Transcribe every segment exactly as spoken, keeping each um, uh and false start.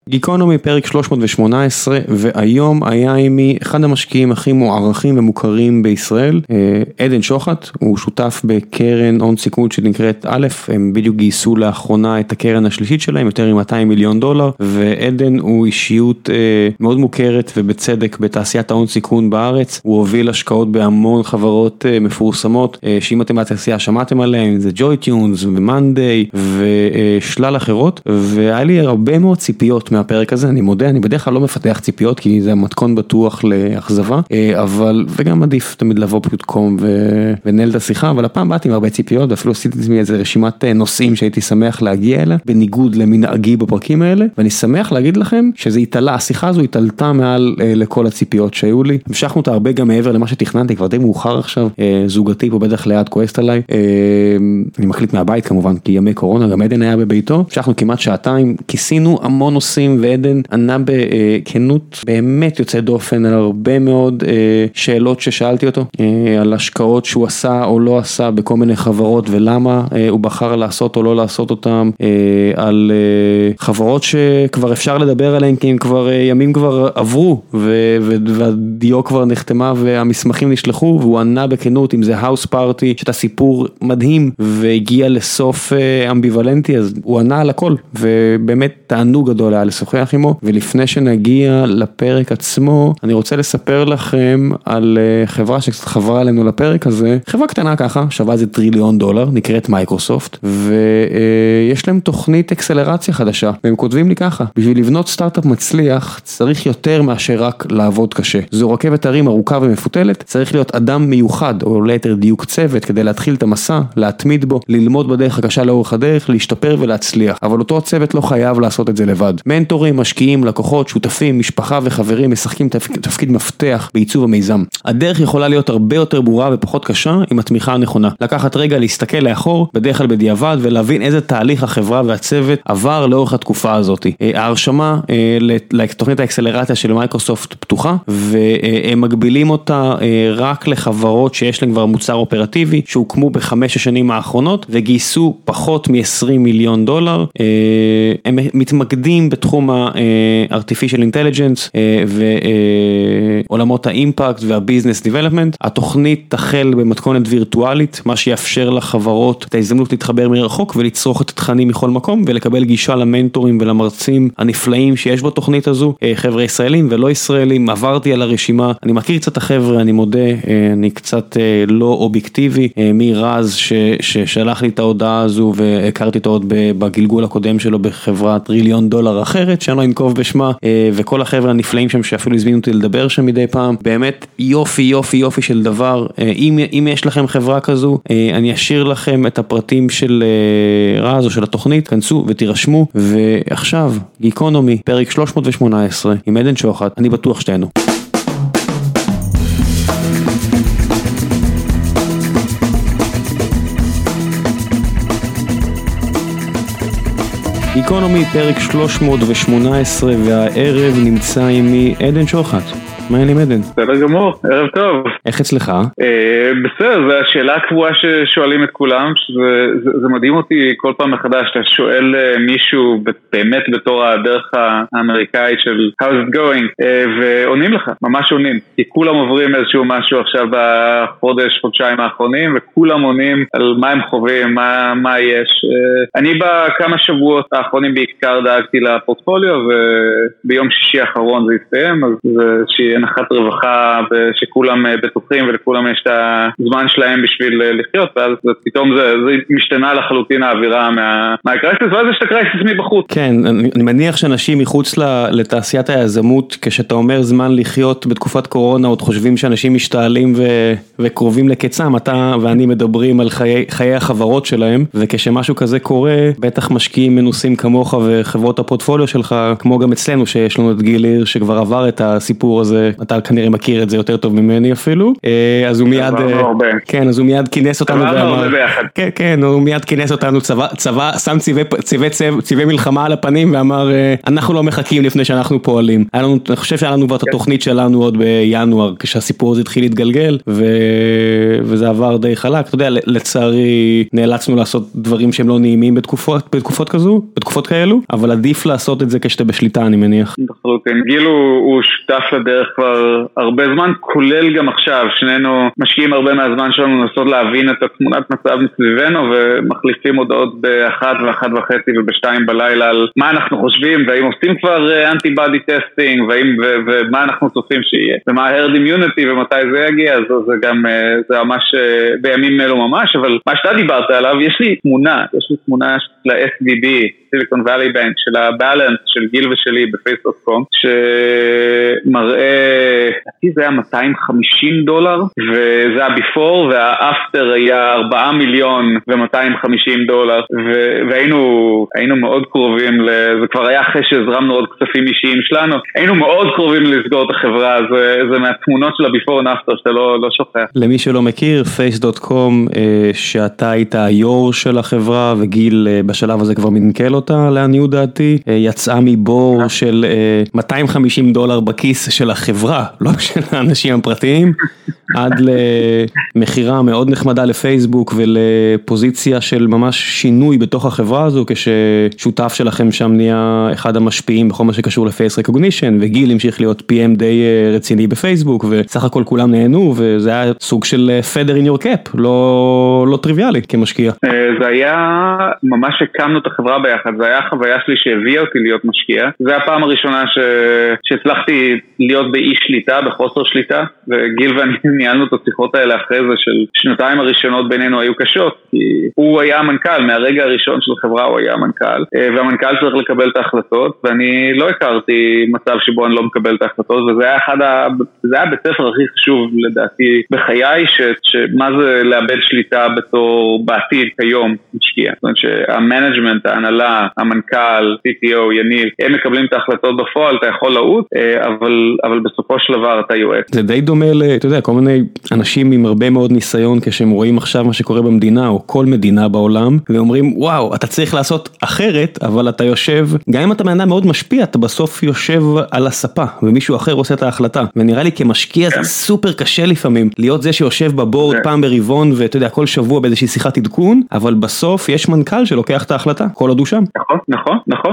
גיקונומי פרק שלוש מאות ושמונה עשרה, והיום היה עימי אחד המשקיעים הכי מוערכים ומוכרים בישראל, עדן שוחט. הוא שותף בקרן הון סיכון שנקראת א', הם בדיוק גייסו לאחרונה את הקרן השלישית שלהם, יותר מ-מאתיים מיליון דולר, ועדן הוא אישיות מאוד מוכרת ובצדק בתעשיית ההון סיכון בארץ. הוא הוביל השקעות בהמון חברות מפורסמות, שאם אתם בתעשייה שמעתם עליהם, זה ג'וי-טיונס ומנדיי ושלל אחרות, והיה לי הרבה מאוד ציפיות מהפרק הזה. אני מודה, אני בדרך כלל לא מפתח ציפיות, כי זה מתכון בטוח לאכזבה, אבל, וגם עדיף תמיד לבוא פשוט קום ונהל את השיחה, אבל הפעם באתי עם הרבה ציפיות, ואפילו עשיתי את איזה רשימת נושאים שהייתי שמח להגיע אליה, בניגוד למנהגי בפרקים האלה, ואני שמח להגיד לכם שזה התעלה, השיחה הזו התעלתה מעל לכל הציפיות שהיו לי. המשכנו אותה הרבה גם מעבר למה שתכננתי, כבר די מאוחר עכשיו, זוגתי פה בטח ליד כועסת עליי, אני מקליט מהבית כמובן, כי ימי קורונה, גם עדן היה בביתו, המשכנו כמעט שעתיים, כיסינו המון נושאים, ועדן ענה בכנות באמת יוצא דופן על הרבה מאוד שאלות ששאלתי אותו, על השקעות שהוא עשה או לא עשה בכל מיני חברות, ולמה הוא בחר לעשות או לא לעשות אותם, על חברות שכבר אפשר לדבר עליהן, כי הם כבר, ימים כבר עברו, והדיו כבר נחתמה, והמסמכים נשלחו, והוא ענה בכנות אם זה האוס פארטי, שאתה סיפור מדהים, והגיע לסוף אמביוולנטי, אז הוא ענה על הכל, ובאמת תענוג גדול היה לשוחח עמו. ולפני שנגיע לפרק עצמו, אני רוצה לספר לכם על חברה שקצת חברה עלינו לפרק הזה, חברה קטנה ככה, שווה איזה טריליון דולר, נקראת מייקרוסופט, ויש להם תוכנית אקסלרציה חדשה, והם כותבים לי ככה: בשביל לבנות סטארט-אפ מצליח, צריך יותר מאשר רק לעבוד קשה. זו רכבת הרים ארוכה ומפותלת, צריך להיות אדם מיוחד, או ליתר דיוק צוות, כדי להתחיל את המסע, להתמיד בו, ללמוד בדרך הקשה לאורך הדרך, להשתפר ולהצליח. אבל אותו הצוות לא חייב לעשות את זה לבד. מנטורים, משקיעים, לקוחות, שותפים, משפחה וחברים משחקים תפקיד מפתח בעיצוב המיזם. הדרך יכולה להיות הרבה יותר ברורה ופחות קשה עם התמיכה הנכונה. לקחת רגע להסתכל לאחור, בדרך כלל בדיעבד, ולהבין איזה תהליך החברה והצוות עבר לאורך התקופה הזאת. ההרשמה לתוכנית האקסלרציה של מייקרוסופט פתוחה, והם מגבילים אותה רק לחברות שיש להם כבר מוצר אופרטיבי, שהוקמו בחמש השנים האחרונות, וגייסו פחות מ-עשרים מיליון דולר. הם מתמקדים בתחום ה-artificial intelligence ועולמות האימפקט והביזנס דיבלופמנט. התוכנית תחל במתכונת וירטואלית, מה שיאפשר לחברות את ההזדמנות להתחבר מרחוק ולצרוך את התכנים מכל מקום, ולקבל גישה למנטורים ולמרצים הנפלאים שיש בתוכנית הזו, חבר'ה ישראלים ולא ישראלים. עברתי על הרשימה, אני מכיר קצת החבר'ה, אני מודה, אני קצת לא אובייקטיבי, מרז ששלח לי את ההודעה הזו, והכרתי אותו עוד בגלגול הקודם שלו בחברת טריליון דולר אחרת, שאני לא אנקוב בשמה, וכל החבר'ה הנפלאים שם שאפילו הזמינו אותי לדבר שם מדי פעם. באמת יופי יופי יופי של דבר. אם, אם יש לכם חברה כזו, אני אשאיר לכם את הפרטים של רז או של התוכנית, כנסו ותירשמו. ועכשיו גיקונומי פרק שלוש מאות ושמונה עשרה עם עדן שוחט, אני בטוח שתהנו. גיקונומי פרק שלוש מאות ושמונה עשרה, והערב נמצא עימי עדן שוחט. מה העניינים עדן? בסדר גמור, ערב טוב. איך אצלך? בסדר, זו השאלה הקבועה ששואלים את כולם, שזה מדהים אותי כל פעם מחדש, אתה שואל מישהו באמת בתור הדרך האמריקאית של how's it going, ועונים לך, ממש עונים, כי כולם עוברים איזשהו משהו עכשיו בחודש, חודשיים האחרונים, וכולם עונים על מה הם חווים, מה, מה יש. אני בכמה שבועות האחרונים בעיקר דאגתי לפורטפוליו, וביום שישי האחרון זה הסתיים, אז זה שהיא הנחת רווחה שכולם בטוחים ולכולם יש את הזמן שלהם בשביל לחיות, ואז פתאום זה, זה משתנה לחלוטין האווירה מה, מהקרייסיס, ואז יש את הקרייסיס מבחוץ. כן, אני, אני מניח שאנשים מחוץ לתעשיית היזמות, כשאתה אומר זמן לחיות בתקופת קורונה, עוד חושבים שאנשים משתעלים ו, וקרובים לקצם, אתה ואני מדברים על חיי, חיי החברות שלהם, וכשמשהו כזה קורה, בטח משקיעים מנוסים כמוך וחברות הפורטפוליו שלך, כמו גם אצלנו שיש לנו את גיל עיר שכבר עבר את הסיפור הזה ואתה כנראה מכיר את זה יותר טוב ממני אפילו, אז הוא מיד, כן, אז הוא מיד כינס אותנו, כן, כן, הוא מיד כינס אותנו, צבא, שם צבעי מלחמה על הפנים ואמר, אנחנו לא מחכים לפני שאנחנו פועלים. אני חושב שהיה לנו כבר את התוכנית שלנו עוד בינואר, כשהסיפור הזה התחיל להתגלגל, וזה עבר די חלק. אתה יודע, לצערי נאלצנו לעשות דברים שהם לא נעימים בתקופות, בתקופות כזו, בתקופות כאלו, אבל עדיף לעשות את זה כשאתה בשליטה, אני מניח. בחלוטין. גיל הוא שותף לדרך כבר הרבה זמן, כולל גם עכשיו. שנינו משקיעים הרבה מהזמן שלנו לנסות להבין את התמונת מצב מסביבנו, ומחליפים הודעות באחת ואחת וחצי ובשתיים בלילה על מה אנחנו חושבים, והאם עושים כבר אנטי-בדי טסטינג, ומה אנחנו צופים שיהיה, ומה ה-herd immunity ומתי זה יגיע. אז זה גם, זה ממש בימים אלו ממש, אבל מה שאתה דיברת עליו, יש לי תמונה, יש לי תמונה של ה-אס וי בי, סיליקון ואלי בנק, של הבאלנס של גיל ושלי בפייס דוט קום, שמראה, זה היה מאתיים וחמישים דולר, וזה ה-before, וה-after היה ארבעה מיליון ו-מאתיים וחמישים דולר, והיינו היינו מאוד קרובים, זה כבר היה אחרי שהזרמנו עוד כספים אישיים שלנו, היינו מאוד קרובים לסגור את החברה, זה, זה מהתמונות של ה-before and after, שאתה לא, לא שוכח. למי שלא מכיר, פייס דוט קום, שאתה היית היור של החברה, וגיל בשלב הזה כבר מנקל אותה, לעניות דעתי, יצאה מבור של מאתיים וחמישים דולר בכיס של החברה, לא של האנשים הפרטיים, עד למחירה מאוד נחמדה לפייסבוק, ולפוזיציה של ממש שינוי בתוך החברה הזו, כששותף שלכם שם נהיה אחד המשפיעים בכל מה שקשור לפייס רקוגנישן, וגיל המשיך להיות פי אם די רציני בפייסבוק, וסך הכל כולם נהנו, וזה היה סוג של feather in your cap, לא, לא טריוויאלי כמשקיע. זה היה, ממש הקמנו את החברה ביחד, זה היה החוויה שלי שהביאה אותי להיות משקיע, זה הפעם הראשונה ש... שהצלחתי להיות באי שליטה, בחוסר שליטה, וגיל ואני ניהלנו את השיחות האלה אחרי זה, של שנתיים הראשונות בינינו היו קשות, כי הוא היה המנכ"ל, מהרגע הראשון של החברה הוא היה המנכ"ל, והמנכ"ל צריך לקבל את ההחלטות, ואני לא הכרתי מצב שבו אני לא מקבל את ההחלטות, וזה היה אחד ה... זה היה בית ספר הכי חשוב לדעתי בחיי, ש... שמה זה לאבד שליטה בתור בעתיד כיום משקיע. זאת אומרת שהמנג'מנט, ההנהלה, המנכ"ל, סי טי או, יניב, הם מקבלים את ההחלטות בפועל, אתה יכול לעוד, אבל, אבל בסופו של דבר אתה יועץ. זה די דומה ל... אתה יודע, כל מיני אנשים עם הרבה מאוד ניסיון, כשהם רואים עכשיו מה שקורה במדינה, או כל מדינה בעולם, ואומרים, וואו, אתה צריך לעשות אחרת, אבל אתה יושב, גם אם אתה מענה מאוד משפיע, אתה בסוף יושב על הספה, ומישהו אחר עושה את ההחלטה. ונראה לי כמשקיע זה סופר קשה לפעמים, להיות זה שיושב בבורד פעם ברבעון, ואתה יודע, כל שבוע באיזושהי שיחת עדכון, אבל בסוף יש מנכ"ל שלוקח את ההחלטה, כל עוד הוא שם. נכון, נכון, נכון.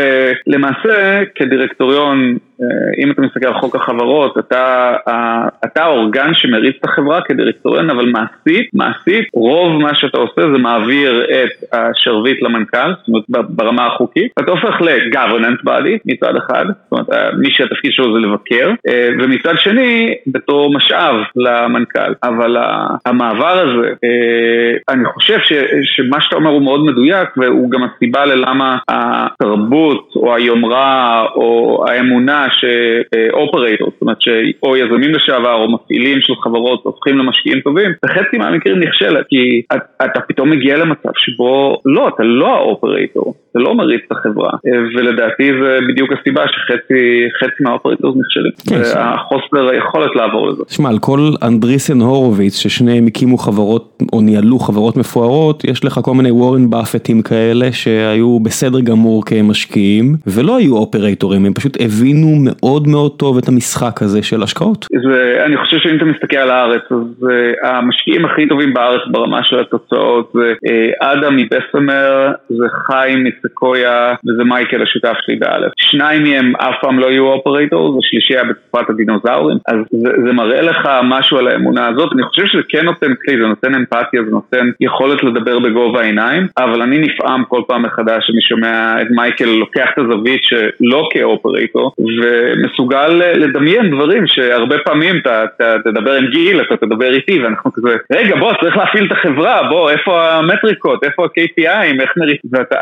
למעשה, כדירקטוריון, אם אתה מסתכל על חוק החברות, אתה, אתה האורגן שמריץ את החברה כדירקטוריון, אבל מעשית, מעשית, רוב מה שאתה עושה זה מעביר את השרביט למנכ"ל, זאת אומרת, ברמה החוקית, אתה הופך ל-governance body מצד אחד, זאת אומרת, מי שהתפקיד שלו זה לבקר, ומצד שני, בתור משאב למנכ"ל. אבל המעבר הזה, אני חושב ש, שמה שאתה אומר הוא מאוד מדויק, והוא גם הסיבה ללמה התרבות, או היומרה, או האמונה שאופרייטור, זאת אומרת שאו יזמים לשעבר או מפעילים של חברות הופכים למשקיעים טובים, בחצי מהמקרים נכשלת, כי אתה פתאום מגיע למצב שבו לא, אתה לא האופרייטור, אתה לא מריץ את החברה, ולדעתי זה בדיוק הסיבה שחצי חצי מהאופרייטור נכשלים, והחוסר היכולת לעבור לזה. תשמע, על כל אנדריסן הורוביץ ששניהם הקימו חברות או ניהלו חברות מפוארות, יש לך כל מיני וורן באפטים כאלה שהיו בסדר גמור כמשקיעים, ולא היו אופרייטורים, הם פשוט הבינו מאוד מאוד טוב את המשחק הזה של השקעות. זה, אני חושב שאם אתה מסתכל על הארץ, אז uh, המשקיעים הכי טובים בארץ ברמה של התוצאות, זה uh, אדם מבסמר, זה חיים מסקויה, וזה מייקל השותף שלי באלף. שניים מהם אף פעם לא היו אופרייטור, זה שלישי היה בתקופת הדינוזאורים, אז זה, זה מראה לך משהו על האמונה הזאת. אני חושב שזה כן נותן כלי, זה נותן אמפתיה, זה נותן יכולת לדבר בגובה העיניים, אבל אני נפעם כל פעם מחדש שאני שומע את מייקל לוקח את הזווית שלא כאופרייטור, ומסוגל לדמיין דברים שהרבה פעמים אתה, אתה תדבר עם גיל, אתה תדבר איתי, ואנחנו כזה, רגע בוא, צריך להפעיל את החברה, בוא, איפה המטריקות, איפה ה-קיי פי איי, איך נריץ, ואתה אתה רואה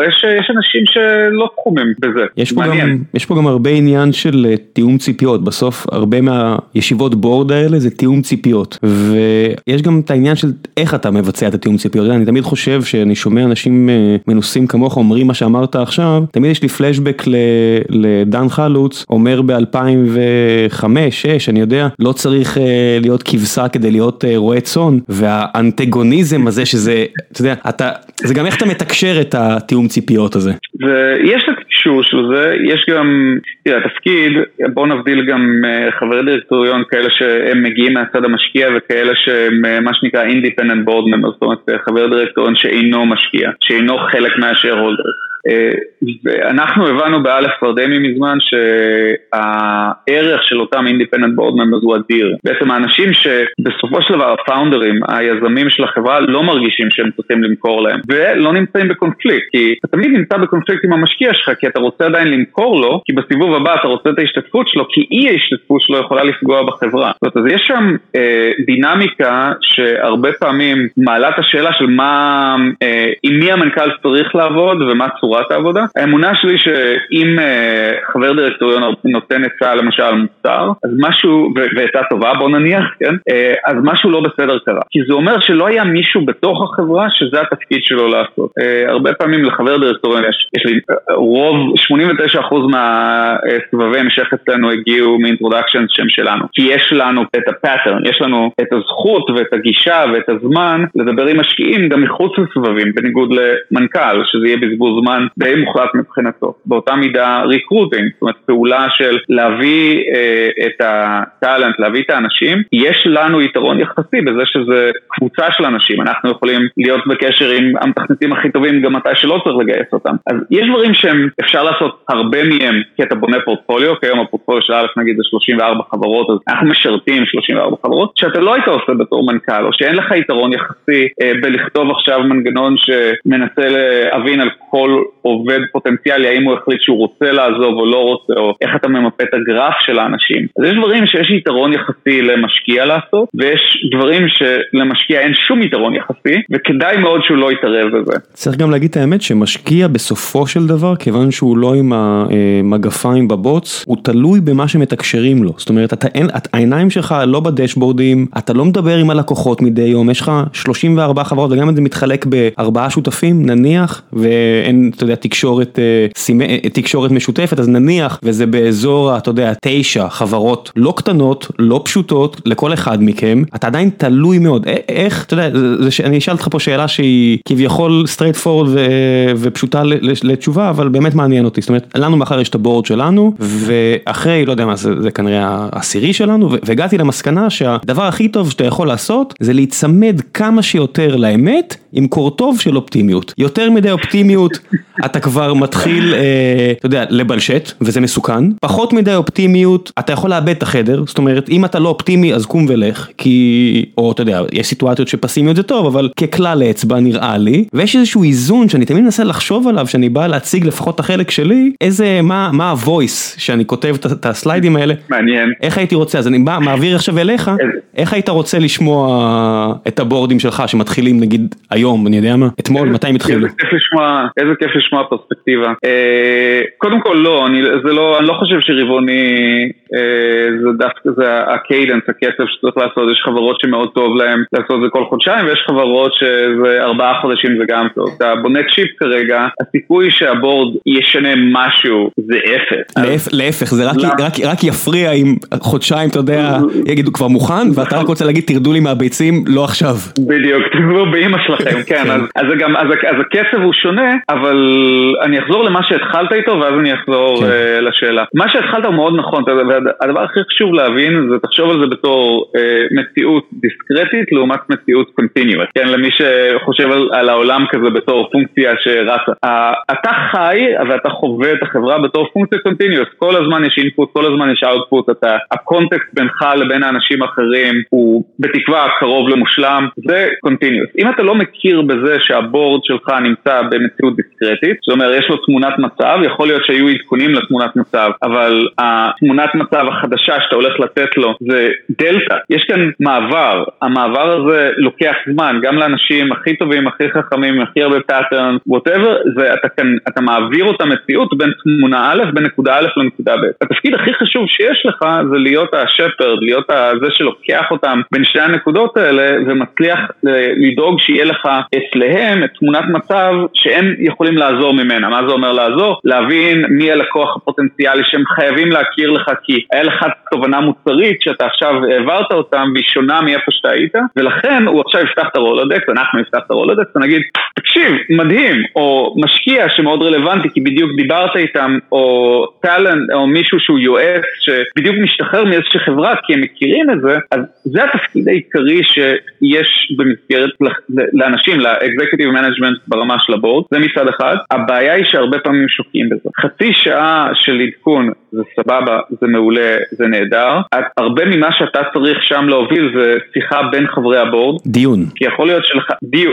ויש יש אנשים שלא תחומים בזה. יש פה, גם, יש פה גם הרבה עניין של תיאום ציפיות, בסוף הרבה מהישיבות בורד האלה זה תיאום ציפיות, ויש גם את העניין של איך אתה מבצע את התיאום ציפיות. אני תמיד חושב שאני שומע אנשים מנוסים כמוך אומרים מה שאמרת עכשיו, תמיד יש לי פלשבק לדן חלוץ, אומר ב-אלפיים וחמש שש, אני יודע, לא צריך להיות כבשה כדי להיות רועה צאן, והאנטגוניזם הזה שזה, אתה יודע, אתה, זה גם איך אתה מתקשר את התיאום ציפיות הזה. ויש את הקישור של זה, יש גם, תראה, התפקיד, בוא נבדיל גם חברי דירקטוריון, כאלה שהם מגיעים מהצד המשקיע, וכאלה שהם מה שנקרא independent board members, זאת אומרת, חבר דירקטוריון שאינו משקיע, שאינו חלק מהשארהולדרס. ואנחנו הבנו באלף כבר די מזמן שהערך של אותם independent board members הוא אדיר. בעצם האנשים שבסופו של דבר הפאונדרים, היזמים של החברה לא מרגישים שהם צריכים למכור להם ולא נמצאים בקונפליקט, כי אתה תמיד נמצא בקונפליקט עם המשקיע שלך, כי אתה רוצה עדיין למכור לו, כי בסיבוב הבא אתה רוצה את ההשתתפות שלו, כי אי ההשתתפות שלו יכולה לפגוע בחברה. זאת אומרת, אז יש שם אה, דינמיקה שהרבה פעמים מעלה את השאלה של מה, אה, עם מי המנכ"ל צריך לעבוד ומה צורת העבודה. האמונה שלי שאם אה, חבר דירקטוריון נותן עצה למשל על מוצר, אז משהו, ועצה טובה בוא נניח, כן? אה, אז משהו לא בסדר קרה. כי זה אומר שלא היה מישהו בתוך החברה שזה התפקיד שלו לעשות. אה, הרבה פעמים לחבר דירקטוריון יש, יש לי רוב, שמונים ותשעה אחוז מהסבבי המשך אצלנו הגיעו מאינטרודקשן שם שלנו. כי יש לנו את הפאטרן, יש לנו את הזכות ואת הגישה ואת הזמן לדבר עם משקיעים גם מחוץ לסבבים, בניגוד למנכ"ל, שזה יהיה בזבוז זמן די מוחלט מבחינתו. באותה מידה ריקרוטינג, זאת אומרת פעולה של להביא אה, את הטלנט, להביא את האנשים, יש לנו יתרון יחסי בזה שזה קבוצה של אנשים, אנחנו יכולים להיות בקשר עם המתכנתים הכי טובים גם מתי שלא צריך לגייס אותם. אז יש דברים שהם אפשר לעשות הרבה מהם, כי אתה בונה פורטפוליו, כי היום הפורטפוליו של אלף נגיד זה שלושים וארבע חברות, אז אנחנו משרתים שלושים וארבע חברות, שאתה לא היית עושה בתור מנכ"ל, או שאין לך יתרון יחסי אה, בלכתוב עכשיו מנגנון שמנסה להבין על כל עובד פוטנציאלי, האם הוא החליט שהוא רוצה לעזוב או לא רוצה, או איך אתה ממפה את הגרף של האנשים. אז יש דברים שיש יתרון יחסי למשקיע לעשות, ויש דברים שלמשקיע אין שום יתרון יחסי, וכדאי מאוד שהוא לא יתערב בזה. צריך גם להגיד את האמת שמשקיע בסופו של דבר, כיוון שהוא לא עם המגפיים בבוץ, הוא תלוי במה שמתקשרים לו. זאת אומרת, אתה אין, העיניים שלך לא בדשבורדים, אתה לא מדבר עם הלקוחות מדי יום, יש לך שלושים וארבע חברות, וגם אם זה מתחלק בארבעה שותפים, נניח, ואין, אתה יודע, תקשורת, תקשורת משותפת, אז נניח, וזה באזור, אתה יודע, תשע חברות לא קטנות, לא פשוטות, לכל אחד מכם, אתה עדיין תלוי מאוד. איך, אתה יודע, אני אשאל אותך פה שאלה שהיא כביכול straight forward ופשוטה לתשובה, אבל באמת מעניין אותי. זאת אומרת, לנו מחר יש את הבורד שלנו, ואחרי, לא יודע מה, זה, זה כנראה העשירי שלנו, והגעתי למסקנה שהדבר הכי טוב שאתה יכול לעשות, זה להצמד כמה שיותר לאמת, עם קורטוב של אופטימיות. יותר מדי אופטימיות, אתה כבר מתחיל, אה, אתה יודע, לבלשט, וזה מסוכן. פחות מדי אופטימיות, אתה יכול לאבד את החדר. זאת אומרת, אם אתה לא אופטימי, אז קום ולך, כי, או אתה יודע, יש סיטואציות שפסימיות זה טוב, אבל ככלל האצבע נראה לי, ויש איזשהו איזון שאני תמיד מנסה לחשוב עליו, שאני בא להציג לפחות את החלק שלי, איזה, מה, מה הוויס שאני כותב את, את הסליידים האלה. מעניין. איך הייתי רוצה, אז אני בא, מעביר עכשיו אליך, איך היית רוצה לשמוע את הבורדים שלך, שמתחילים נגיד היום, אני יודע מה, אתמול, מתי הם התחילו? איזה כיף לשמוע, איזה כיף לשמוע פרספקטיבה. קודם כל לא, אני, זה לא, אני לא חושב שריבוני, זה דווקא, זה הקיידנס, הקצב שצריך לעשות, יש חברות שמאוד טוב להם לעשות את זה כל חודשיים, ויש חברות שזה ארבעה חודשים זה גם טוב. אתה בונה צ'יפ כרגע, הסיכוי שהבורד ישנה משהו זה אפס. להפך, זה רק יפריע עם חודשיים, אתה יודע, יגידו כבר מוכן, ואתה רק רוצה להגיד, תרדו לי מהביצים, לא עכשיו. בדיוק, תגבור באמא שלכם, כן, אז הקצב הוא שונה, אבל אני אחזור למה שהתחלת איתו, ואז אני אחזור לשאלה. מה שהתחלת הוא מאוד נכון, והדבר הכי חשוב להבין, זה תחשוב על זה בתור מציאות דיסקרטית, לעומת מציאות קונטיניואס. כן, למי שחושב על העולם כזה בתור פונקציה שרצה. אתה חי, ואתה חווה את החברה בתור פונקציה קונטיניואס. כל הזמן יש אינפוט, כל הזמן יש אאוטפוט, הקונטקסט בינך לבין האנשים אחרים הוא בתקווה קרוב למושלם, זה קונטיניואס. אם אתה לא מכיר בזה שהבורד שלך נמצא במציאות דיסקרטית, קונקרטית, זאת אומרת, יש לו תמונת מצב, יכול להיות שהיו עדכונים לתמונת מצב, אבל התמונת מצב החדשה שאתה הולך לתת לו זה דלטה. יש כאן מעבר, המעבר הזה לוקח זמן, גם לאנשים הכי טובים, הכי חכמים, הכי הרבה pattern, whatever, זה אתה כאן, אתה מעביר אותה מציאות בין תמונה א', בין נקודה א' לנקודה ב'. התפקיד הכי חשוב שיש לך זה להיות השפרד, להיות זה שלוקח אותם בין שתי הנקודות האלה ומצליח לדאוג שיהיה לך אצלהם את תמונת מצב שהם יכולים לעזור ממנה. מה זה אומר לעזור? להבין מי הלקוח הפוטנציאלי שהם חייבים להכיר לך, כי היה לך תובנה מוצרית שאתה עכשיו העברת אותם והיא שונה מאיפה שאתה היית, ולכן הוא עכשיו יפתח את הרולודקס, אנחנו נפתח את הרולודקס ונגיד, תקשיב, מדהים, או משקיע שמאוד רלוונטי כי בדיוק דיברת איתם, או טלנט, או מישהו שהוא יועץ שבדיוק משתחרר מאיזושהי חברה כי הם מכירים את זה, אז זה התפקיד העיקרי שיש במסגרת לאנשים, ל-executive management ברמה של הבורד, זה מצד אחד. הבעיה היא שהרבה פעמים שוקים בזה. חצי שעה של עדכון זה סבבה, זה מעולה, זה נהדר. הרבה ממה שאתה צריך שם להוביל זה שיחה בין חברי הבורד. דיון. כי יכול להיות שלך, דיון,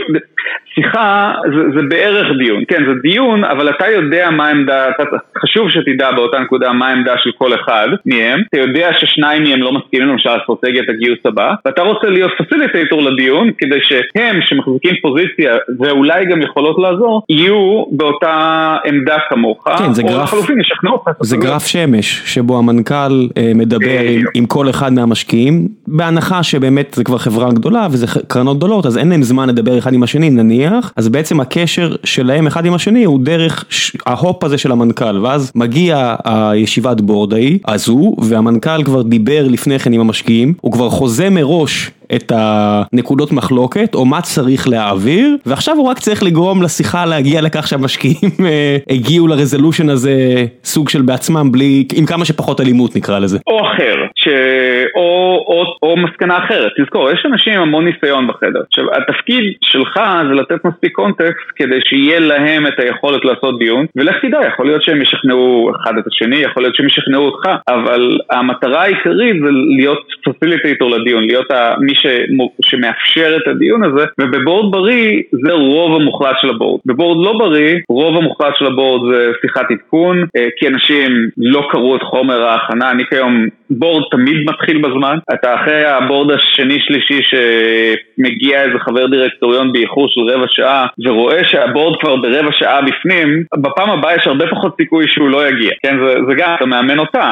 שיחה זה, זה בערך דיון. כן, זה דיון, אבל אתה יודע מה העמדה, אתה, חשוב שתדע באותה נקודה מה העמדה של כל אחד מהם. אתה יודע ששניים מהם לא מסכימים למשל אסטרטגיית הגיוס הבא, ואתה רוצה להיות פסיליטייטור לדיון, כדי שהם שמחזיקים פוזיציה, ואולי גם יכולות לעזור, יהיו באותה עמדה כמוך, כן, זה או גרף, לחלופין ישכנעו אותך. זה גרף שמש, שבו המנכ"ל אה, מדבר עם, עם כל אחד מהמשקיעים, בהנחה שבאמת זה כבר חברה גדולה, וזה קרנות גדולות, אז אין להם זמן לדבר אחד עם השני, נניח, אז בעצם הקשר שלהם אחד עם השני, הוא דרך ההופ הזה של המנכ"ל, ואז מגיע הישיבת בורד ההיא, הזו, והמנכ"ל כבר דיבר לפני כן עם המשקיעים, הוא כבר חוזה מראש את הנקודות מחלוקת, או מה צריך להעביר, ועכשיו הוא רק צריך לגרום לשיחה להגיע לכך שהמשקיעים הגיעו לרזולושן הזה, סוג של בעצמם, בלי, עם כמה שפחות אלימות נקרא לזה. או אחר, ש... או, או, או מסקנה אחרת. תזכור, יש אנשים עם המון ניסיון בחדר. עכשיו, התפקיד שלך זה לתת מספיק קונטקסט, כדי שיהיה להם את היכולת לעשות דיון, ולך תדע, יכול להיות שהם ישכנעו אחד את השני, יכול להיות שהם ישכנעו אותך, אבל המטרה העיקרית זה להיות פסיליטייטור לדיון, להיות מי שמאפשר את הדיון הזה, ובבורד בריא זה רוב המוחלט של הבורד. בבורד לא בריא, רוב המוחלט של הבורד זה שיחת עדכון, כי אנשים לא קראו את חומר ההכנה. אני כיום, בורד תמיד מתחיל בזמן, אתה אחרי הבורד השני שלישי שמגיע איזה חבר דירקטוריון באיחור של רבע שעה, ורואה שהבורד כבר ברבע שעה בפנים, בפעם הבאה יש הרבה פחות סיכוי שהוא לא יגיע. כן, זה, זה גם, אתה מאמן אותם.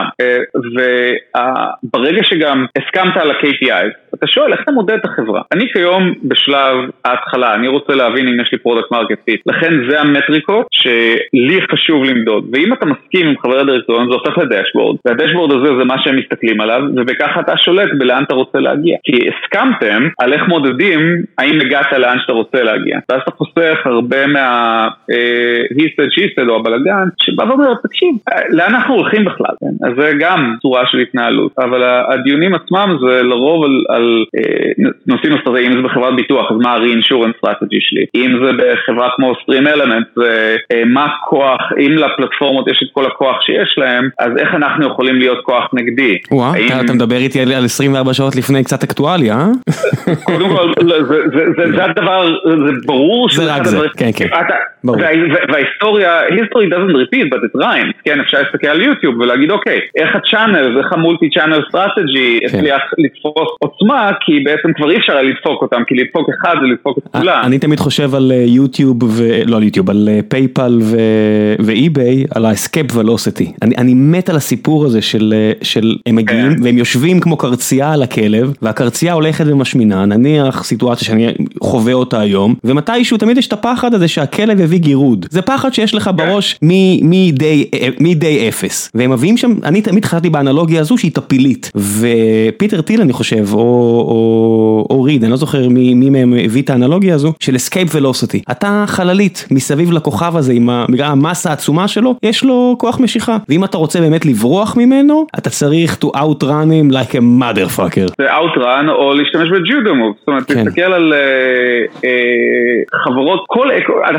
וברגע שגם הסכמת על ה-קי פי איז, אתה שואל, איך אתה מודד את החברה? אני כיום בשלב ההתחלה, אני רוצה להבין אם יש לי פרודקט מרקט פיט. לכן זה המטריקות שלי חשוב למדוד. ואם אתה מסכים עם חבר הדירקטוריון, זה הופך לדשבורד. והדשבורד הזה זה מה שהם מסתכלים עליו, ובכך אתה שולט בלאן אתה רוצה להגיע. כי הסכמתם על איך מודדים, האם הגעת לאן שאתה רוצה להגיע. ואז אתה חוסך הרבה מה he said, she said, או הבלגן, שבא ואומר, תקשיב, לאן אנחנו הולכים בכלל? אז זה גם צורה של התנהלות. אבל הדיונים עצמם זה לרוב על, על נושאים אסטרטגיים. אם זה בחברת ביטוח, אז מה ה-reinsurance strategy שלי? אם זה בחברה כמו Stream Elements, זה מה כוח, אם לפלטפורמות יש את כל הכוח שיש להם, אז איך אנחנו יכולים להיות כוח נגדי? וואה, אתה מדבר איתי על עשרים וארבע שעות לפני קצת אקטואליה, אה? קודם כל, זה הדבר, זה ברור זה רק זה, כן, כן. וההיסטוריה, history doesn't repeat, but it rhymes. כן, אפשר להסתכל על יוטיוב ולהגיד, אוקיי, איך הצ'אנל, איך המולטי-צ'אנל סטרטג'י הצליח לתפוס עוצמה, כי בעצם כבר אי אפשר לדפוק אותם, כי לדפוק אחד זה לדפוק את כולם. אני תמיד חושב על יוטיוב, לא על יוטיוב, על פייפל ואי-ביי, על ה-escape velocity. אני מת על הסיפור הזה של הם מגיעים, והם יושבים כמו קרצייה על הכלב, והקרצייה הולכת ומשמינה, נניח סיטואציה שאני חווה אותה היום, ומתישהו תמיד יש את הפחד הזה שהכלב הביא גירוד. זה פחד שיש לך בראש מדי אפס. והם מביאים שם, אני תמיד חשבתי באנלוגיה הזו שהיא טפילית. ופיטר טיל אני חושב, או ריד, אני לא זוכר מי מהם הביא את האנלוגיה הזו, של escape velocity. אתה חללית מסביב לכוכב הזה, בגלל המסה העצומה שלו, יש לו כוח משיכה. ואם אתה רוצה באמת לברוח ממנו, אתה צריך to outrun him like a motherfucker. זה outrun או להשתמש בג'ודו מוב. זאת אומרת, תסתכל על חברות, אנחנו חיים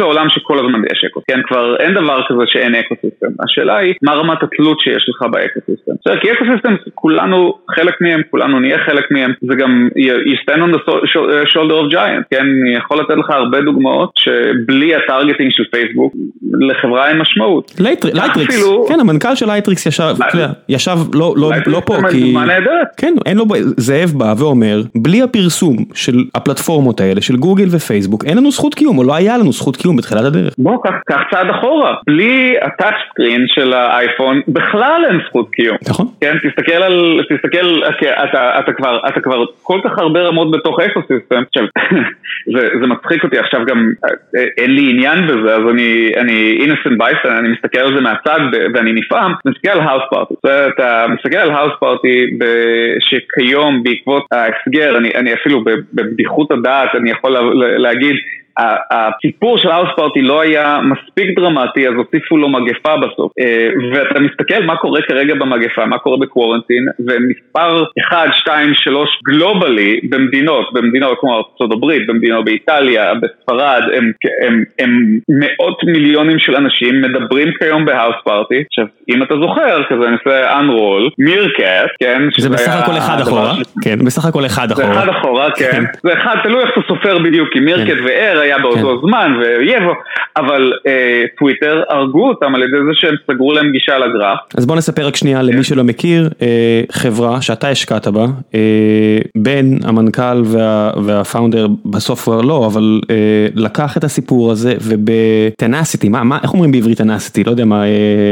בעולם שכל הזמן יש אקוסיסטם, כן, כבר אין דבר כזה שאין אקוסיסטם. השאלה היא, מה רמת התלות שיש לך באקוסיסטם? בסדר, כי אקוסיסטם, כולנו חלק מהם, כולנו נהיה חלק מהם, זה גם, you stand on the shoulder of giants, כן, אני יכול לתת לך הרבה דוגמאות, שבלי הטרגטינג של פייסבוק, לחברה אין משמעות. לייטריקס, כן, המנכ"ל של לייטריקס ישב, ישב לא פה, כי, כן, אין לו, זאב בא ואומר, בלי הפרסום של הפלטפורמות האלה, של גוגל ופייסבוק, אין לנו זכות קיום, או לא היה לנו זכות קיום בתחילת הדרך. בוא, כך צעד אחורה. בלי הטאצ' סקרין של האייפון, בכלל אין זכות קיום. נכון. כן, תסתכל על, תסתכל, אתה, אתה כבר, אתה כבר כל כך הרבה רמות בתוך אקוסיסטם. עכשיו, זה, זה מצחיק אותי, עכשיו גם, אין לי עניין בזה, אז אני, אני innocent bystander, אני מסתכל על זה מהצד, ואני נפעם, מסתכל על האוס פארטי. אתה מסתכל על האוס פארטי, שכיום, בעקבות ההסגר, אני, אני אפילו בבדיחות הדעת, אני יכול להגיד, הסיפור של האוס פארטי לא היה מספיק דרמטי, אז הוסיפו לו מגפה בסוף. ואתה מסתכל מה קורה כרגע במגפה, מה קורה בקוורנטין, ומספר אחת, שתיים, שלוש גלובלי במדינות, במדינות כמו ארצות הברית, במדינות באיטליה, בספרד, הם, הם, הם מאות מיליונים של אנשים מדברים כיום בהאוס פארטי. עכשיו, אם אתה זוכר, כזה נעשה אנרול, מירקט, כן? זה בסך הכל אחד אחורה, כן, בסך הכל אחד אחורה. זה אחד אחורה, כן. זה אחד, תלוי איך אתה סופר בדיוק, כי מירקט ואר היה באותו זמן, ויבו, אבל טוויטר הרגו אותם על ידי זה שהם סגרו להם גישה לגרף. אז בוא נספר רק שנייה למי שלא מכיר, חברה שאתה השקעת בה, בין המנכ"ל והפאונדר, בסוף כבר לא, אבל לקח את הסיפור הזה, ובטנסיטי, איך אומרים בעברית טנסיטי? לא יודע מה,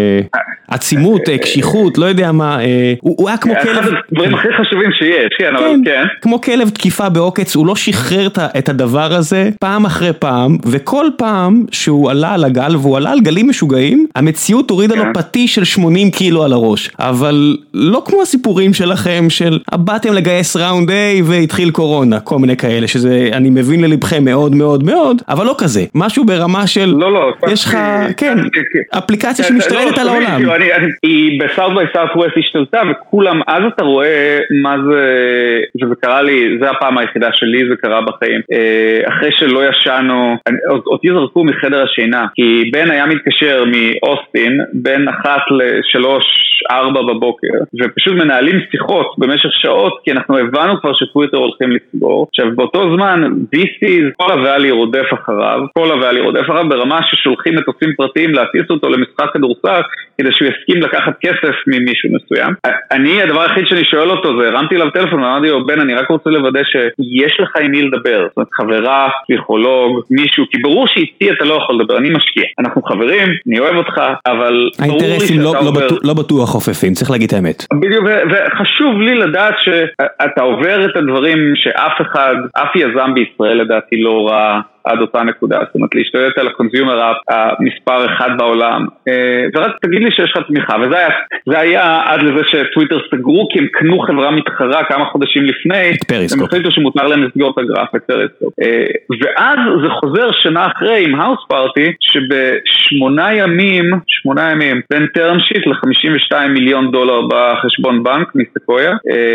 עצימות, קשיחות, לא יודע מה, הוא היה כמו כלב... דברים הכי חשובים שיש, כן, אבל כן. כמו כלב תקיפה בעוקץ, הוא לא שחרר את הדבר הזה, פעם אחרי פעם, וכל פעם שהוא עלה על הגל, והוא עלה על גלים משוגעים, המציאות הורידה לו פתי של שמונים קילו על הראש. אבל לא כמו הסיפורים שלכם, של באתם לגייס ראונד A והתחיל קורונה, כל מיני כאלה, שזה אני מבין ללבכם מאוד מאוד מאוד, אבל לא כזה. משהו ברמה של... לא, לא. יש לך, כן, אפליקציה שמשתלטת על העולם. היא בסאוט ביי סאוט ווסט השתלטה, וכולם, אז אתה רואה מה זה, וזה קרה לי, זה הפעם היחידה שלי, זה קרה בחיים. אחרי שלא ישנו, אותי זרקו מחדר השינה, כי בן היה מתקשר מאוסטין, בין אחת לשלוש, ארבע בבוקר, ופשוט מנהלים שיחות במשך שעות, כי אנחנו הבנו כבר שטוויטר הולכים לסגור. עכשיו, באותו זמן, די סי, כל הוואלי רודף אחריו, כל הוואלי רודף אחריו, ברמה ששולחים מטוסים פרטיים להטיס אותו למשחק כדורסל, כדי שהוא יסכים לקחת כסף ממישהו מסוים. אני, הדבר היחיד שאני שואל אותו, זה הרמתי אליו טלפון, ואמרתי לו, בן, אני רק רוצה לוודא שיש לך עם מי לדבר. זאת אומרת, חברה, פסיכולוג, מישהו, כי ברור שאיתי אתה לא יכול לדבר, אני משקיע. אנחנו חברים, אני אוהב אותך, אבל... האינטרסים לא, לא, בטוח, לא בטוח חופפים, צריך להגיד האמת. בדיוק, וחשוב לי לדעת שאתה עובר את הדברים שאף אחד, אף יזם בישראל לדעתי לא ראה עד אותה נקודה, זאת אומרת להשתלט על הקונסיומר המספר אחד בעולם, ורק תגיד לי שיש לך תמיכה, וזה היה, זה היה עד לזה שטוויטר סגרו, כי הם קנו חברה מתחרה כמה חודשים לפני, הם החליטו שמותר להם לסגור את הגרף, את פריסקופ. ואז זה חוזר שנה אחרי עם האוס פארטי, שבשמונה ימים, שמונה ימים, בין טרם שיט ל-חמישים ושניים מיליון דולר בחשבון בנק מסקויה,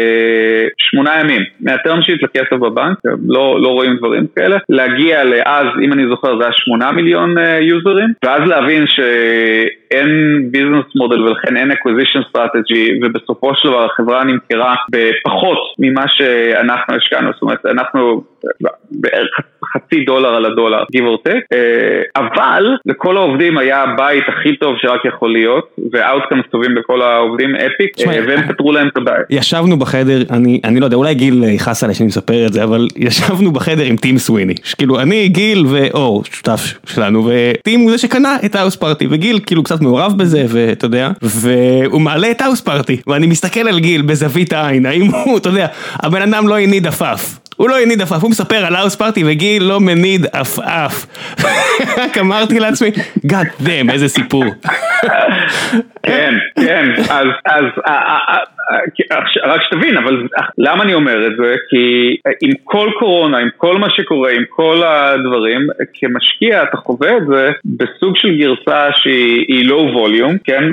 שמונה ימים, מהטרם שיט לכסף בבנק, לא, לא רואים דברים כאלה, להגיע אז, אם אני זוכר, זה היה שמונה מיליון יוזרים, ואז להבין שאין ביזנס מודל ולכן אין אקוויזישן סטרטג'י, ובסופו של דבר החברה נמכרה בפחות ממה שאנחנו השקענו, זאת אומרת, אנחנו בערך חצי דולר על הדולר, give or take, אבל לכל העובדים היה הבית הכי טוב שרק יכול להיות, והאוטקאמס טובים בכל העובדים אפיק, והם פתרו להם את הבית. ישבנו בחדר, אני, אני לא יודע, אולי גיל יכעס עלי שאני מספר את זה, אבל ישבנו בחדר עם טים סוויני, שכאילו אני, גיל ואור, שותף שלנו, וטים הוא זה שקנה את האוס פארטי, וגיל כאילו קצת מעורב בזה, ואתה יודע, והוא מעלה את האוס פארטי, ואני מסתכל על גיל בזווית העין, האם הוא, אתה יודע, הבן אדם לא הניד עפף. הוא לא הניד עפף, הוא מספר על האוס פארטי וגיל לא מניד עפף. רק אמרתי לעצמי, God damn, איזה סיפור. כן, כן, אז, אז, רק שתבין, אבל למה אני אומר את זה? כי עם כל קורונה, עם כל מה שקורה, עם כל הדברים, כמשקיע אתה חווה את זה בסוג של גרסה שהיא low volume, כן?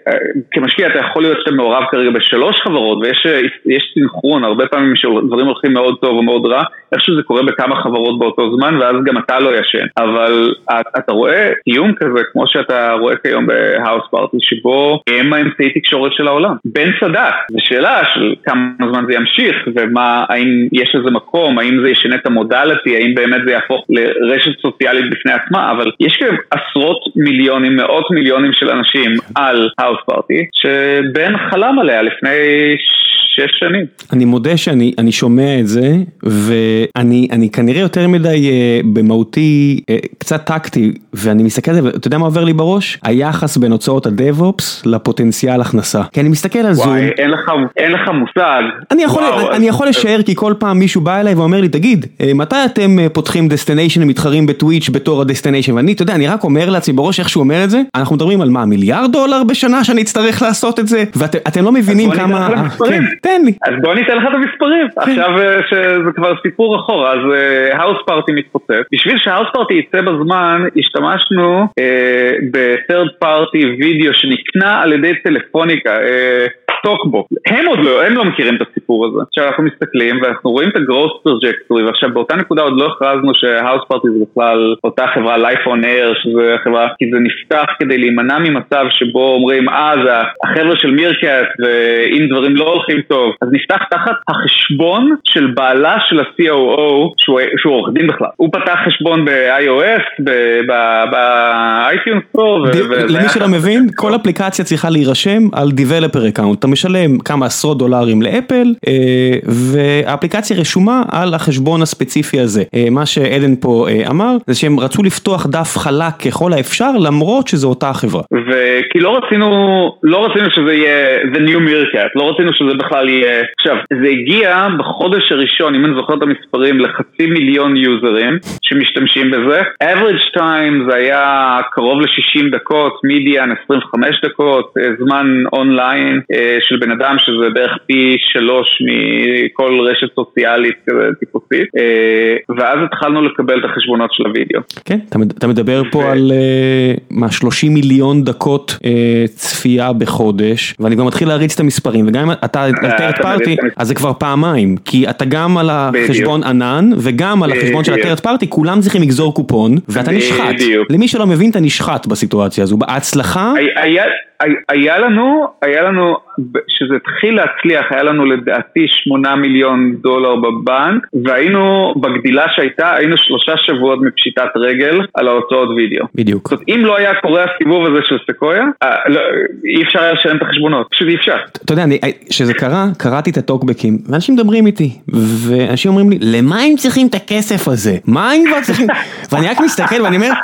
כמשקיע אתה יכול להיות שאתה מעורב כרגע בשלוש חברות, ויש סינכרון, הרבה פעמים שדברים הולכים מאוד טוב או מאוד רע, איכשהו זה קורה בכמה חברות באותו זמן, ואז גם אתה לא ישן. אבל אתה רואה איום כזה, כמו שאתה רואה כיום בהאוס פארטי, שבו הם האמצעי תקשורת של העולם. בן צדק, זו שאלה של כמה זמן זה ימשיך, ומה, האם יש איזה מקום, האם זה ישנה את המודליטי, האם באמת זה יהפוך לרשת סוציאלית בפני עצמה, אבל יש כאלה עשרות מיליונים, מאות מיליונים של אנשים על האוס פארטי, שבן חלם עליה לפני שש שנים. אני מודה שאני אני שומע את זה, ואני אני כנראה יותר מדי uh, במהותי, uh, קצת טקטי, ואני מסתכל על זה, ואתה יודע מה עובר לי בראש? היחס בין הוצאות הדב-אופס לפוטנציאל הכנסה. כי אני מסתכל על זום. וואי, אין לך, אין לך מושג. אני יכול, וואו, אני, אני יכול לשער, כי כל פעם מישהו בא אליי ואומר לי, תגיד, מתי אתם פותחים דסטיניישן ומתחרים בטוויץ' בתור הדסטיניישן? ואני, אתה יודע, אני רק אומר לעצמי בראש איך שהוא אומר את זה, אנחנו מדברים על מה, מיליארד דולר בשנה שאני אצטרך לעשות את זה, ואתם לא מבינים כמה... כן, תן לי. אז בוא ניתן לך את המספרים. עכשיו שזה כבר סיפור אחורה, אז האוס פארטי מתפוצץ. בשביל שהאוס פארטי יצא בזמן, השתמשנו ב-third party וידאו שנקנה על ידי טלפוניקה, טוקבוק. הם עוד לא, הם לא מכירים את הסיפור הזה. עכשיו אנחנו מסתכלים ואנחנו רואים את ה-growth trajectory, ועכשיו באותה נקודה עוד לא הכרזנו שהאוס פארטי זה בכלל אותה חברה Life on Air, שזה חברה, כי זה נפתח כדי להימנע ממצב שבו אומרים, אה, זה החבר'ה של מירקט, ואם דברים לא הולכים טוב, אז נפתח תחת החשבון של בעלה של ה-סי או או, שהוא, שהוא עורך דין בכלל. הוא פתח חשבון ב-iOS, ב-iTunes Store, למי שלא מבין, כל אפליקציה צריכה להירשם על developer account. אתה משלם כמה עשרות דולרים לאפל, והאפליקציה רשומה על החשבון הספציפי הזה. מה שעדן פה אמר, זה שהם רצו לפתוח דף חלק ככל האפשר, למרות שזו אותה חברה. וכי לא רצינו, לא רצינו שזה יהיה the new Meerkat, לא רצינו שזה בכלל יהיה... עכשיו, זה הגיע בחודש הראשון, אם אני זוכר את המספרים, לחצי מיליון יוזרים שמשתמשים בזה. average time זה היה קרוב ל-שישים דקות, median עשרים וחמש דקות, זמן אונליין של בן אדם, שזה בערך פי שלוש מכל רשת סוציאלית טיפוסית, ואז התחלנו לקבל את החשבונות של הוידאו. כן, אתה מדבר פה על מה, שלושים מיליון דקות צפייה בחודש, ואני כבר מתחיל להריץ את המספרים, וגם אם אתה על third party, אז זה כבר פעמיים, כי אתה גם על החשבון ענן, וגם על החשבון של ה-third party, כולם צריכים לגזור קופון, ואתה נשחט. למי שלא מבין, אתה נשחט בסיטואציה הזו. ההצלחה... היה לנו, היה לנו, שזה התחיל להצליח, היה לנו לדעתי שמונה מיליון דולר בבנק, והיינו, בגדילה שהייתה, היינו שלושה שבועות מפשיטת רגל על ההוצאות וידאו. בדיוק. זאת אומרת, אם לא היה קורה הסיבוב הזה של סקויה, לא, אי אפשר היה לשלם את החשבונות, פשוט אי אפשר. אתה יודע, אני, שזה קרה, קראתי את הטוקבקים, ואנשים מדברים איתי, ואנשים אומרים לי, למה הם צריכים את הכסף הזה? מה הם כבר צריכים? ואני רק מסתכל ואני אומר,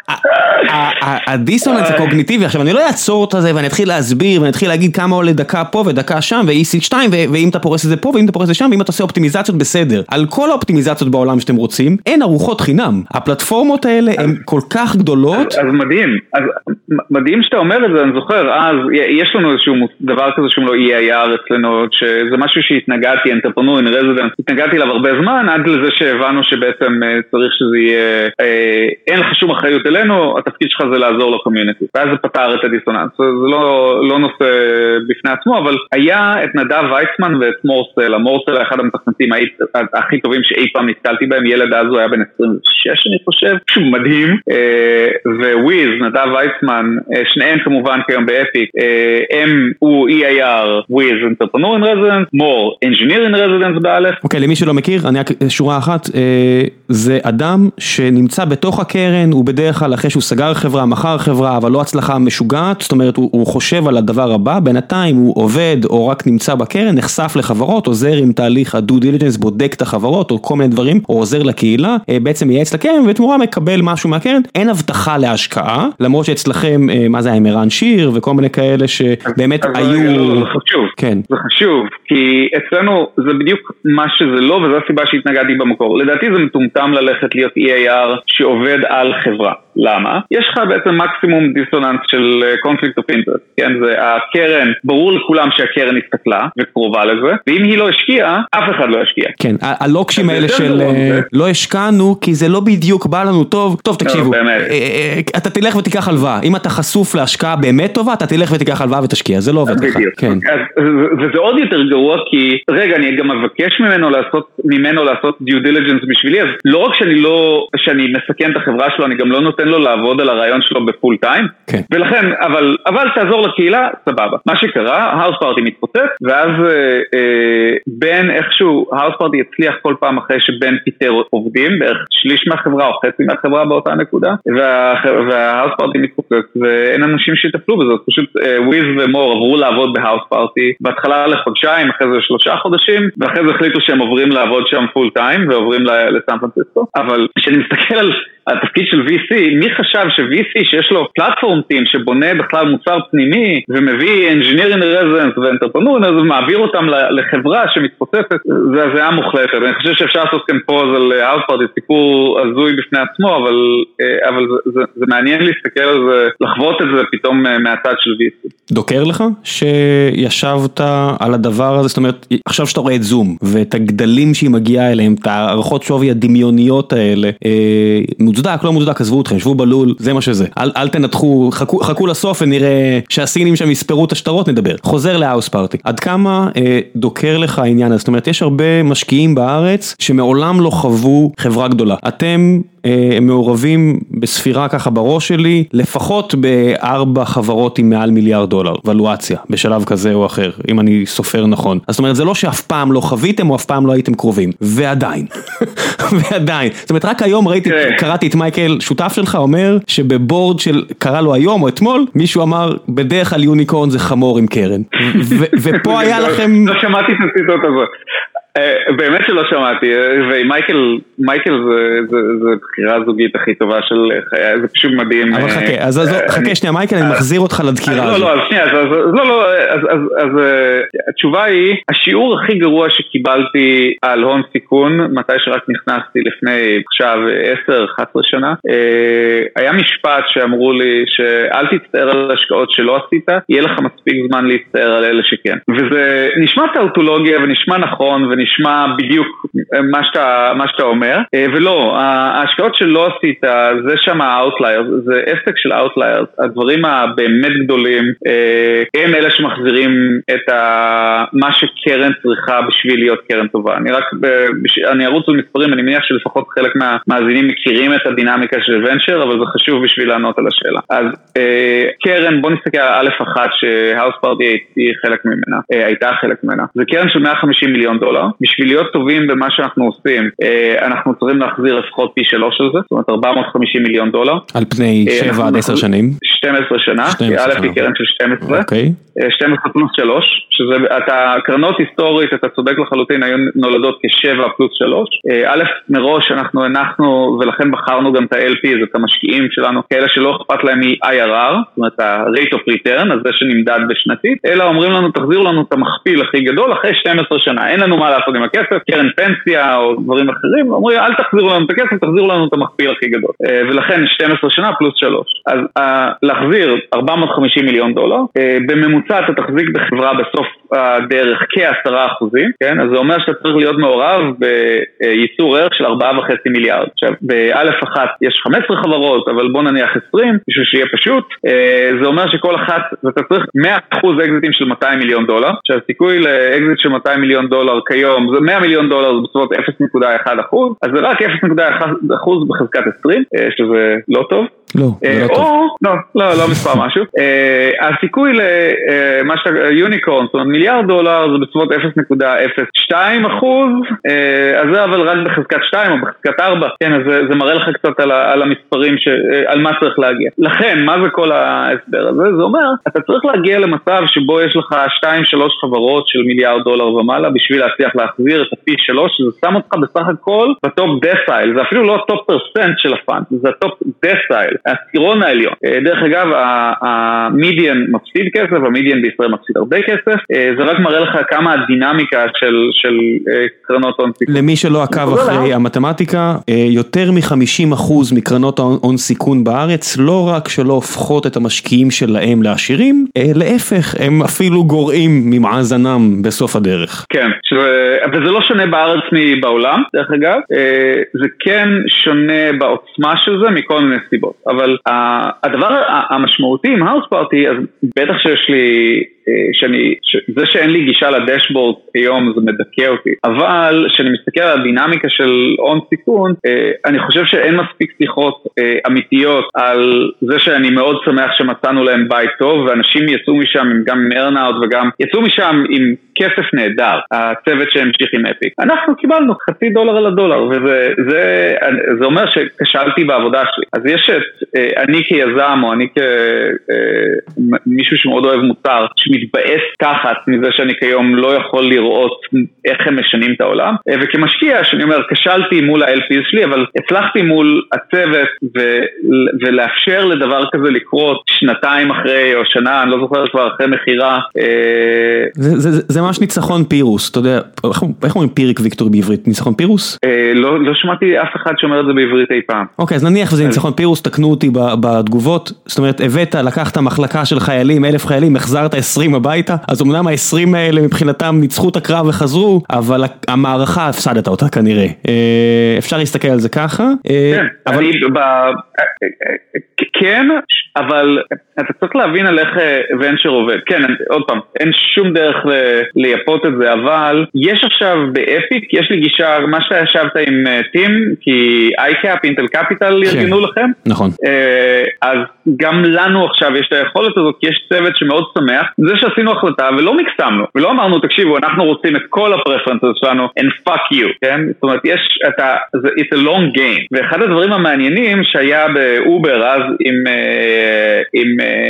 הדיסוננס הקוגניטיבי, עכשיו אני לא אעצור את זה ואני אתחיל להסביר ואני אתחיל להגיד כמה עולה דקה פה ודקה שם ו-אי סי שתיים ואם אתה פורס את זה פה ואם אתה פורס את זה שם ואם אתה עושה אופטימיזציות בסדר. על כל האופטימיזציות בעולם שאתם רוצים, אין ארוחות חינם. הפלטפורמות האלה הן כל כך גדולות. אז מדהים, אז מדהים שאתה אומר את זה, אני זוכר, אז יש לנו איזשהו דבר כזה שהוא לא אי איי אר אצלנו, שזה משהו שהתנגדתי, Entrepreneur in Residence, התנגדתי אליו הרבה זמן, עד לזה שהבנו שבעצם צריך שזה יהיה, אין לך שום אחריות אלינו, התפקיד שלך זה לעזור לקומיוניטי. ואז זה פתר את הדיסוננס. זה לא, לא נושא בפני עצמו, אבל היה את נדב ויצמן ואת מורסל. המורסל היה אחד המתכנתים הכי טובים שאי פעם נתקלתי בהם. ילד אז הוא היה בן עשרים ושש, אני חושב. שהוא מדהים. וויז, נדב ויצמן, שניהם כמובן כיום באפיק. הם הוא אי איי אר, וויז, Entrepreneur in Residence, מור, Engineer in Residence באלף. אוקיי, למי שלא מכיר, אני רק שורה אחת, זה אדם שנמצא בתוך הקרן, הוא בדרך כלל אחרי שהוא סגר חברה, מחר חברה, אבל לא הצלחה משוגעת, זאת אומרת, הוא, הוא חושב על הדבר הבא, בינתיים הוא עובד או רק נמצא בקרן, נחשף לחברות, עוזר עם תהליך ה-due diligence, בודק את החברות, או כל מיני דברים, או עוזר לקהילה, בעצם ייעץ לקרן, ותמורה מקבל משהו מהקרן, אין הבטחה להשקעה, למרות שאצלכם, מה זה היה, מרן שיר, וכל מיני כאלה שבאמת אז היו... זה חשוב, כן. זה חשוב, כי אצלנו זה בדיוק מה שזה לא, וזו הסיבה שהתנגדתי במקור. לדעתי זה מטומטם ללכת להיות אי איי אר שעובד על חברה. למה? יש לך בעצם מקסימום דיסוננס של קונפליקט אוף אינטרסט, כן? זה הקרן, ברור לכולם שהקרן הסתכלה וקרובה לזה, ואם היא לא השקיעה, אף אחד לא השקיע. כן, הלוקשים האלה של לא השקענו, כי זה לא בדיוק בא לנו טוב. טוב, תקשיבו, אתה תלך ותיקח הלוואה. אם אתה חשוף להשקעה באמת טובה, אתה תלך ותיקח הלוואה ותשקיע. זה לא עובד לך. וזה עוד יותר גרוע, כי רגע, אני גם מבקש ממנו לעשות, ממנו לעשות due diligence בשבילי, אז לא רק שאני לא, שאני מסכן את החברה שלו, אני גם לא נותן לו לעבוד על הרעיון שלו בפול טיים. ולכן, אבל, אבל תעזור לקהילה, סבבה. מה שקרה, האוס פארטי מתפוצץ, ואז בן איכשהו, האוס פארטי יצליח כל פעם אחרי שבן פיטר עובדים, בערך שליש מהחברה או חצי מהחברה באותה נקודה, וההאוס פארטי מתפוצץ, ואין אנשים שיטפלו בזה, פשוט וויז ומור עברו לעבוד בהאוס פארטי, בהתחלה לחודשיים, אחרי זה שלושה חודשים, ואחרי זה החליטו שהם עוברים לעבוד שם פול טיים, ועוברים לסן פרנסיסקו, אבל כשאני מסתכל על התפקיד של וי סי, מי חשב ש-וי סי שיש לו פלטפורם טים שבונה בכלל מוצר פנימי ומביא engineering residence ואנטרפרנור, אז הוא מעביר אותם לחברה שמתפוצצת, זה הזיה מוחלטת. אני חושב שאפשר לעשות כאן פוז על האוס פארטי, סיפור הזוי בפני עצמו, אבל, אבל זה, זה, זה מעניין להסתכל על זה, לחוות את זה פתאום מהצד של וי סי. דוקר לך שישבת על הדבר הזה, זאת אומרת, עכשיו שאתה רואה את זום ואת הגדלים שהיא מגיעה אליהם, את הערכות שווי הדמיוניות האלה, מוצדק, לא מוצדק, עזבו אתכם, שבו בלול, זה מה שזה. אל, אל תנתחו, חכו, חכו לסוף ונראה שהסינים שם יספרו את השטרות, נדבר. חוזר להאוס פארטי. עד כמה אה, דוקר לך העניין הזה? זאת אומרת, יש הרבה משקיעים בארץ שמעולם לא חוו חברה גדולה. אתם אה, מעורבים בספירה ככה בראש שלי, לפחות בארבע חברות עם מעל מיליארד דולר, ולואציה, בשלב כזה או אחר, אם אני סופר נכון. זאת אומרת, זה לא שאף פעם לא חוויתם או אף פעם לא הייתם קרובים. ועדיין. ועדיין. זאת אומרת, רק היום ראיתי, קראתי את מייקל, שותף שלך, אומר שבבורד של, קרא לו היום או אתמול, מישהו אמר, בדרך כלל יוניקורן זה חמור עם קרן. ופה היה לכם... לא שמעתי את הציטוט הזה. באמת שלא שמעתי, ומייקל, מייקל זה בחירה הזוגית הכי טובה של חיי, זה פשוט מדהים. אבל חכה, אז חכה שנייה, מייקל, אני מחזיר אותך לדקירה הזאת. לא, לא, אז שנייה, לא, לא, אז התשובה היא, השיעור הכי גרוע שקיבלתי על הון סיכון, מתי שרק נכנסתי לפני עכשיו עשר אחת עשרה שנה, היה משפט שאמרו לי שאל תצטער על השקעות שלא עשית, יהיה לך מספיק זמן להצטער על אלה שכן. וזה נשמע טאוטולוגיה ונשמע נכון ונשמע נשמע בדיוק מה שאתה, מה שאתה אומר, ולא, ההשקעות שלא עשית, זה שם האוטליירס, זה עסק של האוטליירס, הדברים הבאמת גדולים, הם אלה שמחזירים את מה שקרן צריכה בשביל להיות קרן טובה. אני רק, אני ארוץ על מספרים, אני מניח שלפחות חלק מהמאזינים מכירים את הדינמיקה של ונצ'ר, אבל זה חשוב בשביל לענות על השאלה. אז קרן, בוא נסתכל על א' אחת שהאוס פארטי היא חלק ממנה, הייתה חלק ממנה. זה קרן של מאה וחמישים מיליון דולר. בשביל להיות טובים במה שאנחנו עושים, אנחנו צריכים להחזיר לפחות פי שלוש על זה, זאת אומרת ארבע מאות וחמישים מיליון דולר. על פני שבע עד עשר שנים? שתים עשרה שנה, א' היא קרן של שתים עשרה, שתים עשרה פלוס שלוש, שזה, אתה, קרנות היסטורית, אתה צודק לחלוטין, היו נולדות כשבע פלוס שלוש. א', מראש אנחנו הנחנו, ולכן בחרנו גם את ה-אל פי, את המשקיעים שלנו, כאלה שלא אכפת להם מ-איי אר אר, זאת אומרת ה-rate of return, אז זה שנמדד בשנתית, אלא אומרים לנו, תחזירו לנו את המכפיל הכי גדול אחרי שתים עשרה שנה, אין לנו מה לעשות עם הכסף, קרן פנסיה או דברים אחרים, אומרים, אל תחזירו לנו את הכסף, תחזירו לנו את המכפיל הכי גדול. ולכן שתים עשרה שנה פלוס שלוש. אז להחזיר ארבע מאות וחמישים מיליון דולר, בממוצע אתה תחזיק בחברה בסוף הדרך כעשרה אחוזים, כן? אז זה אומר שאתה צריך להיות מעורב בייצור ערך של ארבעה וחצי מיליארד. עכשיו, באלף אחת יש חמש עשרה חברות, אבל בוא נניח עשרים, בשביל שיהיה פשוט, זה אומר שכל אחת, אתה צריך מאה אחוז אקזיטים של מאתיים מיליון דולר, שהסיכוי לאקזיט של מאתיים מיליון דולר כיום, זה מאה מיליון דולר, זה בסביבות אפס נקודה אחת אחוז, אז זה רק אפס נקודה אחת אחוז בחזקת עשרים, שזה לא טוב. לא, זה לא טוב. לא, לא, לא מספר משהו. הסיכוי למה שאתה, יוניקורן, זאת אומרת מיליארד דולר, זה בסביבות אפס נקודה אפס שתיים אחוז, אז זה אבל רק בחזקת שתיים או בחזקת ארבע, כן, אז זה מראה לך קצת על המספרים, על מה צריך להגיע. לכן, מה זה כל ההסבר הזה? זה אומר, אתה צריך להגיע למצב שבו יש לך שתיים שלוש חברות של מיליארד דולר ומעלה, בשביל להצליח להחזיר את הפי שלוש, שזה שם אותך בסך הכל בטופ דסייל, זה אפילו לא הטופ פרסנט של הפאנד, זה הטופ דסייל, הסירון העליון. דרך אגב, המידיאן מפסיד כסף, המידיאן בישראל מפסיד הרבה כסף, זה רק מראה לך כמה הדינמיקה של, של קרנות הון סיכון. למי שלא עקב אחרי המתמטיקה, יותר מ-חמישים אחוז מקרנות הון סיכון בארץ, לא רק שלא הופכות את המשקיעים שלהם לעשירים, להפך, הם אפילו גורעים ממאזנם בסוף הדרך. כן, שזה, וזה לא שונה בארץ מבעולם, דרך אגב, זה כן שונה בעוצמה של זה מכל מיני סיבות, אבל הדבר המשמעותי עם האוס פארטי, אז בטח שיש לי, שאני, זה שאין לי גישה לדשבורד היום זה מדכא אותי, אבל כשאני מסתכל על הדינמיקה של הון סיכון, אני חושב שאין מספיק שיחות אמיתיות על זה שאני מאוד שמח שמצאנו להם בית טוב, ואנשים יצאו משם גם עם ארנאוט וגם יצאו משם עם כסף נהדר, הצוות שהמשיך עם אפיק. אנחנו קיבלנו חצי דולר על הדולר, וזה זה, זה אומר שכשלתי בעבודה שלי. אז יש את, אני כיזם או אני כמישהו שמאוד אוהב מוצר, מתבאס תחת מזה שאני כיום לא יכול לראות איך הם משנים את העולם, וכמשקיע שאני אומר, כשלתי מול ה-אל פי'ס שלי, אבל הצלחתי מול הצוות ו- ולאפשר לדבר כזה לקרות שנתיים אחרי או שנה, אני לא זוכר כבר אחרי מחירה. זה, זה, זה, זה ממש ניצחון פירוס, אתה יודע, איך אומרים פיריק ויקטורי בעברית? ניצחון פירוס? לא, לא שמעתי אף אחד שאומר את זה בעברית אי פעם. אוקיי, אז נניח וזה ניצחון פירוס, תקנו אותי בתגובות, זאת אומרת, הבאת, לקחת מחלקה של חיילים, אלף חיילים, החזרת עשרים הביתה, אז אמנם ה-עשרים האלה מבחינתם ניצחו את הקרב וחזרו, אבל המערכה הפסדת אותה כנראה. אפשר להסתכל על זה ככה. כן, אני ב... כן, אבל אתה צריך להבין על איך ונצ'ר עובד. כן, עוד פעם, אין שום דרך לייפות את זה, אבל יש עכשיו באפיק, יש לי גישה, מה שאתה ישבת עם טים, כי איי-קאפ, אינטל קפיטל ארגנו לכם. נכון. אז גם לנו עכשיו יש את היכולת הזאת, כי יש צוות שמאוד שמח, זה שעשינו החלטה ולא מקסמנו, ולא אמרנו, תקשיבו, אנחנו רוצים את כל הפרפרנסס שלנו, and fuck you, כן? זאת אומרת, יש, אתה, it's a long game, ואחד הדברים המעניינים שהיה באובר אז עם, עם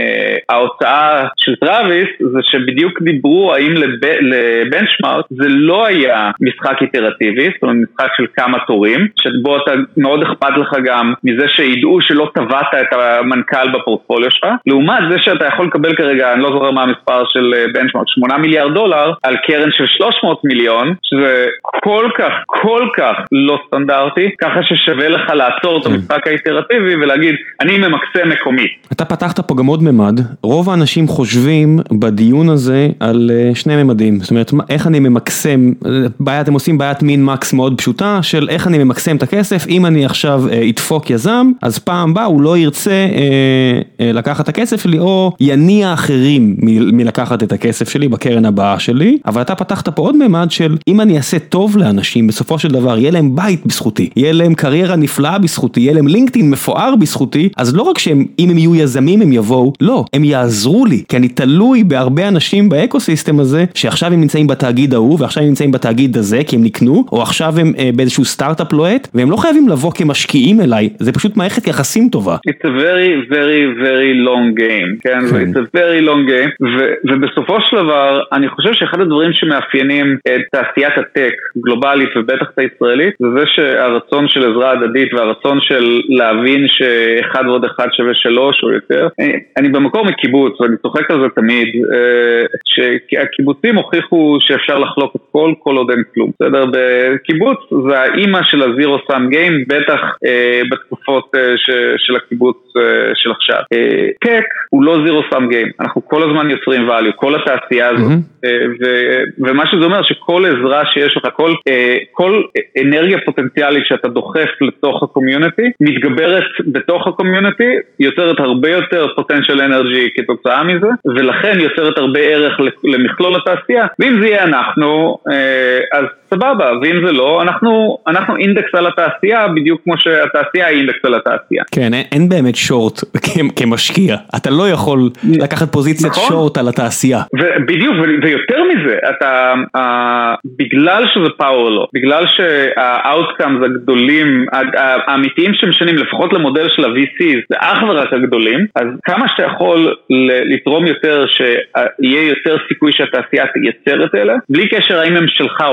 ההוצאה של טראביס, זה שבדיוק דיברו האם לבנצ'מארק, זה לא היה משחק איטרטיבי, זאת אומרת, משחק של כמה תורים, שבו אתה מאוד אכפת לך גם מזה שידעו שלא טבעת את המנכ"ל בפורטפוליו שלך, לעומת זה שאתה יכול לקבל כרגע, אני לא זוכר מה המספר של בנצ'מארק, שמונה מיליארד דולר, על קרן של שלוש מאות מיליון, שזה כל כך, כל כך לא סטנדרטי, ככה ששווה לך לעצור את המשחק האיטרטיבי ולהגיד, אני ממקסם מקומית. אתה פתחת פה גם עוד ממד, רוב האנשים חושבים בדיון הזה על שני ממדים, זאת אומרת, איך אני ממקסם, בעיית, הם עושים בעיית מין מקס מאוד פשוטה, של איך אני ממקסם את הכסף, אם אני עכשיו אדפוק יזם, אז פעם בא הוא לא ירצה אה, אה, לקחת את הכסף שלי, או יניע אחרים מ- מלקחת את הכסף שלי בקרן הבאה שלי, אבל אתה פתחת פה עוד ממד של, אם אני אעשה טוב לאנשים, בסופו של דבר, יהיה להם בית בזכותי, יהיה להם קריירה נפלאה בזכותי, יהיה להם לינקדאין מפואר בזכותי, אז לא רק שהם, אם הם יהיו יזמים הם יבואו, לא, הם יעזרו לי, כי אני תלוי בהרבה אנשים באקוסיסטם הזה, שעכשיו הם נמצאים בתאגיד ההוא, ועכשיו הם נמצאים בתאגיד הזה, כי הם נקנו, או עכשיו הם אה, באיזשהו סטארט-אפ לוהט, והם לא חייבים לבוא כמשקיעים אליי, זה פשוט מערכת יחסים טובה. It's a very, very, very long game, כן? It's a very long game, ו- ובסופו של דבר, אני חושב שאחד הדברים שמאפיינים את תעשיית הטק, גלובלית ובטח את הישראלית, זה זה שהרצון של עזרה הדדית, והרצון של להבין שאחד ועוד אחד שווה שלוש או יותר. אני, אני במקור מקיבוץ, ואני צוחק על זה תמיד, שהקיבוצים הוכיחו שאפשר לחלוק את כל, כל עוד אין כלום. בסדר? בקיבוץ זה האימא של הזירו סאם גיים, בטח בתקופות ש, של הקיבוץ של עכשיו. טק הוא לא זירו סאם גיים, אנחנו כל הזמן יוצרים value, כל התעשייה הזאת, mm-hmm. ו- ומה שזה אומר שכל עזרה שיש לך, כל, כל אנרגיה פוטנציאלית שאתה דוחף לתוך הקומיוניטי, מתגברת בתוך הקומיוניטי, יוצרת הרבה יותר potential energy כתוצאה מזה, ולכן יוצרת הרבה ערך למכלול התעשייה, ואם זה יהיה אנחנו, אז סבבה, ואם זה לא, אנחנו, אנחנו אינדקס על התעשייה, בדיוק כמו שהתעשייה היא אינדקס על התעשייה. כן, אין, אין באמת שורט כמשקיע. אתה לא יכול לקחת פוזיציית נכון? שורט על התעשייה. בדיוק, ויותר מזה, אתה, uh, בגלל שזה פאוור לא, בגלל שה-outcomes הגדולים, האמיתיים שמשנים, לפחות למודל של ה-וי סי, זה אך ורק הגדולים, אז כמה שאתה יכול לתרום יותר, שיהיה יותר סיכוי שהתעשייה תייצר את אלה, בלי קשר האם הם שלך או לא,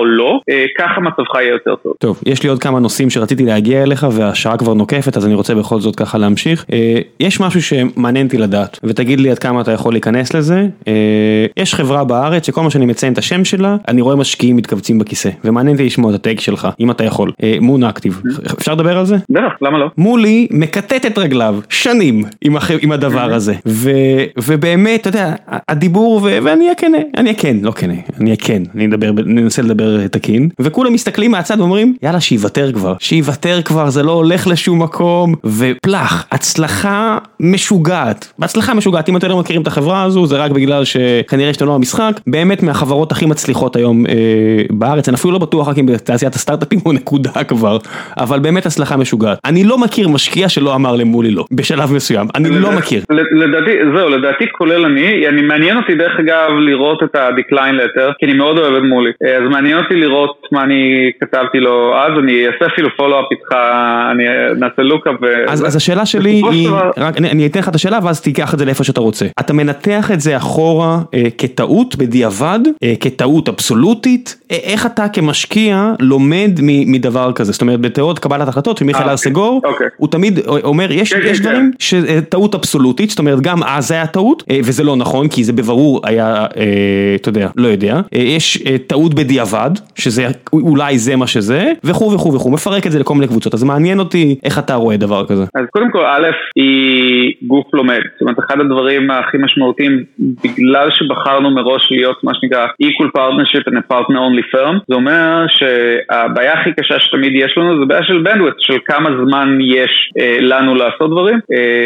ככה מצבך יהיה יותר טוב. טוב, יש לי עוד כמה נושאים שרציתי להגיע אליך והשעה כבר נוקפת, אז אני רוצה בכל זאת ככה להמשיך. יש משהו שמעניין אותי לדעת, ותגיד לי עד כמה אתה יכול להיכנס לזה. יש חברה בארץ שכל מה שאני מציין את השם שלה, אני רואה משקיעים מתכווצים בכיסא, ומעניין אותי לשמוע את הטייק שלך, אם אתה יכול. מון אקטיב. אפשר לדבר על זה? בטח, למה לא? מולי מקטט את רגליו שנים עם, הח... עם הדבר הזה, ו... ובאמת, אתה יודע, הדיבור, ו... ואני אהיה כן, אני אהיה כן, לא כן, אני אהיה כן, אני אדבר, ננסה לדבר תקין, וכולם מסתכלים מהצד ואומרים, יאללה, שיוותר כבר, שיוותר כבר, זה לא הולך לשום מקום, ופלח, הצלחה משוגעת, בהצלחה משוגעת, אם אתם לא מכירים את החברה הזו, זה רק בגלל שכנראה שאתה לא המשחק, באמת מהחברות הכי מצליחות היום אה, בארץ, אני אפילו לא בטוח רק אם בתעשיית הסטארט-אפים הוא נקודה כבר, אבל באמת הצלחה משוגעת. אני לא מכיר משקיע שלא אמר למולי לא, בשלב מסוים, אני לא מכיר. לדעתי, זהו, לדעתי כולל אני, אני מעניין אותי דרך אגב לראות את הדקליין לטר, כי אני מאוד אוהב את מולי, אז מעניין אותי לראות מה אני כתבתי לו אז, אני אעשה אפילו פולו-אפ איתך, אני נעשה לוקאפ. אז, אז השאלה שלי היא, רק, אני, אני אתן לך את השאלה ואז תיקח את זה לאיפה שאתה רוצה. אתה מנתח את זה אחורה אה, כטעות בדיעבד, אה, כטעות אבסולוטית, אה, איך אתה כמשקיע לומד מ, מדבר כזה, זאת אומרת בתיאוריות קבלת החלטות של מיכאל ארסגור, אוקיי. הוא תמיד אומר, יש, כן, יש כן, דברים שטעות אבסולוטית, זאת אומרת גם אז זה היה טעות, אה, וזה לא נכון, כי זה בברור היה, אה, אתה יודע, לא יודע, אה, יש אה, טעות בדיעבד, שזה אולי זה מה שזה, וכו' וכו' וכו', מפרק את זה לכל מיני קבוצות, אז מעניין אותי איך אתה רואה דבר כזה. אז קודם כל, א', היא גוף לומד, זאת אומרת, אחד הדברים הכי משמעותיים, בגלל שבחרנו מראש להיות מה שנקרא equal partnership and a partner only firm, זה אומר שהבעיה הכי קשה שתמיד יש לנו, זה בעיה של bandwidth, של כמה זמן יש אה, לנו לעשות דברים, אה,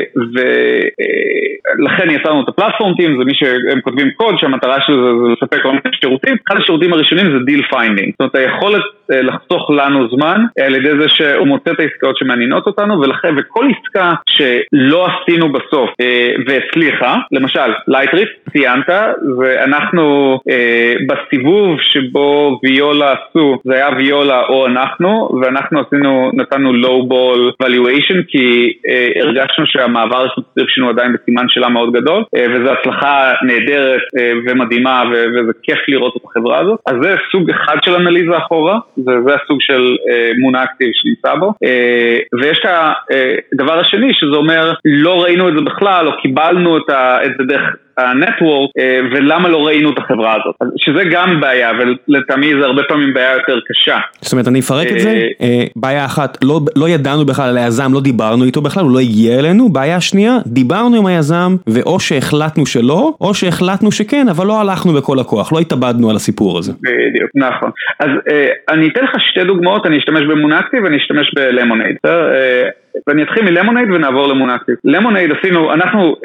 ולכן אה, יצרנו את הפלטפורם טים, זה מי שהם כותבים קוד, שהמטרה של זה זה לספק כל מיני שירותים, אחד השירותים הראשונים זה deal finding, זאת אומרת, היכולת אה, לחסוך לנו זמן, אה, על ידי זה שהוא מוצא את העסקאות שמעניינות אותנו, ולכן, וכל עסקה שלא עשינו בסוף, אה, והצליחה, למשל, לייטריס, ציינת, ואנחנו אה, בסיבוב שבו ויולה עשו, זה היה ויולה או אנחנו, ואנחנו עשינו, נתנו low ball valuation, כי אה, הרגשנו שהמעבר שלנו עדיין בסימן שלה מאוד גדול, אה, וזו הצלחה נהדרת אה, ומדהימה, ו- וזה כיף לראות את החברה הזאת. אז זה סוג אחד של אנליזה אחורה, זה, זה הסוג של אה, מון אקטיב שנמצא בו, אה, ויש את הדבר השני, שזה אומר, לא ראינו את זה בכלל, או קיבלנו את, ה- את זה דרך הנטוורק, ולמה לא ראינו את החברה הזאת. שזה גם בעיה, ולתמי זה הרבה פעמים בעיה יותר קשה. זאת אומרת, אני אפרק את זה, בעיה אחת, לא, לא ידענו בכלל על היזם, לא דיברנו איתו בכלל, הוא לא הגיע אלינו, בעיה שנייה, דיברנו עם היזם, ואו שהחלטנו שלא, או שהחלטנו שכן, אבל לא הלכנו בכל הכוח, לא התאבדנו על הסיפור הזה. בדיוק, נכון. אז אני אתן לך שתי דוגמאות, אני אשתמש במון אקטיב, ואני אשתמש בלמונייד. ואני אתחיל מלמונייד ונעבור למון אקטיב. למונייד עשינו, אנחנו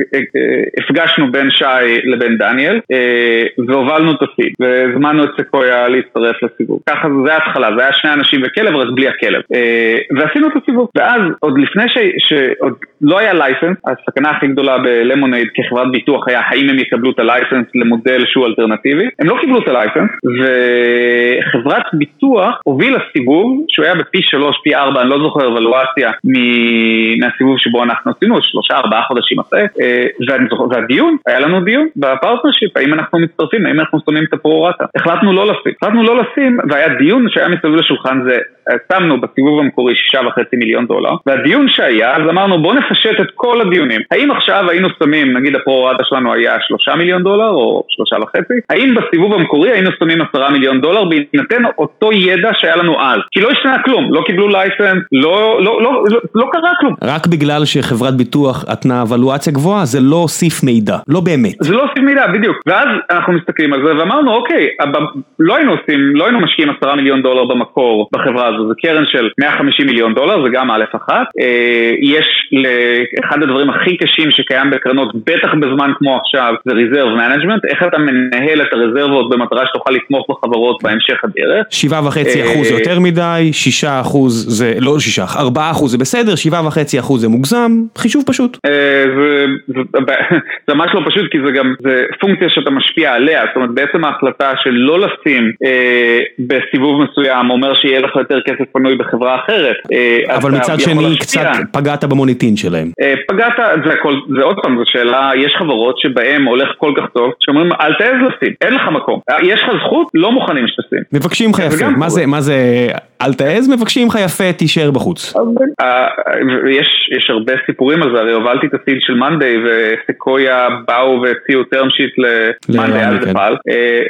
הפגשנו בין שי לבין דניאל, והובלנו את הסיד, והזמנו את סקויה להצטרף לסיבוב. ככה זה ההתחלה, זה היה שני אנשים וכלב, רק בלי הכלב. ועשינו את הסיבוב. ואז, עוד לפני שעוד לא היה לייסנס, הסכנה הכי גדולה בלמונייד כחברת ביטוח היה, האם הם יקבלו את הלייסנס למודל שהוא אלטרנטיבי? הם לא קיבלו את הלייסנס, וחברת ביטוח הובילה סיבוב, שהוא היה בפי שלוש, פי ארבע, אני לא זוכר אבלואציה, מהסיבוב שבו אנחנו עשינו, שלושה, ארבעה חודשים אחרי, והדיון, היה לנו דיון בפרטנרשיפ, האם אנחנו מצטרפים, האם אנחנו שמים את הפרורטה. החלטנו לא לשים. החלטנו לא לשים, והיה דיון שהיה מסביב לשולחן, זה שמנו בסיבוב המקורי שישה וחצי מיליון דולר, והדיון שהיה, אז אמרנו בוא נפשט את כל הדיונים. האם עכשיו היינו שמים, נגיד הפרורטה שלנו היה שלושה מיליון דולר, או שלושה וחצי, האם בסיבוב המקורי היינו שמים עשרה מיליון דולר, בהינתן אותו ידע שהיה לנו אז. כי לא השתנה כלום, לא קיבלו לייסנס, לא, לא, לא, לא, לא קרה כלום. רק בגלל שחברת ביטוח נתנה אבלואציה גבוהה, זה לא הוסיף מידע, לא באמת. זה לא הוסיף מידע, בדיוק. ואז אנחנו מסתכלים על זה ואמרנו, אוקיי, לא היינו עושים, לא היינו משקיעים עשרה מיליון דולר במקור בחברה הזו, זה קרן של מאה וחמישים מיליון דולר, זה גם א' אחת. יש לאחד הדברים הכי קשים שקיים בקרנות, בטח בזמן כמו עכשיו, זה reserve management, איך אתה מנהל את הרזרבות במטרה שתוכל לתמוך בחברות בהמשך הדרך. שבעה וחצי אחוז זה יותר מדי, שישה אחוז זה, לא שישה, ארבעה אחוז זה בסדר, שבעה וחצי אחוז זה מוגזם, חישוב פשוט. זה ממש לא פשוט, כי זה גם, זה פונקציה שאתה משפיע עליה, זאת אומרת, בעצם ההחלטה של לא לשים בסיבוב מסוים, אומר שיהיה לך יותר כסף פנוי בחברה אחרת. אבל מצד שני, קצת פגעת במוניטין שלהם. פגעת, זה עוד פעם, זו שאלה, יש חברות שבהם הולך כל כך טוב, שאומרים, אל תעז לשים, אין לך מקום. יש לך זכות, לא מוכנים שתשים. מבקשים לך יפה, מה זה, מה זה, אל תעז, מבקשים לך יפה, תישאר בחוץ. יש, יש הרבה סיפורים על זה, הרי הובלתי את הסיד של מנדי, וסקויה באו והציעו טרם שיט למנדי על זה פעל,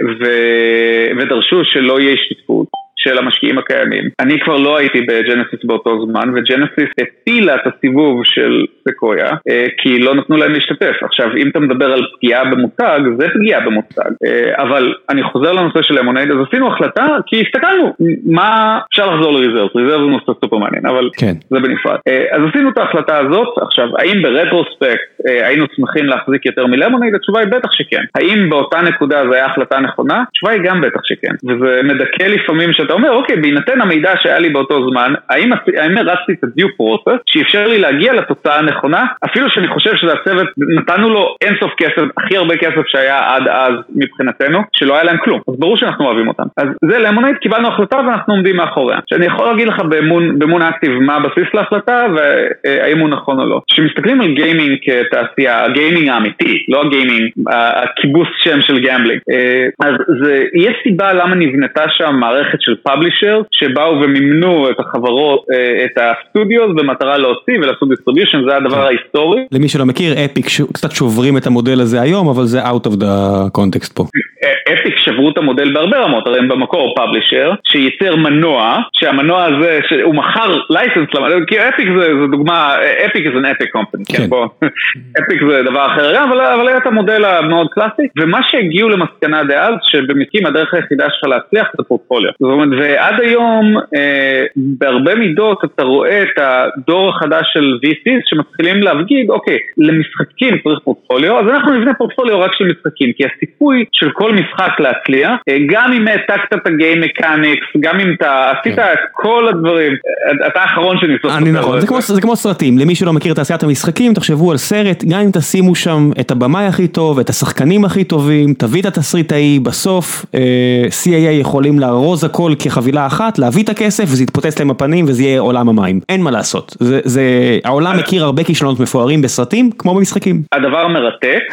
ודרשו שלא יהיה השתתפות של המשקיעים הקיימים. אני כבר לא הייתי בג'נסיס באותו זמן, וג'נסיס הפילה את הסיבוב של סקויה, כי לא נתנו להם להשתתף. עכשיו, אם אתה מדבר על פגיעה במותג, זה פגיעה במותג. אבל אני חוזר לנושא של למונייד, אז עשינו החלטה, כי הסתכלנו, מה אפשר לחזור לריזרב? ריזרב זה נושא סופר מעניין, אבל כן. זה בנפרד. אז עשינו את ההחלטה הזאת, עכשיו, האם ברטרוספקט היינו שמחים להחזיק יותר מלמונייד? התשובה היא בטח שכן. האם באותה נקודה זה היה החלטה נכונה? התשובה היא גם בטח שכן. וזה מדכא לפעמים שאתה אומר, אוקיי, בהינתן המידע שהיה לי באותו זמן, האם, האם הרצתי את הדיו פרוסס, שאפשר לי להגיע לתוצאה הנכונה, אפילו שאני חושב שזה הצוות, נתנו לו אינסוף כסף, הכי הרבה כסף שהיה עד אז מבחינתנו, שלא היה להם כלום. אז ברור שאנחנו אוהבים אותם. אז זה למונייד, קיבלנו החלטה ואנחנו עומדים מאחוריה. שאני יכול להגיד לך באמון, באמון אקטיב מה הבסיס להחלטה, והאם הוא נכון או לא. כשמסתכלים על גיימינג כתעשייה, הגיימינג האמיתי, לא הגיימינג, הכיבוס שם של גמבלינג, אז זה, יש סיבה למה נבנתה שם מערכת של פאבלישר, שבאו ומימנו את החברות, את הסטודיוס, במטרה להוציא ולעשות דיסטריביושן, זה הדבר ההיסטורי. למי שלא מכיר, אפיק קצת שוברים את המודל הזה היום, אבל זה out of the context פה. אפיק שברו את המודל בהרבה רמות, הרי הם במקור פאבלישר, שייצר מנוע, שהמנוע הזה, הוא מחר לייסנס, כי אפיק זה דוגמה, אפיק זה an epic company, כן, בוא, אפיק זה דבר אחר, אבל, אבל היה את המודל המאוד קלאסי, ומה שהגיעו למסקנה דאז, שבמקים הדרך היחידה שלך להצליח את הפורטפוליו. זאת אומרת, ועד היום, אה, בהרבה מידות, אתה רואה את הדור החדש של וי סי'ס, שמתחילים להגיד, אוקיי, למשחקים צריך פורטפוליו, אז אנחנו נבנה פורטפוליו רק של משחקים, כי הסיכוי של כל משחק להצליח, אה, גם אם העתקת את הגיים מקניקס, גם אם אתה עשית את כל הדברים, אתה האחרון שניסות. אני נכון, זה כמו, זה כמו סרטים, למי שלא מכיר תעשיית המשחקים, תחשבו על סרט, גם אם תשימו שם את הבמאי הכי טוב, את השחקנים הכי טובים, תביא את התסריטאי, בסוף אה, סי איי איי יכולים לארוז הכל כחבילה אחת, להביא את הכסף וזה יתפוצץ להם הפנים וזה יהיה עולם המים. אין מה לעשות. זה, זה, העולם מכיר הרבה כישלונות מפוארים בסרטים, כמו במשחקים. הדבר המרתק,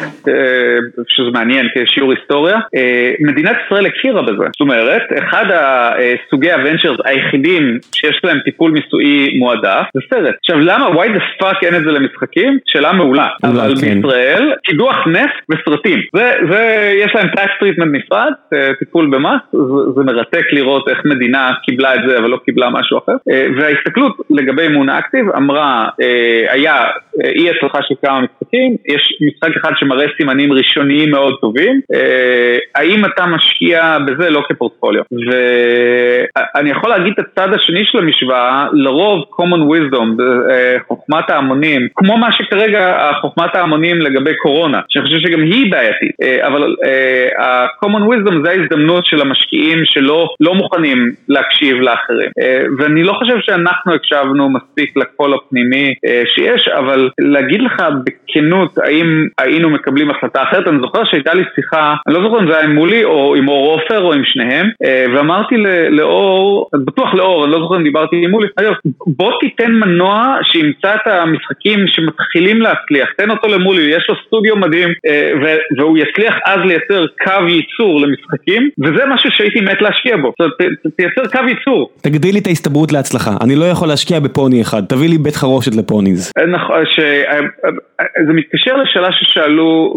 שזה מעניין כשיעור היסטוריה, מדינת ישראל הכירה בזה. זאת אומרת, אחד הסוגי הוונצ'רס היחידים שיש להם טיפול מיסוי מועדף, זה סרט. עכשיו, למה? why the fuck אין את זה למשחקים? שאלה מעולה. אבל בישראל, קידוח נפט וסרטים. זה, זה, יש להם tax treatment נפרד, טיפול במס, זה, זה מרתק לראות איך מדינה קיבלה את זה, אבל לא קיבלה משהו אחר. וההסתכלות לגבי אמון אקטיב אמרה, היה אי הצלחה של כמה משחקים, יש משחק אחד שמראה סימנים ראשוניים מאוד טובים, האם אתה משקיע בזה לא כפורטפוליו? ואני יכול להגיד את הצד השני של המשוואה, לרוב common wisdom, חוכמת ההמונים, כמו מה שכרגע חוכמת ההמונים לגבי קורונה, שאני חושב שגם היא בעייתית, אבל ה-common wisdom זה ההזדמנות של המשקיעים שלא לא מוכנים להקשיב לאחרים. ואני לא חושב שאנחנו הקשבנו מספיק לקול הפנימי שיש, אבל להגיד לך בכנות האם היינו מקבלים החלטה אחרת, אני זוכר שהייתה לי שיחה, אני לא זוכר אם זה היה עם מולי או עם אור עופר או עם שניהם, ואמרתי לאור, בטוח לאור, אני לא זוכר אם דיברתי עם מולי, בוא תיתן מנוע שימצא את המשחקים שמתחילים להצליח, תן אותו למולי, יש לו סטודיו מדהים, והוא יצליח אז לייצר קו ייצור למשחקים, וזה משהו שהייתי מת להשקיע בו. זאת אומרת, תייצר קו ייצור. תגדיל לי את ההסתברות להצלחה. אני לא יכול להשקיע בפוני אחד. תביא לי בית חרושת לפוניז. נכון, זה מתקשר לשאלה ששאלו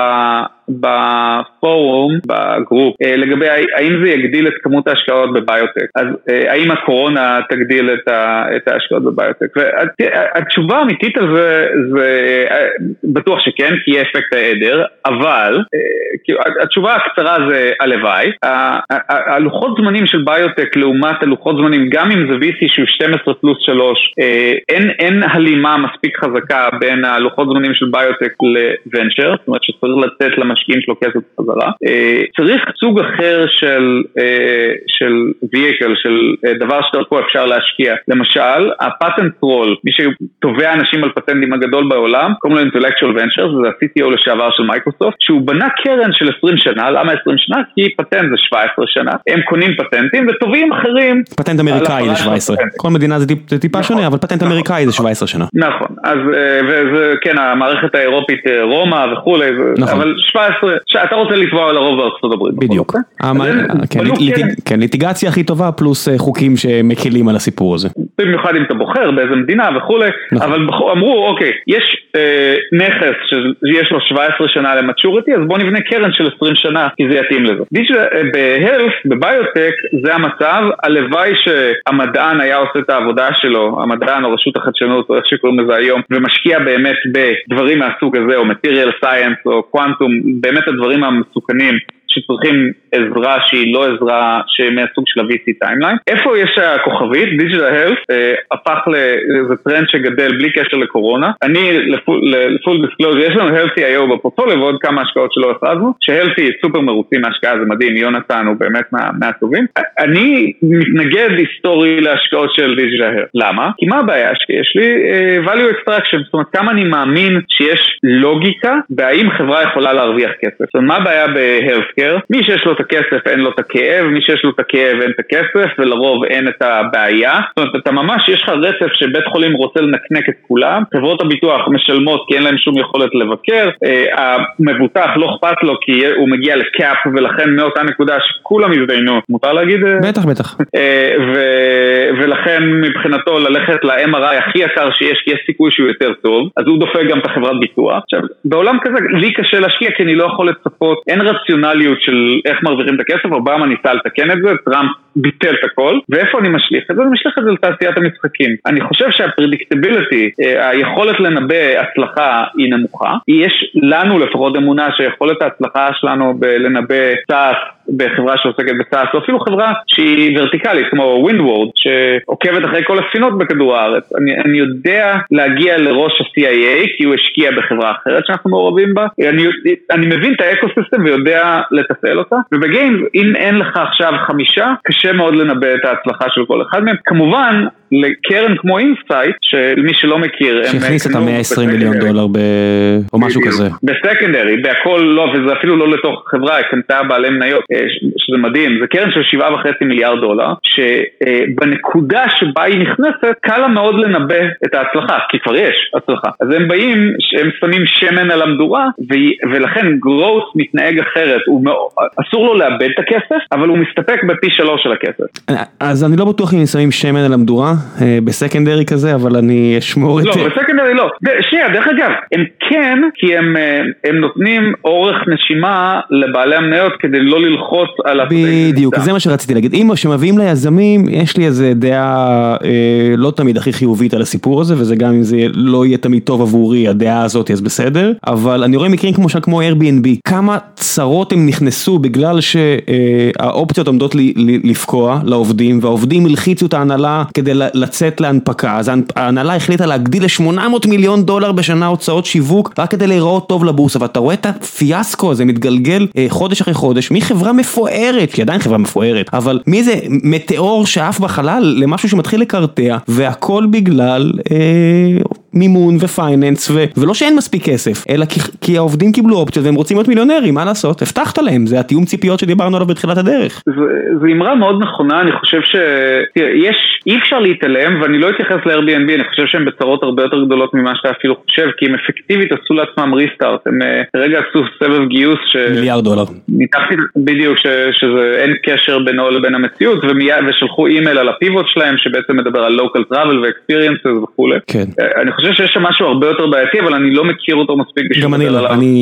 בפורום, בגרופ, לגבי האם זה יגדיל את כמות ההשקעות בביוטק. אז האם הקורונה תגדיל את ההשקעות בביוטק? והתשובה האמיתית על זה, זה בטוח שכן, כי יהיה אפקט העדר, אבל התשובה הקצרה זה הלוואי. הלוחות זמנים של ביוטק לעומת הלוחות זמנים, גם אם זה וי סי שהוא שתים עשרה פלוס שלוש, אין, אין הלימה מספיק חזקה בין הלוחות זמנים של ביוטק לוונצ'ר, זאת אומרת שצריך לתת המשקיעים שלו כסף חזרה. צריך סוג אחר של, של vehicle, של דבר שדרכו אפשר להשקיע. למשל, הפטנט טרול, מי שתובע אנשים על פטנטים הגדול בעולם, קוראים לו Intellectual Ventures, זה ה-סי טי או לשעבר של מייקרוסופט, שהוא בנה קרן של עשרים שנה, למה עשרים שנה? כי פטנט זה שבע עשרה שנה, הם קונים פטנטים ותובעים אחרים. פטנט אמריקאי זה שבע עשרה, כל מדינה זה טיפה שונה, אבל פטנט אמריקאי זה שבע עשרה שנה. נכון, אז וזה, כן, המערכת האירופית רומא וכולי, אבל שבע עשרה, אתה רוצה לתבוע לרוב בארצות הברית. בדיוק. כן, ליטיגציה הכי טובה פלוס חוקים שמקלים על הסיפור הזה. במיוחד אם אתה בוחר באיזה מדינה וכולי, אבל אמרו, אוקיי, יש נכס שיש לו שבע עשרה שנה למצ'וריטי, אז בוא נבנה קרן של עשרים שנה, כי זה יתאים לזה. בהלף, בביוטק, זה המצב, הלוואי שהמדען היה עושה את העבודה שלו, המדען או רשות החדשנות, או איך שקוראים לזה היום, ומשקיע באמת בדברים מהסוג הזה, או material science, או quantum, באמת הדברים המסוכנים, שצריכים עזרה שהיא לא עזרה מהסוג של ה-וי סי טיימליין. איפה יש הכוכבית? Digital Health אה, הפך לאיזה טרנד שגדל בלי קשר לקורונה. אני, לפול דיסקלוז, יש לנו Healthy איי או בפורטפוליו ועוד כמה השקעות שלא הכרזנו, ש-Healthy סופר מרוצים מההשקעה, זה מדהים, יונתן הוא באמת מה, מהטובים. אני מתנגד היסטורי להשקעות של Digital Health. למה? כי מה הבעיה? שיש לי אה, value extraction, זאת אומרת כמה אני מאמין שיש לוגיקה, והאם חברה יכולה להרוויח כסף. זאת אומרת, מה הבעיה ב-Health? מי שיש לו את הכסף אין לו את הכאב, מי שיש לו את הכאב אין את הכסף, ולרוב אין את הבעיה. זאת אומרת, אתה ממש, יש לך רצף שבית חולים רוצה לנקנק את כולם, חברות הביטוח משלמות כי אין להם שום יכולת לבקר, המבוטח לא אכפת לו כי הוא מגיע לקאפ, ולכן מאותה נקודה שכולם יזדיינו, מותר להגיד? בטח, בטח. ולכן מבחינתו ללכת ל-אם אר איי הכי יקר שיש, כי יש סיכוי שהוא יותר טוב, אז הוא דופק גם את החברת ביטוח. עכשיו, בעולם כזה לי קשה להשקיע, כי אני לא יכול לצפות, אין רציונליות של איך מרוויחים את הכסף, אובמה ניסה לתקן את זה, טראמפ ביטל את הכל, ואיפה אני משליך את זה? אני משליך את זה לתעשיית המשחקים. אני חושב שהפרדיקטיביליטי, היכולת לנבא הצלחה היא נמוכה, יש לנו לפחות אמונה שיכולת ההצלחה שלנו בלנבא סאס, בחברה שעוסקת בסאס, או אפילו חברה שהיא ורטיקלית, כמו ווינדוורד, שעוקבת אחרי כל הספינות בכדור הארץ. אני, אני יודע להגיע לראש ה-סי איי איי, כי הוא השקיע בחברה אחרת שאנחנו מעורבים בה. אני, אני מבין את האקוסיסטם ויודע לתפעל אותה, ובגיימס, אם אין לך עכשיו חמישה, קשה מאוד לנבא את ההצלחה של כל אחד מהם. כמובן, לקרן כמו אינסייט, שמי שלא מכיר, שהכניס את ה-מאה ועשרים מיליון דולר ב... או משהו כזה. בסקנדרי, בהכל לא, וזה אפילו לא לתוך חברה, קנתה בעלי מניות, שזה מדהים, זה קרן של שבעה וחצי מיליארד דולר, שבנקודה שבה היא נכנסת, קל לה מאוד לנבא את ההצלחה, כי כבר יש הצלחה. אז הם באים, הם שמים שמן על המדורה, ולכן גרוס מתנהג אחרת, אסור לו לאבד את הכסף, אבל הוא מסתפק בפי שלוש של הכסף. אז אני לא בטוח אם שמים שמן על המדורה, בסקנדרי כזה, אבל אני אשמור את... לא, בסקנדרי לא. שנייה, דרך אגב, הם כן, כי הם, הם נותנים אורך נשימה לבעלי המניות כדי לא ללחוץ על... בדיוק, זה מה שרציתי להגיד. אם שמביאים ליזמים, יש לי איזו דעה אה, לא תמיד הכי חיובית על הסיפור הזה, וזה גם אם זה לא יהיה תמיד טוב עבורי, הדעה הזאת, אז בסדר. אבל אני רואה מקרים כמו, כמו Airbnb, כמה צרות הם נכנסו בגלל שהאופציות עומדות לי, לי, לפקוע לעובדים, והעובדים הלחיצו את ההנהלה כדי לצאת להנפקה. אז ההנהלה החליטה להגדיל ל-שמונה מאות מיליון דולר בשנה הוצאות שיווק, רק כדי להיראות טוב לבורסה. ואתה רואה את הפיאסקו הזה מתגלגל אה, חודש אחרי חודש, מחברה מפוארת, כי עדיין חברה מפוארת, אבל מי זה מטאור שאף בחלל למשהו שמתחיל לקרטע, והכל בגלל אה, מימון ופייננס, ו, ולא שאין מספיק כסף, אלא כי, כי העובדים קיבלו אופציות, והם רוצים להיות מיליונרים, מה לעשות? הבטחת להם, זה התיאום ציפיות שדיברנו עליו בתחילת הדרך. זה, זה אמרה מאוד נכונה, אני חושב שיש, אי אפשר להתעלם, ואני לא אתייחס ל-Airbnb, אני חושב שהם בצרות הרבה יותר גדולות ממה שאתה אפילו חושב, כי הם אפקטיבית עשו לעצמם ריסטארט, הם רגע עשו סבב גיוס, ש... מיליארד דולר. ניתחתי בדיוק, ש, שזה אין קשר בינו לבין המציאות, ומי... ושלחו אימייל על הפיבוט שלהם, שבעצם מדבר על local travel ו-experiences וכו'. כן. אני חושב שיש שם משהו הרבה יותר בעייתי, אבל אני לא מכיר אותו מספיק. גם אני לא, אני...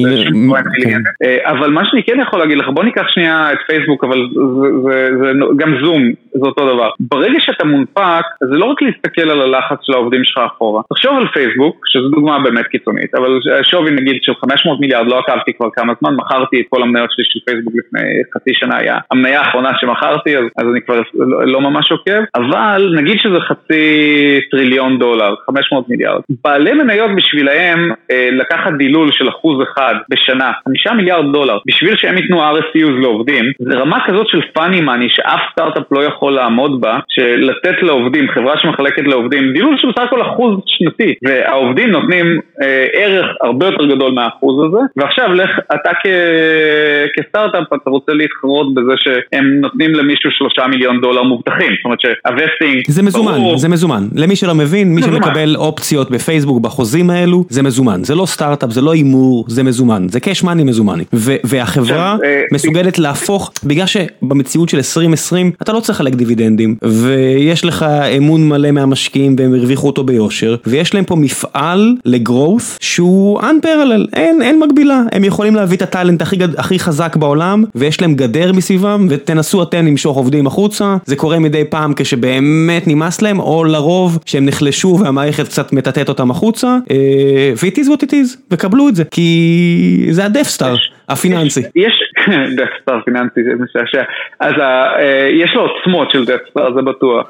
אבל מה שאני כן יכול להגיד לך, בוא ניקח שנייה את פייסבוק, אבל זה גם זום, זה אותו דבר. ברגע שאתה מונפק, זה לא רק להסתכל על הלחץ של העובדים שלך אחורה. תחשוב על פייסבוק, שזו דוגמה באמת קיצונית, אבל שווי נגיד של חמש מאות מיליארד, לא עקבתי כבר כמה זמן, מכרתי את כל המניות שלי של פייסבוק לפני חצי שנה, היה המניה האחרונה שמכרתי, אז, אז אני כבר לא, לא ממש עוקב, אבל נגיד שזה חצי טריליון דולר, חמש מאות מיליארד. בעלי מניות בשבילהם לקחת דילול של אחוז אחד בשנה, חמישה מיליארד דולר, בשביל שהם ייתנו אר אס יוז לעובדים, זה רמה כזאת של פאני מאני שאף סטארט-אפ לא יכול לעמוד בה, שלתת לעובדים, חברה שמחלקת לעובדים, דילול שבסך הכל אחוז שנתי, והעובדים נותנים אה, ערך הרבה יותר גדול מהאחוז הזה, ועכשיו לך, אתה כ... כסטארט-אפ, אתה רוצה להתחרות בזה שהם נותנים למישהו שלושה מיליון דולר מובטחים, זאת אומרת שהווסטינג... זה מזומן, ברור... זה מזומן. למי שלא מבין, מי מזומן. שמקבל אופציות בפייסבוק, בחוזים האלו, זה מזומן. זה לא סטארט-אפ, זה לא אימור, זה מזומן. זה קאש מאני מזומני. ו- והחברה מסוגלת להפוך, בגלל שבמציאות של עשרים עשרים, אתה לא צריך לחלק דיבידנדים, ויש לך אמון מלא מהמשקיעים, והם הרוויחו אותו ביושר, ויש להם פה מפעל לגרוס, שהוא unparallel, אין, אין מקבילה. הם יכולים להביא את הטלנט הכי, הכי חזק בעולם, ויש להם גדר מסביבם, ותנסו אתם למשוך עובדים החוצה. זה קורה מדי פעם כשבאמת נמאס להם, או לרוב שהם נחלשו, והמערכת קצת מטטט אותם החוצה, ו-it is what it is, וקבלו את זה, כי זה הדף סטאר. הפיננסי. יש, דף סטאר פיננסי, זה משעשע. אז יש לו עוצמות של דף סטאר, זה בטוח.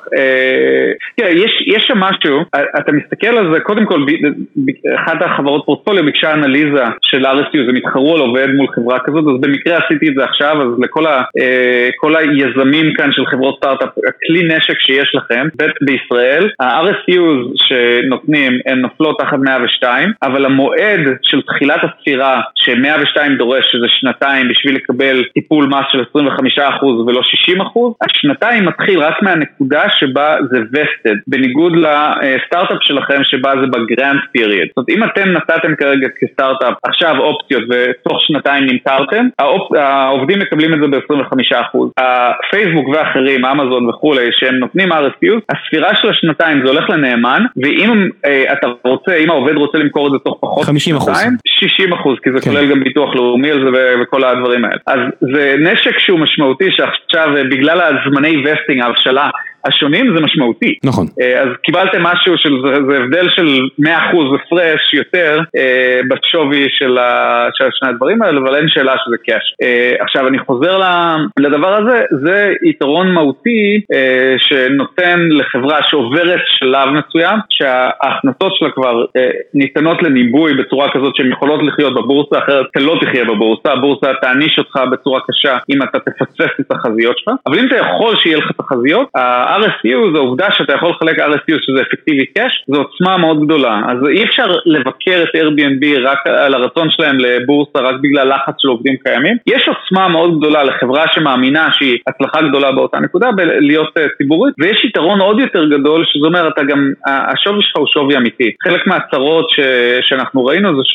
יש שם משהו, אתה מסתכל על זה, קודם כל, אחת החברות פורטפוליו ביקשה אנליזה של אר אס יו, זה מתחרו על עובד מול חברה כזאת, אז במקרה עשיתי את זה עכשיו, אז לכל היזמים כאן של חברות סטארט-אפ, הכלי נשק שיש לכם, בישראל, ה-אר אס יו שנותנים, הן נופלות תחת מאה ושתיים, אבל המועד של תחילת הספירה, ש-מאה ושתיים דורש שזה שנתיים בשביל לקבל טיפול מס של עשרים וחמישה אחוז ולא שישים אחוז, השנתיים מתחיל רק מהנקודה שבה זה vested, בניגוד לסטארט-אפ שלכם שבה זה בגרנט פיריד. זאת אומרת, אם אתם נתתם כרגע כסטארט-אפ עכשיו אופציות ותוך שנתיים נמכרתם, העובדים מקבלים את זה ב-עשרים וחמישה אחוז. הפייסבוק ואחרים, אמזון וכולי, שהם נותנים אר אס יו, הספירה של השנתיים זה הולך לנאמן, ואם אתה רוצה, אם העובד רוצה למכור את זה תוך פחות חמישים אחוז. שישים אחוז, כי זה כן. כולל גם ביטוח לאומי על זה וכל הדברים האלה. אז זה נשק שהוא משמעותי שעכשיו בגלל הזמני וסטינג, ההבשלה השונים, זה משמעותי. נכון. אז קיבלתם משהו של, זה, זה הבדל של מאה אחוז הפרש יותר אה, בשווי של, ה, של שני הדברים האלה, אבל אין שאלה שזה קאש. אה, עכשיו אני חוזר לדבר הזה, זה יתרון מהותי אה, שנותן לחברה שעוברת שלב מסוים, שההכנסות שלה כבר אה, ניתנות לניבוי בצורה כזאת שהן יכולות לחיות בבורסה, אחרת אתה לא תחיה בבורסה, הבורסה תעניש אותך בצורה קשה אם אתה תפספס את החזיות שלך, אבל אם אתה יכול שיהיה לך תחזיות, ה-אר אס יו זה העובדה שאתה יכול לחלק אר אס יו שזה אפקטיבי קאש, זו עוצמה מאוד גדולה. אז אי אפשר לבקר את Airbnb רק על הרצון שלהם לבורסה רק בגלל לחץ של עובדים קיימים. יש עוצמה מאוד גדולה לחברה שמאמינה שהיא הצלחה גדולה באותה נקודה בלהיות ציבורית, ויש יתרון עוד יותר גדול, שזה אומר, אתה גם, השווי שלך הוא שווי אמיתי. חלק מהצרות ש, שאנחנו ראינו זה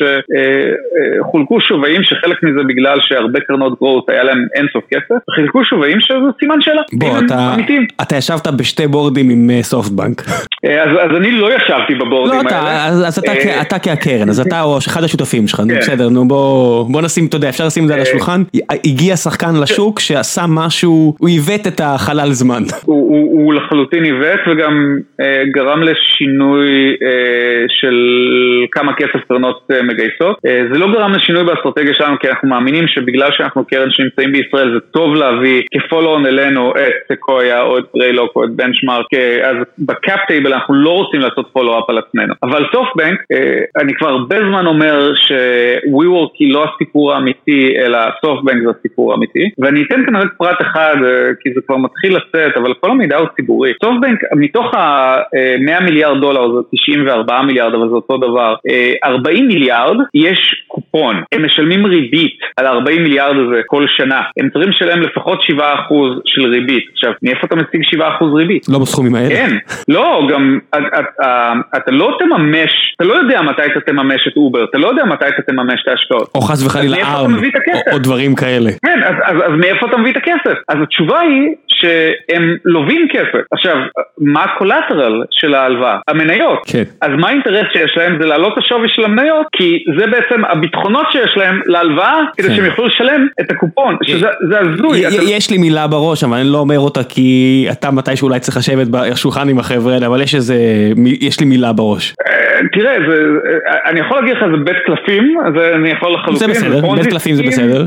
שחולקו שווים שחלק מזה בגלל שהרבה קרנות גרוס היה להם אינסוף כסף, חילקו שווים שזה סימן שאלה. בוא, אתה, אתה ישבת בשתי בורדים עם סופטבנק. אז, אז אני לא ישבתי בבורדים לא, האלה. אתה, אז, אז אתה, אתה כהקרן, אז אתה או אחד השותפים שלך, נו בסדר, נו בוא, בוא נשים, אתה יודע, אפשר לשים את זה על השולחן. הגיע שחקן לשוק שעשה משהו, הוא עיוות את החלל זמן. הוא, הוא, הוא לחלוטין עיוות וגם אה, גרם לשינוי אה, של כמה כסף קרנות אה, מגייסות. אה, זה לא גרם לשינוי באסטרטגיה שלנו, כי אנחנו מאמינים שבגלל שאנחנו קרן שנמצאים בישראל, זה טוב להביא כפולון אלינו את סקויה או את ריילוק או את בנצ'מארק, אז בקאפ טייבל אנחנו לא רוצים לעשות פולו-אפ על עצמנו. אבל סופטבנק, אני כבר הרבה זמן אומר ש-WeWork היא לא הסיפור האמיתי, אלא סופטבנק זה הסיפור האמיתי, ואני אתן כאן רק פרט אחד, כי זה כבר מתחיל לצאת, אבל כל המידע הוא ציבורי. סופטבנק, מתוך ה-מאה מיליארד דולר, זה תשעים וארבעה מיליארד, אבל זה אותו דבר, ארבעים מיליארד יש קופון. הם משלמים ריבית על ארבעים מיליארד הזה כל שנה. הם צריכים לשלם לפחות שבעה אחוז של ריבית. עכשיו, מאיפה אתה משיג שבעה אחוז ריבית? לא בסכומים האלה. כן. לא, גם אתה לא תממש, אתה לא יודע מתי אתה תממש את אובר, אתה לא יודע מתי אתה תממש את ההשקעות. או חס וחלילה ארם, או דברים כאלה. כן, אז מאיפה אתה מביא את הכסף? אז התשובה היא שהם לובים כסף. עכשיו, מה הקולטרל של ההלוואה? המניות. כן. אז מה האינטרס שיש להם? זה להעלות את השווי של המניות, כי זה בעצם הביטחונות שיש להם להלוואה, כדי שהם יוכלו לשלם את הקופון, שזה הזוי. יש לי מילה בראש, אבל אני לא אומר אותה, כי אתה מתי שאולי צריך לשבת בשולחן עם החבר'ה האלה, אבל יש איזה, יש לי מילה בראש. תראה, אני יכול להגיד לך, זה בית קלפים, אני יכול לחלוטין. זה בסדר, בית קלפים זה בסדר.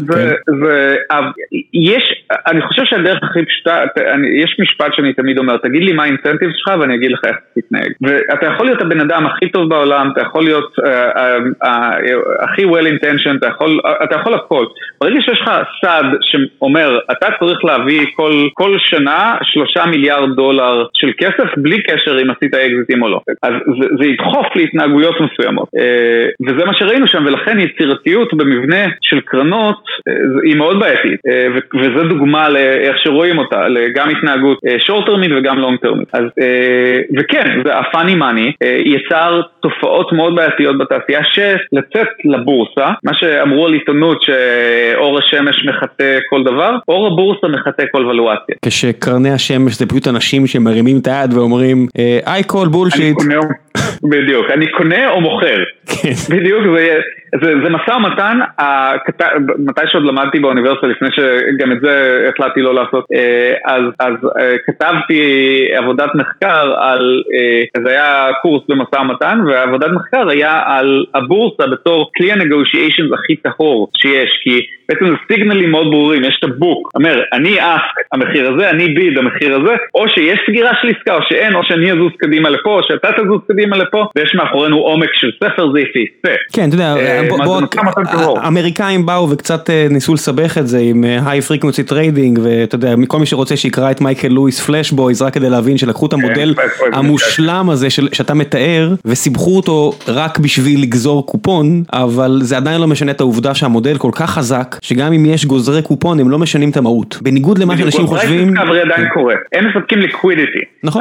אני חושב שהדרך הכי פשוטה, יש משפט שאני תמיד אומר, תגיד לי מה האינסנטיב שלך ואני אגיד לך איך תתנהג. ואתה יכול להיות הבן אדם הכי טוב בעולם, אתה יכול להיות הכי well intentioned, אתה יכול הכל. ברגע שיש לך סעד שאומר, אתה צריך להביא כל שנה שלושה מיליארד דולר של כסף, בלי קשר אם עשית אקזיטים או לא. אז זה ידחוף להתנהגויות מסוימות. וזה מה שראינו שם, ולכן יצירתיות במבנה של קרנות היא מאוד בעייתית. וזה דוגמה לאיך שרואים אותה, גם התנהגות short termית וגם long termית. אז, וכן, זה ה-funny money יצר תופעות מאוד בעייתיות בתעשייה, שלצאת לבורסה, מה שאמרו על עיתונות שאור השמש מחטא כל דבר, אור הבורסה מחטא כל ולואציה. כשקרני השמש זה פשוט אנשים שמרימים את היד ואומרים, I call bullshit. בדיוק, אני קונה או מוכר. בדיוק, זה, זה, זה מסע ומתן, מתי שעוד למדתי באוניברסיטה, לפני שגם את זה החלטתי לא לעשות, אז, אז כתבתי עבודת מחקר על, זה היה קורס במסע ומתן, ועבודת מחקר היה על הבורסה בתור כלי הנגושיאשנס הכי טהור שיש, כי בעצם זה סיגנלים מאוד ברורים, יש את הבוק, אומר, אני אסק המחיר הזה, אני ביד המחיר הזה, או שיש סגירה של עסקה, או שאין, או שאני אזוז קדימה לפה, או שאתה תזוז קדימה לפה, ויש מאחורינו עומק של ספר, זה יפה. כן, אתה יודע, האמריקאים באו וקצת ניסו לסבך את זה עם high frequency trading, ואתה יודע, כל מי שרוצה שיקרא את מייקל לואיס פלאש בויז, רק כדי להבין שלקחו את המודל המושלם הזה שאתה מתאר, וסיבכו אותו רק בשביל לגזור קופון, אבל זה עדיין לא משנה את העובדה שהמודל כל כך חזק, שגם אם יש גוזרי קופון, הם לא משנים את המהות. בניגוד למה שאנשים חושבים... זה עדיין קורה. הם מספקים ליקווידיטי. נכון.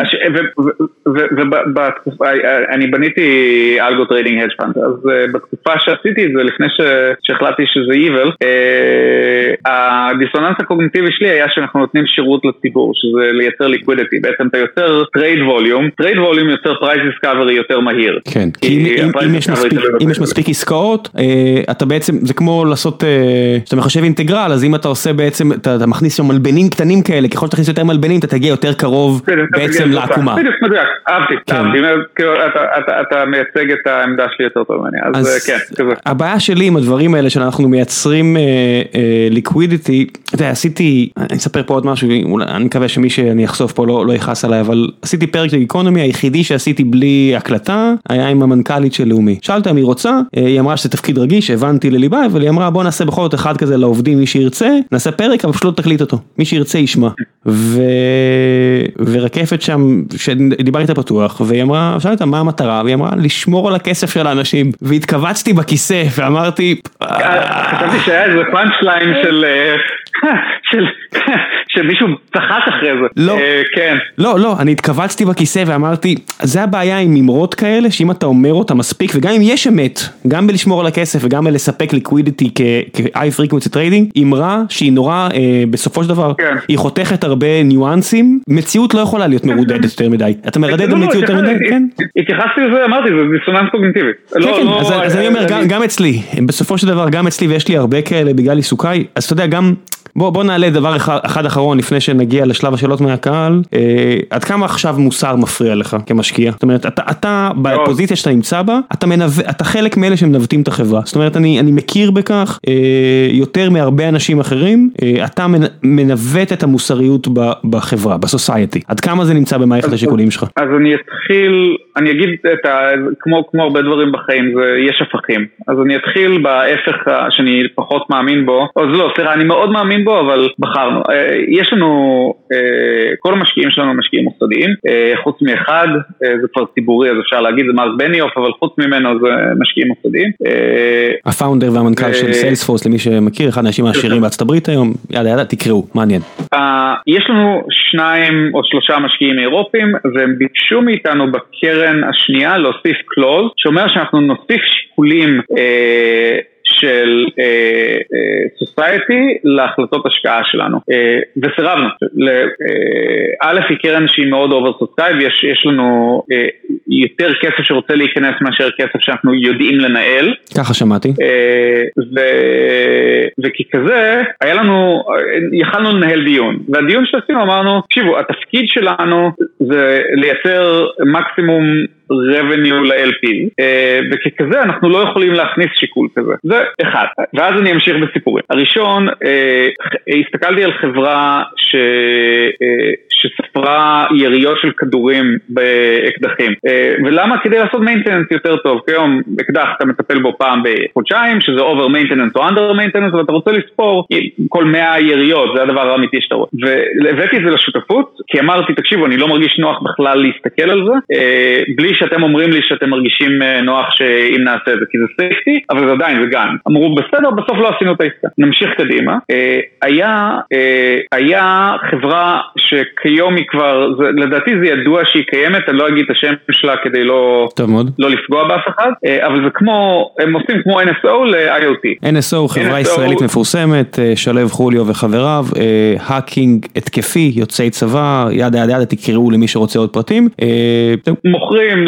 אני בניתי אלגו טריידינג הדג' פאנד, אז בתקופה שעשיתי את זה, לפני שהחלטתי שזה evil, הדיסוננס הקוגניטיבי שלי היה שאנחנו נותנים שירות לציבור, שזה לייצר ליקווידיטי. בעצם אתה יוצר טרייד ווליום, טרייד ווליום יוצר פרייס דיסקאברי יותר מהיר. כן, כי אם יש מספיק עסקאות, אתה בעצם, זה כמו לעשות, שאתה מחשב אינטגרל, אז אם אתה עושה בעצם, אתה מכניס שם מלבנים קטנים כאלה, ככל שתכניס יותר מלבנים, אתה תגיע יותר קרוב בעצם לעקומה. בדיוק, מדויק, אהבתי, אתה מייצג את העמדה שלי יותר טוב ממני, אז כן, כזה. הבעיה שלי עם הדברים האלה, שאנחנו מייצרים ליקווידיטי, אתה יודע, עשיתי, אני אספר פה עוד משהו, אני מקווה שמי שאני אחשוף פה לא יכעס עליי, אבל עשיתי פרק של גיקונומי, היחידי שעשיתי בלי הקלטה, היה עם המנכ"לית של לאומי. שאלת אם היא רוצה, היא אמרה שזה תפקיד רגיש, הבנתי לליבה, אבל היא אמרה, בוא נעשה בכל זאת אחד כזה לעובדים, מי שירצה, נעשה פרק, אבל פשוט לא תקליט אותו. מי שירצה ישמע. ו... ורקפת שם, שדיבר איתה פתוח, והיא אמרה, שאלת מה המטרה, והיא אמרה, לשמור על הכסף של האנשים, והתכווצתי בכיסא, ואמרתי... חשבתי שהיה איזה פאנץ' ליין של... של... שמישהו צחק אחרי זה. לא, כן. לא, לא, אני התכווצתי בכיסא ואמרתי, זה הבעיה עם אמרות כאלה, שאם אתה אומר אותה מספיק, וגם אם יש אמת, גם בלשמור על הכסף, וגם בלספק ליקווידיטי כ-high frequency trading, אמרה שהיא נורא, בסופו של דבר, היא חותכת הרבה ניואנסים, מציאות לא יכולה להיות מרודדת יותר מדי. אתה מרדד במציאות יותר מדי? כן. התייחסתי לזה, אמרתי, זה דיסוננס קוגניטיבי. כן, כן, אז אני אומר, גם אצלי, בסופו של דבר, גם אצלי, ויש לי הרבה כאלה בגלל עיסוקיי, אז אתה יודע, גם בוא, בוא נעלה דבר אחד, אחד אחרון לפני שנגיע לשלב השאלות מהקהל. אה, עד כמה עכשיו מוסר מפריע לך כמשקיע? זאת אומרת, אתה, אתה בפוזיציה שאתה נמצא בה, אתה, מנו, אתה חלק מאלה שמנווטים את החברה. זאת אומרת, אני, אני מכיר בכך אה, יותר מהרבה אנשים אחרים, אה, אתה מנווט את המוסריות ב, בחברה, בסוסייטי. עד כמה זה נמצא במערכת השיקולים שלך? אז אני אתחיל, אני אגיד את ה, כמו, כמו הרבה דברים בחיים, זה, יש הפכים. אז אני אתחיל בהפך שאני פחות מאמין בו, או זה לא, סליחה, אני מאוד מאמין בו, אבל בחרנו. יש לנו, כל המשקיעים שלנו משקיעים מוסדיים, חוץ מאחד, זה כבר ציבורי, אז אפשר להגיד, זה מרק בניוף, אבל חוץ ממנו זה משקיעים מוסדיים. הפאונדר והמנכ"ל של סיילספורס, למי שמכיר, אחד האנשים העשירים בארצות הברית היום, יאללה, יאללה, תקראו, מעניין. יש לנו שניים או שלושה משקיעים אירופיים, והם ביקשו מאיתנו בקרן השנייה להוסיף קלוז, שאומר שאנחנו נוסיף שיקולים ש... של סוסייטי להחלטות השקעה שלנו, וסירבנו. א' היא קרן שהיא מאוד אובר סובסקרייב, יש לנו יותר כסף שרוצה להיכנס מאשר כסף שאנחנו יודעים לנהל. ככה שמעתי. וככזה, היה לנו, יכלנו לנהל דיון, והדיון שעשינו אמרנו, תקשיבו, התפקיד שלנו זה לייצר מקסימום revenue ל-אל פי, וככזה אנחנו לא יכולים להכניס שיקול כזה. זה אחד. ואז אני אמשיך בסיפורים. הראשון, הסתכלתי על חברה ש... שספרה יריות של כדורים באקדחים. ולמה? כדי לעשות maintenance יותר טוב. כיום אקדח אתה מטפל בו פעם בחודשיים, שזה over maintenance או under maintenance, ואתה רוצה לספור כל מאה יריות, זה הדבר האמיתי שאתה רואה. והבאתי את זה לשותפות, כי אמרתי, תקשיבו, אני לא מרגיש נוח בכלל להסתכל על זה, בלי שאתם אומרים לי שאתם מרגישים נוח שאם נעשה את זה, כי זה סייפטי, אבל זה עדיין, זה גן. אמרו, בסדר, בסוף לא עשינו את העסקה. נמשיך קדימה. היה, היה חברה שכיום היא כבר, זה, לדעתי זה ידוע שהיא קיימת, אני לא אגיד את השם שלה כדי לא, לא לפגוע באף אחד, אבל זה כמו, הם עושים כמו אן אס או ל-איי או טי. אן אס או, חברה ישראלית מפורסמת, שלב חוליו וחבריו, האקינג התקפי, יוצאי צבא, ידה ידה ידה, תקראו למי שרוצה עוד פרטים. מוכרים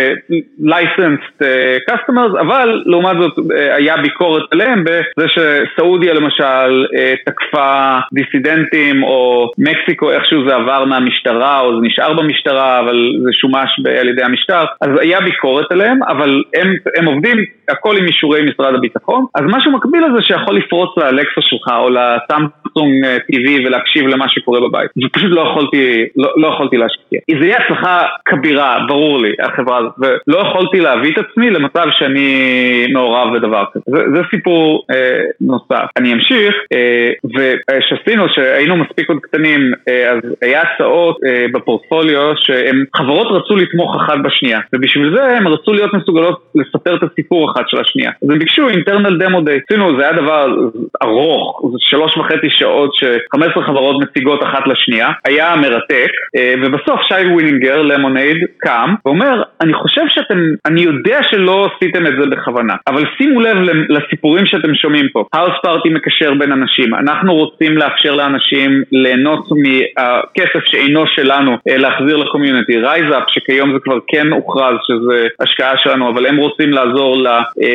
ל-licensed customers, אבל לעומת זאת היה ביקורת עליהם בזה שסעודיה למשל תקפה דיסידנטים, או מקסיקו איכשהו זה עבר מהמשטרה, או זה נשאר במשטרה, אבל זה שומש על ידי המשטר, אז היה ביקורת עליהם, אבל הם, הם עובדים הכל עם אישורי משרד הביטחון, אז משהו מקביל לזה שיכול לפרוץ לאלקסה שלך, או לסמסונג טי וי ולהקשיב למה שקורה בבית. ופשוט לא יכולתי, לא, לא יכולתי להשקיע. זה יהיה הצלחה כבירה, ברור לי, החברה הזאת, ולא יכולתי להביא את עצמי למצב שאני מעורב בדבר כזה. זה, זה סיפור אה, נוסף. אני אמשיך, אה, ושעשינו, שהיינו מספיק עוד קטנים, אה, אז היה הצעות אה, בפורטפוליו, שהם, חברות רצו לתמוך אחת בשנייה, ובשביל זה הם רצו להיות מסוגלות לספר את הסיפור אחת של השנייה. אז הם ביקשו אינטרנל דמו דיי. עשינו, זה היה דבר ארוך, זה שלוש וחצי שעות ש-חמש עשרה חברות מציגות אחת לשנייה, היה מרתק, אה, ובסוף שי ווינינגר, למונייד, קם, ואומר, אני חושב שאתם, אני יודע שלא עשיתם את זה בכוונה, אבל שימו לב לסיפורים שאתם שומעים פה. האוס פארטי מקשר בין אנשים. אנחנו רוצים לאפשר לאנשים ליהנות מהכסף שאינו שלנו, להחזיר לקומיוניטי. רייזאפ, שכיום זה כבר כן הוכרז שזה השקעה שלנו, אבל הם רוצים לעזור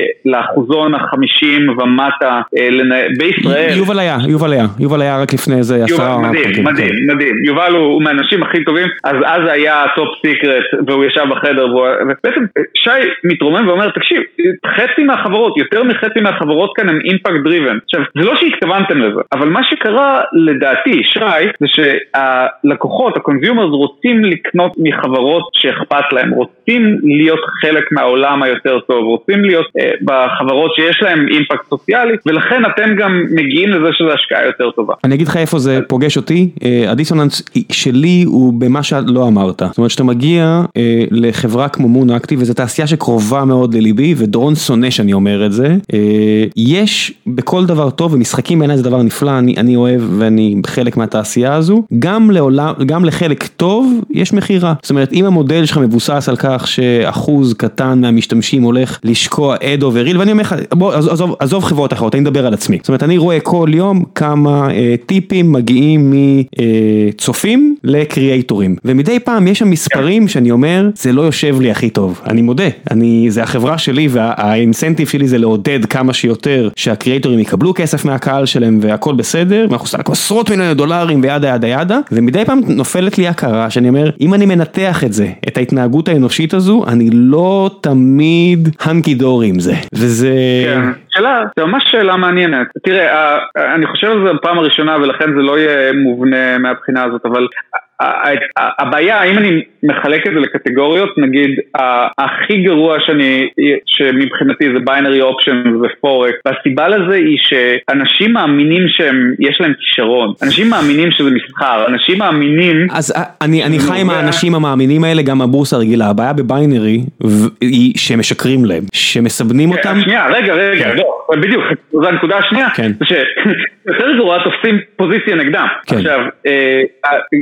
לאחוזון החמישים ומטה בישראל. יובל היה, יובל היה, יובל היה רק לפני איזה עשרה. מדהים, מדהים, מדהים. יובל הוא מהאנשים הכי טובים, אז אז היה טופ סיקרט, והוא ישב בחדר, ובעצם שי מתרומם ואומר, תקשיב, חצי מהחברות, יותר מחצי מהחברות כאן הם אימפקט דריבן. עכשיו, זה לא שהתכוונתם לזה, אבל מה שקרה לדעתי, שי, זה שהלקוחות, הקונזיומרס, רוצים לקנות מחברות שאכפת להם, רוצים להיות חלק מהעולם היותר טוב, רוצים להיות אה, בחברות שיש להם אימפקט סוציאלי, ולכן אתם גם מגיעים לזה שזו השקעה יותר טובה. אני אגיד לך איפה זה פוגש אותי, הדיסוננס שלי הוא במה שלא אמרת. זאת אומרת שאתה מגיע אה, לחברה כמו מון אקטיב, וזו תעשייה שקרובה מאוד לליבי, ודורון שונא שאני אומר את זה, אה, יש בכל דבר טוב, ומשחקים בעיניי זה דבר נפלא, אני, אני אוהב ואני חלק מהתעשייה הזו, גם, לעולם, גם לחלק טוב יש מחירה. זאת אומרת, אם המודל שלך מבוסס על כך שאחוז קטן מהמשתמשים הולך לשקוע אד אובר-ריל, ואני אומר לך, בוא, עזוב, עזוב חברות אחרות, אני מדבר על עצמי. זאת אומרת, אני רואה כל יום כמה אה, טיפים מגיעים מצופים לקריאייטורים, ומדי פעם יש שם מספרים שאני אומר, זה לא יושב לי הכי טוב. אני מודה, אני, זה החברה שלי, והאינסנטיב שלי זה לעודד כמה שיותר שהקריאייטורים יקבלו כסף מהקהל שלהם והכל בסדר, ואנחנו עושים עשרות מיליוני דולרים וידה ידה ידה, ומדי פעם נופלת לי הכרה שאני אומר, אם אני מנתח את זה, את ההתנהגות האנושית הזו, אני לא תמיד הנקי דורי עם זה. וזה... כן. שאלה, זה ממש שאלה מעניינת. תראה, אני חושב על זה בפעם הראשונה, ולכן זה לא יהיה מובנה מהבחינה הזאת, אבל הבעיה, אם אני מחלק את זה לקטגוריות, נגיד, הכי גרוע שאני, שמבחינתי זה binary options ופורק, והסיבה לזה היא שאנשים מאמינים שהם, יש להם כישרון, אנשים מאמינים שזה מסחר, אנשים מאמינים... אז אני, אני חי עם האנשים המאמינים האלה גם בבורסה הרגילה, הבעיה בביינרי היא שהם משקרים להם, שמסבנים אותם... שנייה, רגע, רגע, לא, בדיוק, זו הנקודה השנייה, זה שיותר גרוע תופסים פוזיציה נגדם. עכשיו, גם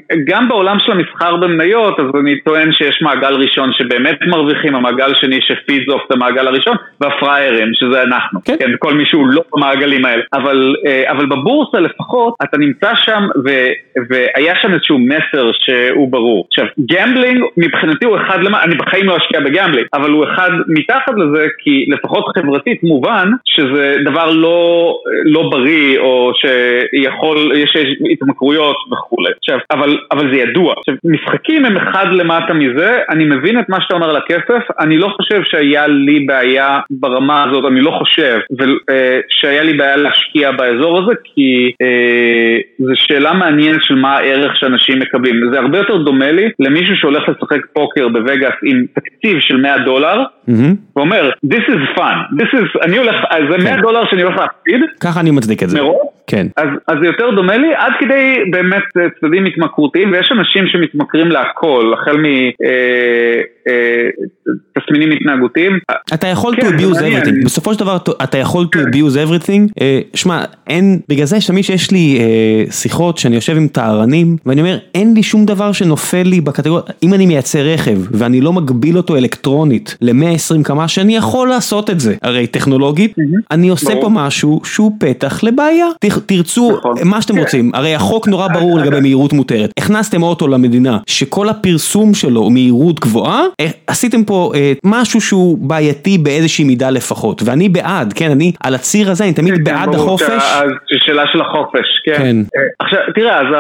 גם בעולם של המסחר במניות, אז אני טוען שיש מעגל ראשון שבאמת מרוויחים, המעגל שני שפידס אוף את המעגל הראשון, והפריירים, שזה אנחנו, כן, כן כל מישהו לא במעגלים האלה, אבל, אבל בבורסה לפחות, אתה נמצא שם, ו, והיה שם איזשהו מסר שהוא ברור. עכשיו, גמבלינג, מבחינתי הוא אחד למה, אני בחיים לא אשקיע בגמבלינג, אבל הוא אחד מתחת לזה, כי לפחות חברתית מובן, שזה דבר לא, לא בריא, או שיכול, יש התמכרויות וכו'. עכשיו, אבל, אבל זה ידוע. עכשיו, משחקים הם אחד למטה מזה, אני מבין את מה שאתה אומר על הכסף, אני לא חושב שהיה לי בעיה ברמה הזאת, אני לא חושב, שהיה לי בעיה להשקיע באזור הזה, כי אה, זו שאלה מעניינת של מה הערך שאנשים מקבלים. זה הרבה יותר דומה לי למישהו שהולך לשחק פוקר בווגאס עם תקציב של מאה דולר, mm-hmm. ואומר, this is fun, this is, אני הולך, זה מאה דולר שאני הולך להפסיד. ככה אני מצדיק את זה. מרוב, כן. אז, אז זה יותר דומה לי, עד כדי באמת צדדים מתמכרותיים, ויש אנשים שמתמכרים להכל, החל מ... אה, אה, תסמינים התנהגותיים. אתה יכול to abuse everything, בסופו של דבר אתה יכול to abuse everything, שמע, אין, בגלל זה שתמיד שיש לי שיחות שאני יושב עם טהרנים, ואני אומר, אין לי שום דבר שנופל לי בקטגוריה, אם אני מייצר רכב, ואני לא מגביל אותו אלקטרונית, ל-מאה ועשרים כמה, שאני יכול לעשות את זה, הרי טכנולוגית, אני עושה פה משהו שהוא פתח לבעיה, תרצו מה שאתם רוצים, הרי החוק נורא ברור לגבי מהירות מותרת, הכנסתם אוטו למדינה, שכל הפרסום שלו הוא מהירות גבוהה, עשיתם פה משהו שהוא בעייתי באיזושהי מידה לפחות, ואני בעד, כן, אני על הציר הזה, אני תמיד בעד החופש. אז שאלה של החופש, כן. עכשיו, תראה, אז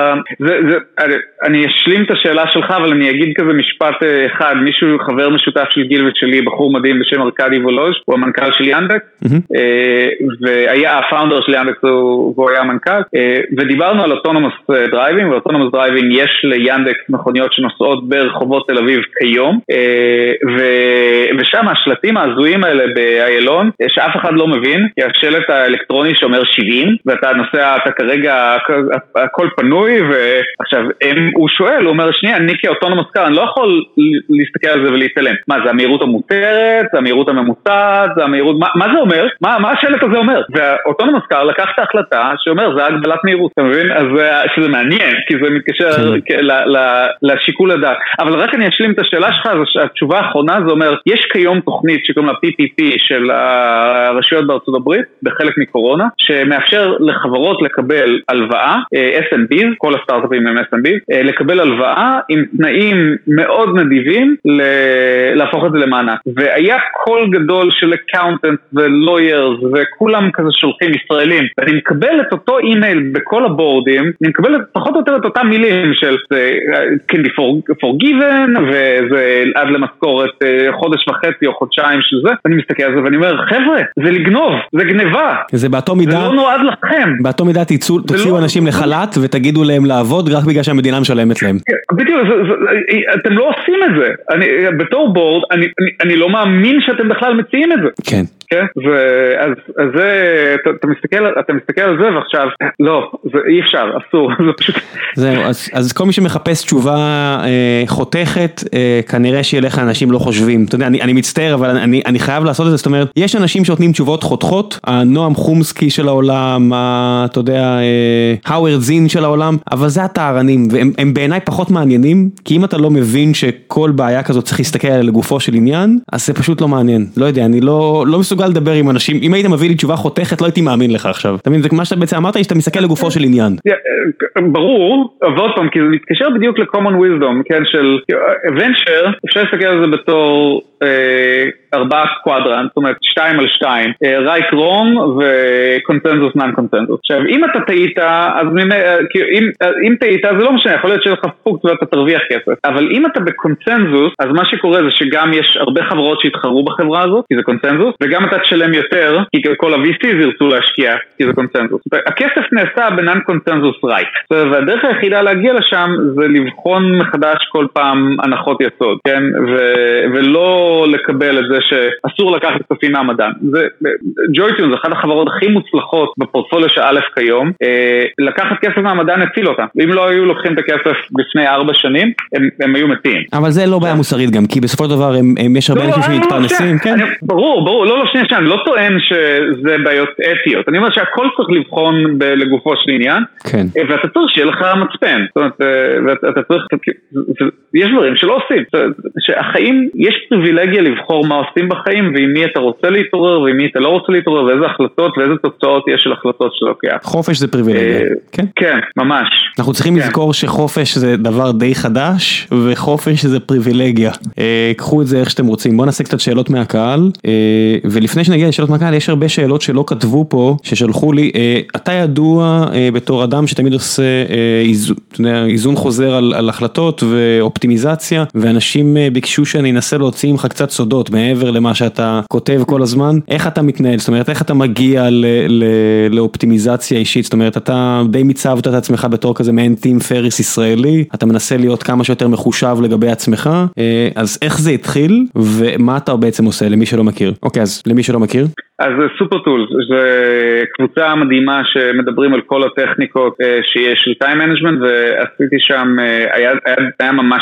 אני אשלים את השאלה שלך, אבל אני אגיד כזה משפט אחד, מישהו חבר משותף של גיל ושלי, בחור מדהים בשם ארקדי וולוז', הוא המנכ"ל של ינדקס, והיה הפאונדר של ינדקס, והוא היה המנכ"ל, ודיברנו על אוטונומוס דרייבינג, ואוטונומוס דרייבינג יש ליינדקס מכוניות שנוסעות ברחובות תל אביב כיום, ושם השלטים ההזויים האלה באיילון, שאף אחד לא מבין, כי השלט האלקטרוני שאומר שבעים, ואתה נוסע, אתה כרגע, הכל פנוי, ועכשיו, הוא שואל, הוא אומר, שנייה, אני כאוטונומוס קאר, אני לא יכול להסתכל על זה ולהתעלם. מה, זה המהירות המותרת, זה המהירות הממוצעת, זה המהירות, מה, מה זה אומר? מה, מה השלט הזה אומר? והאוטונומוס קאר לקח את ההחלטה שאומר, זה הגבלת מהירות, אתה מבין? אז שזה מעניין, כי זה מתקשר לשיקול הדעת. אבל רק אני אשלים את השאלה שלך, התשובה האחרונה זה אומר, יש כיום תוכנית שקוראים לה פי פי פי של הרשויות בארצות הברית, בחלק מקורונה, שמאפשר לחברות לקבל הלוואה, אס אנד ביז, כל הסטארט-אפים הם אס אנד ביז, לקבל הלוואה עם תנאים מאוד נדיבים להפוך את זה למענק. והיה קול גדול של אקאונטנט ולוירס, וכולם כזה שולחים ישראלים, ואני מקבל את אותו אימייל בכל הבורדים, אני מקבל פחות או יותר את אותם מילים של can be forgiven, וזה עד למשכורת חודש וחצי או חודשיים של זה, ואני מסתכל על זה ואני אומר, חבר'ה, זה לגנוב, זה גניבה. זה באותו מידה, זה לא נועד לכם. באותו מידה תוציאו אנשים לחל"ת ותגידו להם לעבוד רק בגלל שהמדינה משלמת להם. בדיוק, אתם לא עושים את זה. בתור בורד, אני לא מאמין שאתם בכלל מציעים את זה. כן. כן, אז זה, אתה מסתכל, אתה מסתכל על זה ועכשיו, לא, זה אי אפשר, אסור, זה פשוט. זהו, אז כל מי שמחפש תשובה חותכת, כנראה שילך אנשים לא חושבים, אתה יודע, אני מצטער, אבל אני חייב לעשות את זה, זאת אומרת, יש אנשים שנותנים תשובות חותכות, הנועם חומסקי של העולם, אתה יודע, האוורד זין של העולם, אבל זה הטהרנים, והם בעיניי פחות מעניינים, כי אם אתה לא מבין שכל בעיה כזאת צריך להסתכל על לגופו של עניין, אז זה פשוט לא מעניין, לא יודע, אני לא מסוגל לדבר עם אנשים, אם היית מביא לי תשובה חותכת, לא הייתי מאמין לך עכשיו. אתה מבין, זה כמו שאתה בעצם אמרת, שאתה מסתכל לגופו של עניין. ברור, ועוד פעם, כי זה מתקשר בדיוק ל-common wisdom, כן, של venture, אפשר להסתכל על זה בתור ארבעה קוואדרנט, זאת אומרת, שתיים על שתיים, right wrong וקונצנזוס נון קונצנזוס. עכשיו, אם אתה טעית, אז אם טעית, זה לא משנה, יכול להיות שיש לך פוקט ואתה תרוויח כסף, אבל אם אתה בקונצנזוס, אז מה שקורה זה שגם יש הרבה חברות שהתחרו בחברה הזאת, כי זה קונצנזוס, וגם אתה תשלם יותר, כי כל ה-וי סי'ז ירצו להשקיע, כי זה קונצנזוס. הכסף נעשה בנון קונצנזוס רייט, והדרך היחידה להגיע לשם זה לבחון מחדש כל פעם הנחות יסוד, כן? ולא לקבל את זה שאסור לקחת כספים מהמדען. ג'ויטיון זה אחת החברות הכי מוצלחות בפורטפוליו של א' כיום, לקחת כסף מהמדען הציל אותה. אם לא היו לוקחים את הכסף לפני ארבע שנים, הם היו מתים. אבל זה לא בעיה מוסרית גם, כי בסופו של דבר יש הרבה אנשים שמתפרנסים, כן? ברור, ברור, לא, לא, שנייה, שנייה, אני לא טוען שזה בעיות אתיות. אני אומר שהכל צריך לבחון לגופו של עניין, כן. ואתה צריך שיהיה לך מצפן. זאת אומרת, ואתה צריך, יש דברים שלא עושים, שהחיים, יש פריבילגיה לבחור מה עושים בחיים, ועם מי אתה רוצה להתעורר, ועם מי אתה לא רוצה להתעורר, ואיזה החלטות ואיזה תוצאות יש של החלטות שלו לוקח. חופש זה פריבילגיה, כן? כן, ממש. אנחנו צריכים לזכור שחופש זה דבר די חדש, וחופש זה פריבילגיה. קחו את זה איך שאתם רוצים. בואו נעשה קצת שאלות מהקהל, ולפני שנגיע לשאלות מהקהל, יש הרבה שאלות שלא כתבו פה, ששלחו לי, אתה ידוע בתור אדם שתמיד עושה איזון חוזר על, על החלטות ואופטימיזציה, ואנשים ביקשו שאני אנסה להוציא ממך קצת סודות, מעבר למה שאתה כותב כל הזמן. איך אתה מתנהל? זאת אומרת, איך אתה מגיע ל, ל, לאופטימיזציה אישית? זאת אומרת, אתה די מצבת את עצמך בתור כזה מעין טים פריס ישראלי, אתה מנסה להיות כמה שיותר מחושב לגבי עצמך, אז איך זה התחיל, ומה אתה בעצם עושה למי שלא מכיר? אוקיי, אז למי שלא מכיר? אז סופר טולס, זו קבוצה מדהימה שמדברים על כל הטכניקות שיש של טיים מנג'מנט, ועשיתי שם, היה, היה, היה ממש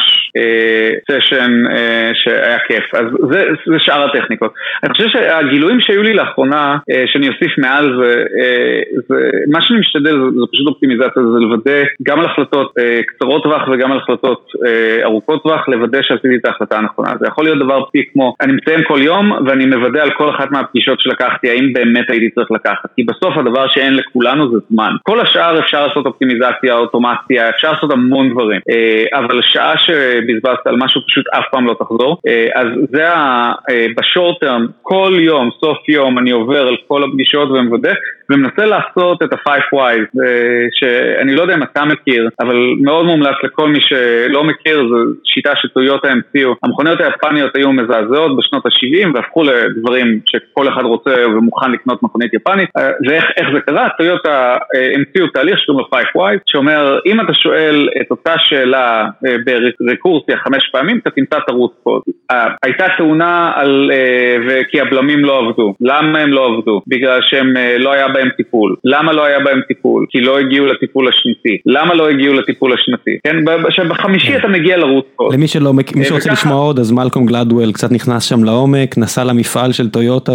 סשן שהיה כיף, אז זה, זה שאר הטכניקות. אני חושב שהגילויים שהיו לי לאחרונה, שאני אוסיף מעל זה, זה מה שאני משתדל זה, זה פשוט אופטימיזציה, זה לוודא גם על החלטות קצרות טווח וגם על החלטות ארוכות טווח, לוודא שעשיתי את ההחלטה הנכונה. זה יכול להיות דבר פי כמו, אני מסיים כל יום ואני מוודא על כל אחת מהפגישות שלקחתי, האם באמת הייתי צריך לקחת. כי בסוף הדבר שאין לכולנו זה זמן. כל השאר אפשר לעשות אופטימיזציה, אוטומציה, אפשר לעשות המון דברים. אבל שעה שבזבזת על משהו פשוט אף פעם לא תחזור. אז זה בשורט טרם, כל יום, סוף יום, אני עובר על כל הפגישות ומוודא, ומנסה לעשות את ה-five whys, שאני לא יודע אם אתה מכיר, אבל מאוד מומלץ לכל מי שלא מכיר, זו שיטה שטויוטה המציאו. המכוניות היפניות היו מזעזעות בשנות ה-שבעים, והפכו לדברים שכל אחד רוצה ומוכן לקנות מכונית יפנית. ואיך איך זה קרה? טויוטה המציאו תהליך שקוראים לו five whys, שאומר, אם אתה שואל את אותה שאלה ברקורסיה חמש פעמים, אתה תמצא תרוץ קוד. הייתה תאונה על, כי הבלמים לא עבדו. למה הם לא עבדו? בגלל שהם לא היה בהם טיפול. למה לא היה בהם טיפול? כי לא הגיעו לטיפול השנתי. למה לא הגיעו לטיפול השנתי? כן, שבחמישי אתה מגיע לרוץ קוד. למי שלא, מי שרוצה לשמוע עוד, אז מלקום גלדוול קצת נכנס שם לעומק, נסע למפעל של טויוטה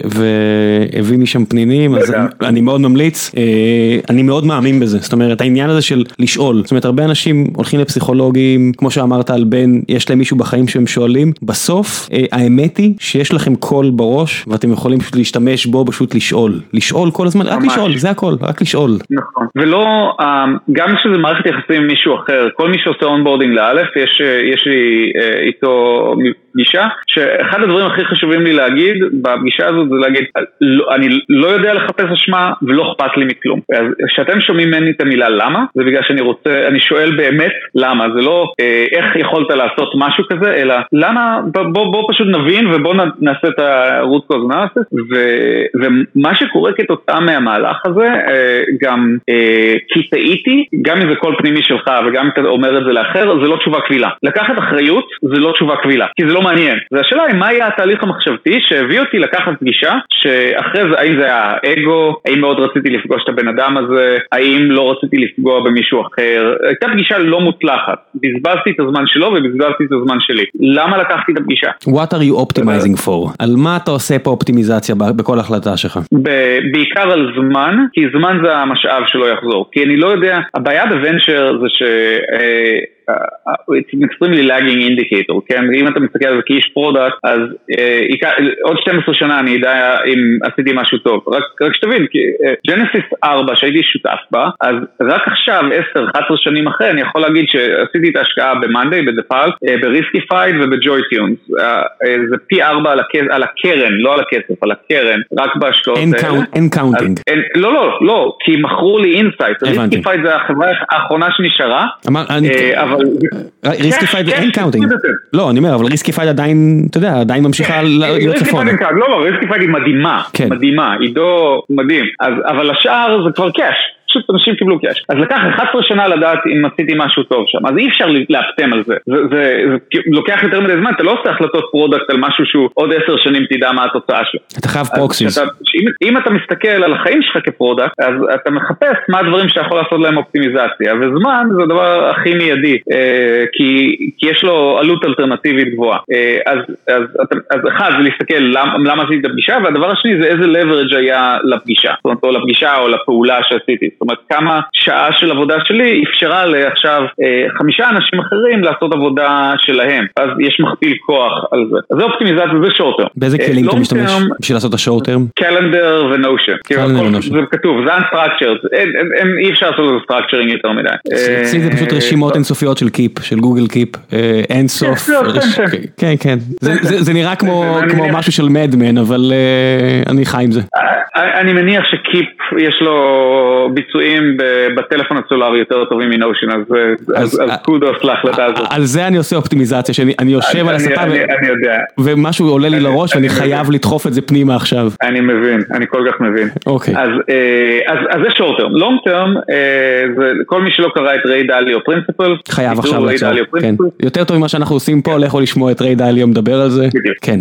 והביא משם פנינים, אז אני מאוד ממליץ. אני מאוד מאמין בזה. זאת אומרת, העניין הזה של לשאול. זאת אומרת, הרבה אנשים הולכים לפסיכולוגים, כמו שאמרת על בן, יש להם מישהו בחיים שהם שואלים. בסוף, האמת היא שיש לכם קול בראש, ואתם יכולים פשוט להשתמש בו, פשוט לשאול. לשאול כל הזמן, רק לשאול, זה הכל, רק לשאול. נכון. ולא, גם כשזה מערכת יחסים עם מישהו אחר, כל מי שעושה אונבורדינג לאלף, יש, יש לי איתו פגישה, שאחד הדברים הכי חשובים לי להגיד, בפגישה הזאת זה להגיד, אני לא יודע לחפש אשמה, ולא אכפת לי מכלום. אז כשאתם שומעים ממני את המילה למה, זה בגלל שאני רוצה, אני שואל באמת למה, זה לא איך יכולת לעשות משהו כזה, אלא למה, בוא, בוא פשוט נבין, ובוא נעשה את הרוט קוז אנליסיס, ומה שקורה כתוצאה מהמהלך הזה, גם כי טעיתי, גם אם זה קול פנימי שלך, וגם אם אתה אומר את זה לאחר, זה לא תשובה קבילה. לקחת אחריות, זה לא תשובה קבילה, כי זה לא מעניין. זה השאלה היא, מה היה התהליך המחשבתי שהביא אותי לקחת פגישה, שאחרי זה, האם זה היה אגו, האם מאוד רציתי לפגוש את הבן אדם הזה, האם לא רציתי לפגוע במישהו אחר, הייתה פגישה לא מוצלחת, בזבזתי את הזמן שלו ובזבזתי את הזמן שלי. למה לקחתי את הפגישה? What are you optimizing for? על מה אתה עושה פה אופטימיזציה בכל החלטה שלך? בעיקר על זמן, כי זמן זה המשאב שלא יחזור. כי אני לא יודע, הבעיה בוונצ'ר זה ש... it's an extremely lagging indicator, כן? אם אתה מסתכל על זה כאיש פרודקט, אז עוד שתים עשרה שנה אני יודע אם עשיתי משהו טוב. רק שתבין, ג'נסיס ארבע שהייתי שותף בה, אז רק עכשיו, עשר אחת עשרה שנים אחרי, אני יכול להגיד שעשיתי את ההשקעה במאנדיי, בדפאל, בריסקיפייד ובג'וי-טיונס. זה פי ארבע על הקרן, לא על הכסף, על הקרן, רק בהשקעות. אין קאונטינג. לא, לא, לא, כי מכרו לי אינסייט. ריסקיפייד זה החברה האחרונה שנשארה, אבל ריסקיפייד אין קאונטינג. לא, אני אומר, אבל ריסקיפייד עדיין, אתה יודע, עדיין ממשיכה להיות צפונה. לא, לא, ריסקיפייד היא מדהימה, מדהימה, עידו מדהים, אבל השאר זה כבר קאש. פשוט אנשים קיבלו קאש. אז לקח אחת עשרה שנה לדעת אם עשיתי משהו טוב שם. אז אי אפשר להפתם על זה. זה, זה, זה לוקח יותר מדי זמן. אתה לא עושה החלטות פרודקט על משהו שהוא עוד עשר שנים תדע מה התוצאה שלו. אתה חייב פרוקסיס. אם אתה מסתכל על החיים שלך כפרודקט, אז אתה מחפש מה הדברים שאתה יכול לעשות להם אופטימיזציה. וזמן זה הדבר הכי מיידי. כי, כי יש לו עלות אלטרנטיבית גבוהה. אז, אז, אז אחד זה להסתכל למה, למה עשיתי את הפגישה, והדבר השני זה איזה leverage היה לפגישה. זאת אומרת, או לפגישה או לפעולה שעשיתי. זאת אומרת, כמה שעה של עבודה שלי אפשרה לעכשיו חמישה אנשים אחרים לעשות עבודה שלהם, אז יש מכפיל כוח על זה. אז זה אופטימיזציה, זה short term. באיזה כלים אתה משתמש בשביל לעשות את ה-short term? קלנדר ונושן. זה כתוב, זה unstructured, אי אפשר לעשות את structuring יותר מדי. אצלי זה פשוט רשימות אינסופיות של קיפ, של גוגל קיפ, אינסוף. כן, כן. זה נראה כמו משהו של מדמן, אבל אני חי עם זה. אני מניח שקיפ יש לו ביצועים בטלפון הסולרי יותר טובים מנושן, אז קודוס להחלטה הזאת. על זה אני עושה אופטימיזציה, שאני יושב על הספה ומשהו עולה לי לראש ואני חייב לדחוף את זה פנימה עכשיו. אני מבין, אני כל כך מבין. אוקיי. אז זה short term. long term, כל מי שלא קרא את ריי דליו פרינסיפל, חייב עכשיו לעצור. יותר טוב ממה שאנחנו עושים פה, לכו לשמוע את ריי דליו מדבר על זה. כן.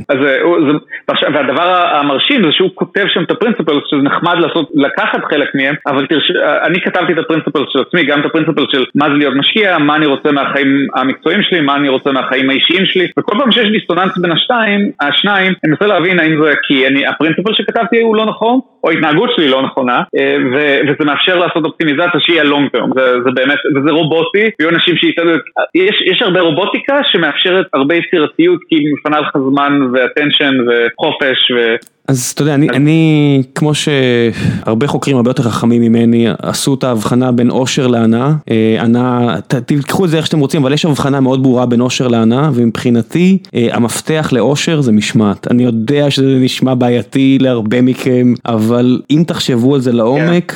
והדבר המרשים זה שהוא כותב שם את הפרינסיפל, שזה נחמד לקחת חלק מהם, אבל אני כתבתי את הפרינסיפל של עצמי, גם את הפרינסיפל של מה זה להיות משקיע, מה אני רוצה מהחיים המקצועיים שלי, מה אני רוצה מהחיים האישיים שלי, וכל פעם שיש דיסטוננס בין השתיים, השניים, אני מנסה להבין האם זה כי אני, הפרינסיפל שכתבתי הוא לא נכון, או ההתנהגות שלי לא נכונה, וזה מאפשר לעשות אופטימיזציה שהיא הלונג טרם, זה באמת, וזה רובוטי, ויהיו אנשים שיתעדו, יש, יש הרבה רובוטיקה שמאפשרת הרבה יצירתיות, כי היא מפנה לך זמן ואטנשן וחופש ו... אז אתה יודע, אני, אני, כמו שהרבה חוקרים הרבה יותר חכמים ממני, עשו את ההבחנה בין אושר להנאה, הנאה, תיקחו את זה איך שאתם רוצים, אבל יש הבחנה מאוד ברורה בין אושר להנאה, ומבחינתי, המפתח לאושר זה משמעת. אני יודע שזה נשמע בעייתי להרבה מכם, אבל אם תחשבו על זה לעומק,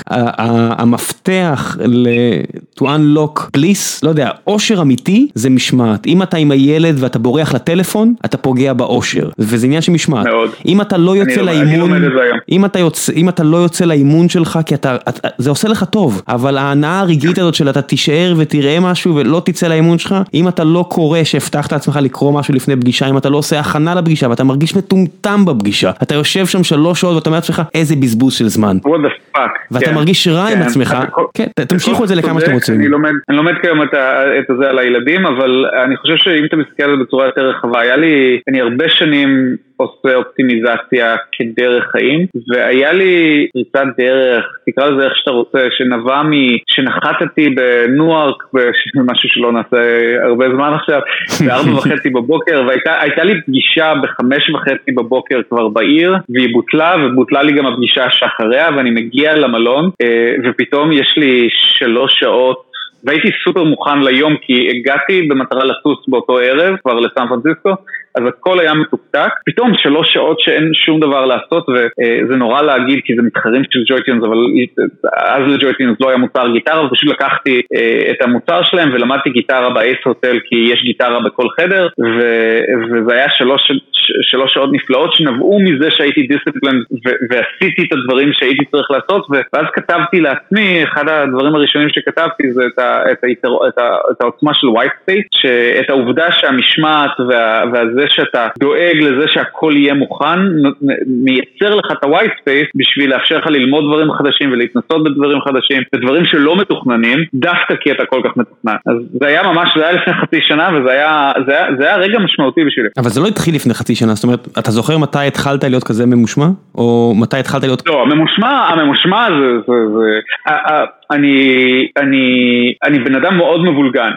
המפתח to unlock bliss, לא יודע, אושר אמיתי זה משמעת. אם אתה עם הילד ואתה בורח לטלפון, אתה פוגע באושר, וזה עניין של משמעת. אם אתה לא יוצא לאימון, אם אתה יוצא, אם אתה לא יוצא לאימון שלך, כי אתה, זה עושה לך טוב, אבל ההנאה הרגעית הזאת של אתה תישאר ותראה משהו ולא תצא לאימון שלך, אם אתה לא קורא שהבטחת לעצמך לקרוא משהו לפני פגישה, אם אתה לא עושה הכנה לפגישה ואתה מרגיש מטומטם בפגישה, אתה יושב שם שלוש שעות ואתה אומר לעצמך איזה בזבוז של זמן. What the fuck? ואתה מרגיש רע עם עצמך. כן, תמשיכו את זה לכמה שאתם רוצים. אני לומד, אני לומד כיום את זה על הילדים, אבל אני חושב שאם אתה מסתכל על זה בצורה יותר רחבה, היה לי, אני הרבה שנים עושה אופטימיזציה כדרך חיים, והיה לי פריצת דרך, תקרא לזה איך שאתה רוצה, שנבע מ... שנחתתי בניוארק, משהו שלא נעשה הרבה זמן עכשיו, בארבע וחצי בבוקר, והייתה לי פגישה בחמש וחצי בבוקר כבר בעיר, והיא בוטלה, ובוטלה לי גם הפגישה שאחריה, ואני מגיע למלון, ופתאום יש לי שלוש שעות, והייתי סופר מוכן ליום, כי הגעתי במטרה לטוס באותו ערב, כבר לסן פרנסיסקו, אז הכל היה מתוקתק, פתאום שלוש שעות שאין שום דבר לעשות, וזה נורא להגיד, כי זה מתחרים של ג'ויטיונס, אבל אז לג'ויטיונס לא היה מוצר גיטרה, ופשוט לקחתי את המוצר שלהם, ולמדתי גיטרה באייס הוטל, כי יש גיטרה בכל חדר, וזה היה שלוש, שלוש שעות נפלאות, שנבעו מזה שהייתי דיסציפלין, ועשיתי את הדברים שהייתי צריך לעשות, ואז כתבתי לעצמי, אחד הדברים הראשונים שכתבתי, זה את, ה, את, ה, את, ה, את העוצמה של ווייט ספייס, שאת העובדה שהמשמעת וה, והזה שאתה דואג לזה שהכל יהיה מוכן, מייצר לך את ה-white space בשביל לאפשר לך ללמוד דברים חדשים ולהתנסות בדברים חדשים, בדברים שלא מתוכננים, דווקא כי אתה כל כך מתוכנן. אז זה היה ממש, זה היה לפני חצי שנה, וזה היה, זה היה, זה היה רגע משמעותי בשבילי. אבל זה לא התחיל לפני חצי שנה, זאת אומרת, אתה זוכר מתי התחלת להיות כזה ממושמע? או מתי התחלת להיות... לא, הממושמע, הממושמע זה, זה, זה, אני, אני, אני בן אדם מאוד מבולגן,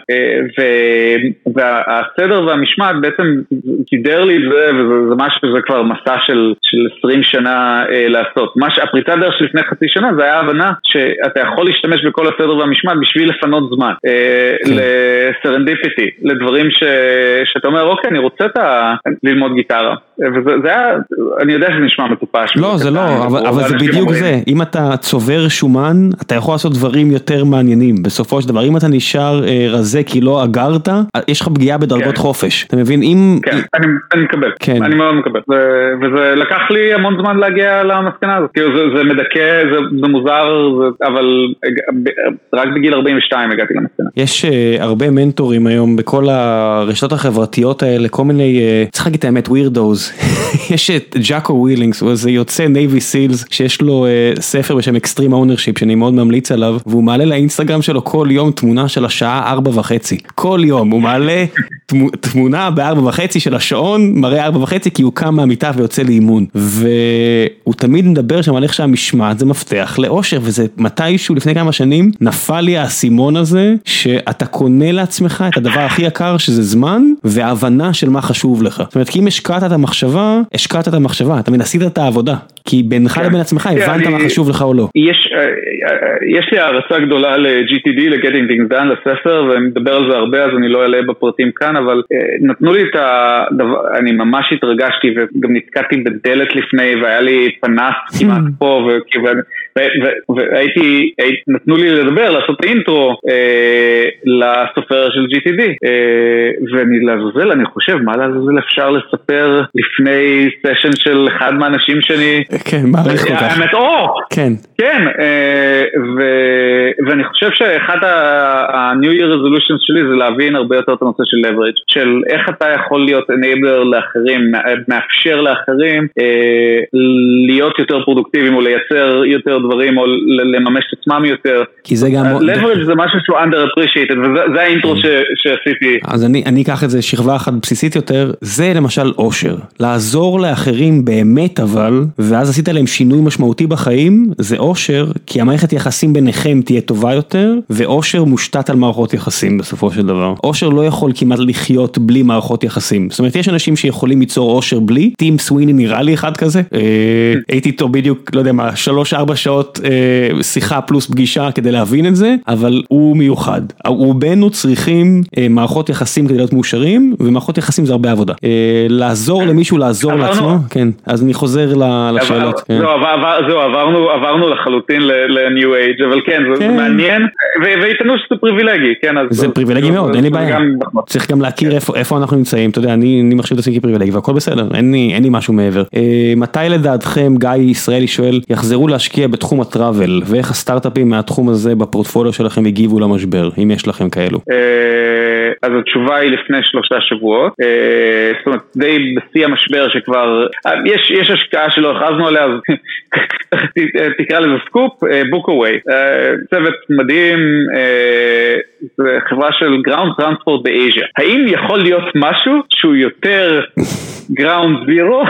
והסדר והמשמעת בעצם קידר לי את זה, וזה משהו, זה כבר מסע של, של עשרים שנה לעשות. מה שהפריצת דרך של לפני חצי שנה, זה היה הבנה שאתה יכול להשתמש בכל הסדר והמשמעת בשביל לפנות זמן, לסרנדיפיטי, לדברים ש, שאתה אומר, אוקיי, אני רוצה את ה, ללמוד גיטרה. וזה זה היה, אני יודע שזה נשמע מטופש. לא, זה לא, אבל, אבל זה בדיוק זה. אם אתה צובר שומן, אתה יכול לעשות דברים יותר מעניינים. בסופו של דבר, אם אתה נשאר אה, רזה כי לא אגרת, יש לך פגיעה בדרגות כן. חופש. אתה מבין? אם... כן, אני, אני מקבל. כן. אני מאוד מקבל. ו, וזה לקח לי המון זמן להגיע למסקנה הזאת. כאילו זה, זה מדכא, זה, זה מוזר, זה, אבל רק בגיל ארבעים ושתיים הגעתי למסקנה. יש אה, הרבה מנטורים היום בכל הרשתות החברתיות האלה, כל מיני, אה, צריך להגיד את האמת, weirdos. יש את ג'אקו ווילינגס, הוא זה יוצא נייבי סילס, שיש לו uh, ספר בשם אקסטרים אונרשיפ, שאני מאוד ממליץ עליו, והוא מעלה לאינסטגרם שלו כל יום תמונה של השעה ארבע וחצי. כל יום, הוא מעלה תמונה בארבע וחצי של השעון, מראה ארבע וחצי כי הוא קם מהמיטה ויוצא לאימון, והוא תמיד מדבר שם על איך שהמשמעת זה מפתח לאושר, וזה מתישהו לפני כמה שנים נפל לי האסימון הזה, שאתה קונה לעצמך את הדבר הכי יקר שזה זמן, וההבנה של מה חשוב לך. זאת אומרת, כי אם השקעת את המחשבה, השקעת את המחשבה, אתה מנסית את העבודה, כי בינך לבין עצמך הבנת מה חשוב לך או לא. יש לי הערצה גדולה ל-ג'י טי די, ל-Getting Things Done, לספר, ואני מדבר על זה הרבה, אז אני לא אעלה בפרטים כאן, אבל נתנו לי את הדבר, אני ממש התרגשתי, וגם נתקעתי בדלת לפני, והיה לי פנס כמעט פה, והייתי, נתנו לי לדבר, לעשות אינטרו לסופר של ג'י טי די, ואני לעזוזל, אני חושב, מה לעזוזל אפשר לספר לפני סשן של אחד מהאנשים שאני... כן, מעריך כל כך. האמת, או! כן. כן, ואני חושב שאחד ה-New Year Resolutions שלי זה להבין הרבה יותר את הנושא של leverage, של איך אתה יכול להיות enabler לאחרים, מאפשר לאחרים להיות יותר פרודוקטיביים, או לייצר יותר דברים, או לממש את עצמם יותר. כי זה גם... leverage זה משהו שהוא underappreciated, וזה האינטרו שעשיתי. אז אני, אני אקח את זה שכבה אחת בסיסית יותר, זה למשל אושר. לעזור לאחרים באמת אבל, ואז עשית להם שינוי משמעותי בחיים, זה אושר, כי המערכת יחסים ביניכם תהיה טובה יותר, ואושר מושתת על מערכות יחסים בסופו של דבר. אושר לא יכול כמעט לחיות בלי מערכות יחסים. זאת אומרת, יש אנשים שיכולים ליצור אושר בלי, טים סוויני נראה לי אחד כזה, הייתי איתו בדיוק, לא יודע מה, שלוש ארבע שעות שיחה פלוס פגישה כדי להבין את זה, אבל הוא מיוחד. רובנו צריכים מערכות יחסים כדי להיות מאושרים, ומערכות יחסים זה הרבה עבודה. לעזור למישהו, לעזור לעצמו, כן. אז אני חוזר לשאלות. זהו, עברנו לחלוטין ל-New Age, אבל כן, זה מעניין, ואיתנו שזה פריבילגי, כן. זה פריבילגי מאוד, אין לי בעיה. צריך גם להכיר איפה אנחנו נמצאים, אתה יודע, אני מחשיב את עצמי כפריבילגי, והכל בסדר, אין לי משהו מעבר. מתי לדעתכם, גיא ישראלי שואל, יחזרו להשקיע בתחום הטראבל, ואיך הסטארט-אפים מהתחום הזה בפורטפוליו שלכם הגיבו למשבר, אם יש לכם כאלו? אז התשובה היא לפני שלושה שבועות, זאת אומרת, די בשיא המשבר שכבר, יש, יש השקעה שלא הכרזנו עליה, אז תקרא לזה סקופ, בוקווי, צוות מדהים, זה חברה של גראונד טרנספורט באזיה. האם יכול להיות משהו שהוא יותר גראונד זירו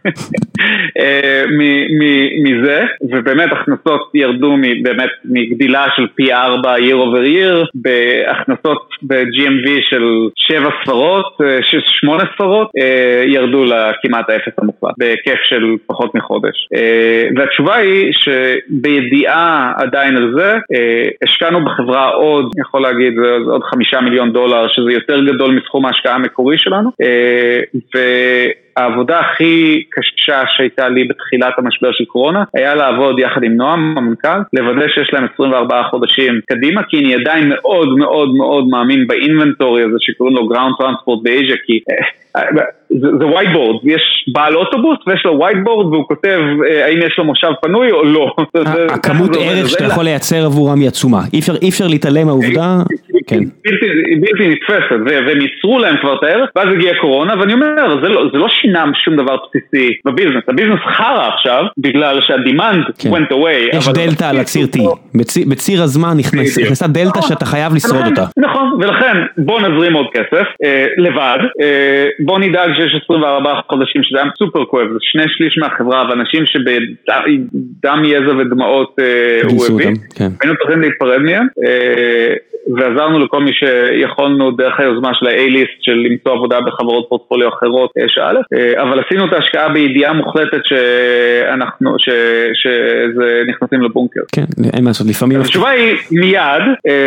מזה, ובאמת הכנסות ירדו באמת מגדילה של פי ארבע year over year, בהכנסות ב-ג'י אם וי של שבע ספרות, שמונה ספרות, ירדו לכמעט האפס המוחלט, בהיקף של פחות מחודש. והתשובה היא שבידיעה עדיין על זה, השקענו בחברה עוד, יכול להגיד, עוד חמישה מיליון דולר, שזה יותר גדול מסכום ההשקעה המקורי שלנו, ו... העבודה הכי קשה שהייתה לי בתחילת המשבר של קורונה, היה לעבוד יחד עם נועם, המנכ"ל, לוודא שיש להם עשרים וארבעה חודשים קדימה, כי אני עדיין מאוד מאוד מאוד מאמין באינבנטורי הזה שקוראים לו גראונד טרנספורט באזיה, כי זה, זה whiteboard, יש בעל אוטובוס ויש לו whiteboard והוא כותב האם יש לו מושב פנוי או לא. הכמות ערך שאתה יכול לייצר עבורם היא עצומה, אי אפשר, אי אפשר להתעלם מהעובדה, כן. בלתי נתפסת, והם ייצרו להם כבר את הערך, ואז הגיעה קורונה, ואני אומר, זה לא, זה לא שינה שום דבר בסיסי בביזנס, הביזנס חרה עכשיו, בגלל שהדימנד went away. יש דלתה על הציר T, בציר הזמן נכנסה דלתה שאתה חייב לשרוד אותה. נכון, ולכן בוא נזרים עוד כסף, לבד, בוא נדאג שיש עשרים וארבעה חודשים שזה היה סופר כואב, זה שני שליש מהחברה, ואנשים שבדם יזע ודמעות הוא הביא, היינו צריכים להתפרד מהם, ועזרנו לכל מי שיכולנו דרך היוזמה של ה-A-List של למצוא עבודה בחברות פורטפוליו אחרות שא', אבל עשינו את ההשקעה בידיעה מוחלטת שאנחנו, שזה נכנסים לבונקר. כן, אין מה לעשות, לפעמים... התשובה היא מיד,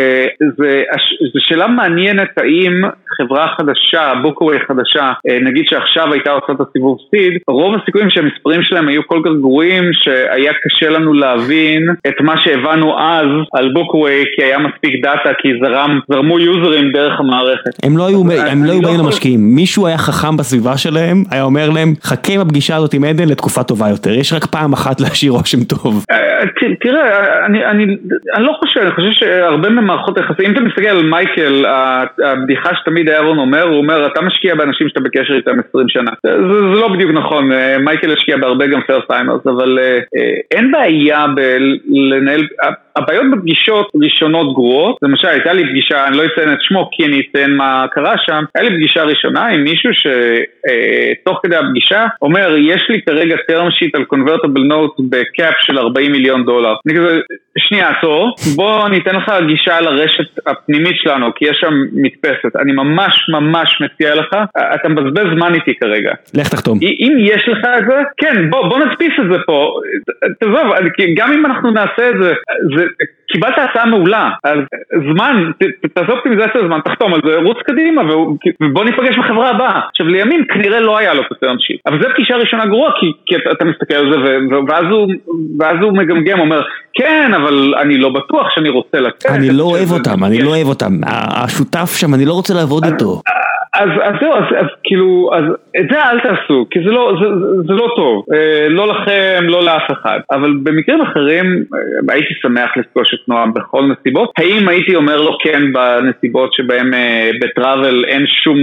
זו שאלה מעניינת האם חברה חדשה, בוקווי חדשה, נגיד שעכשיו הייתה עושה את הסיבוב סיד, רוב הסיכויים שהמספרים שלהם היו כל כך גרועים שהיה קשה לנו להבין את מה שהבנו אז על בוקווי, כי היה מספיק דאטה, כי זרם, זרמו יוזרים דרך המערכת. הם לא היו, הם לא היו באים למשקיעים. מישהו היה חכם בסביבה שלהם, היה אומר להם, חכה עם הפגישה הזאת עם עדן לתקופה טובה יותר. יש רק פעם אחת להשאיר רושם טוב. תראה, אני, אני, אני לא חושב, אני חושב שהרבה ממערכות יחסים, אם אתה מסתכל על מייקל, הבדיחה שתמיד אהרון אומר, הוא אומר, אתה משקיע באנשים שאתה בקשר איתם עשרים שנה. זה, זה לא בדיוק נכון. מייקל השקיע בהרבה גם פרסט טיימרס, אבל אין בעיה בלנהל, הבעיות בפגישות ראשונות גרועות, למשל הייתה לי פגישה, אני לא אציין את שמו כי אני אציין מה קרה שם, היה לי פגישה ראשונה עם מישהו שתוך כדי הפגישה אומר, יש לי כרגע term sheet על convertible note בקאפ של ארבעים מיליון דולר. אני כזה, שנייה, עצור, בוא ניתן לך גישה לרשת הפנימית שלנו, כי יש שם מדפסת. אני ממש ממש מציע לך, אתה מבזבז זמן איתי כרגע. לך תחתום. אם יש לך את זה, כן, בוא, בוא נדפיס את זה פה. תעזוב, גם אם אנחנו נעשה את זה, זה קיבלת הצעה מעולה, אז זמן, תעזוב אופטימיזציה זמן, תחתום על זה, רוץ קדימה, ובוא ניפגש בחברה הבאה. עכשיו, לימין כנראה לא היה לו פטרן שיט, אבל זו פגישה ראשונה גרועה, כי, כי אתה, אתה מסתכל על זה, ואז הוא, ואז הוא מגמגם, אומר, כן, אבל אני לא בטוח שאני רוצה לתת. אני לא אוהב אותם, אני לא אוהב אותם. השותף שם, אני לא רוצה לעבוד איתו. אז, אז זהו, אז, אז כאילו, אז את זה אל תעשו, כי זה לא, זה, זה לא טוב, אה, לא לכם, לא לאף אחד, אבל במקרים אחרים אה, הייתי שמח לפגוש את נועם בכל נסיבות. האם הייתי אומר לו כן בנסיבות שבהם אה, בטראבל אין שום,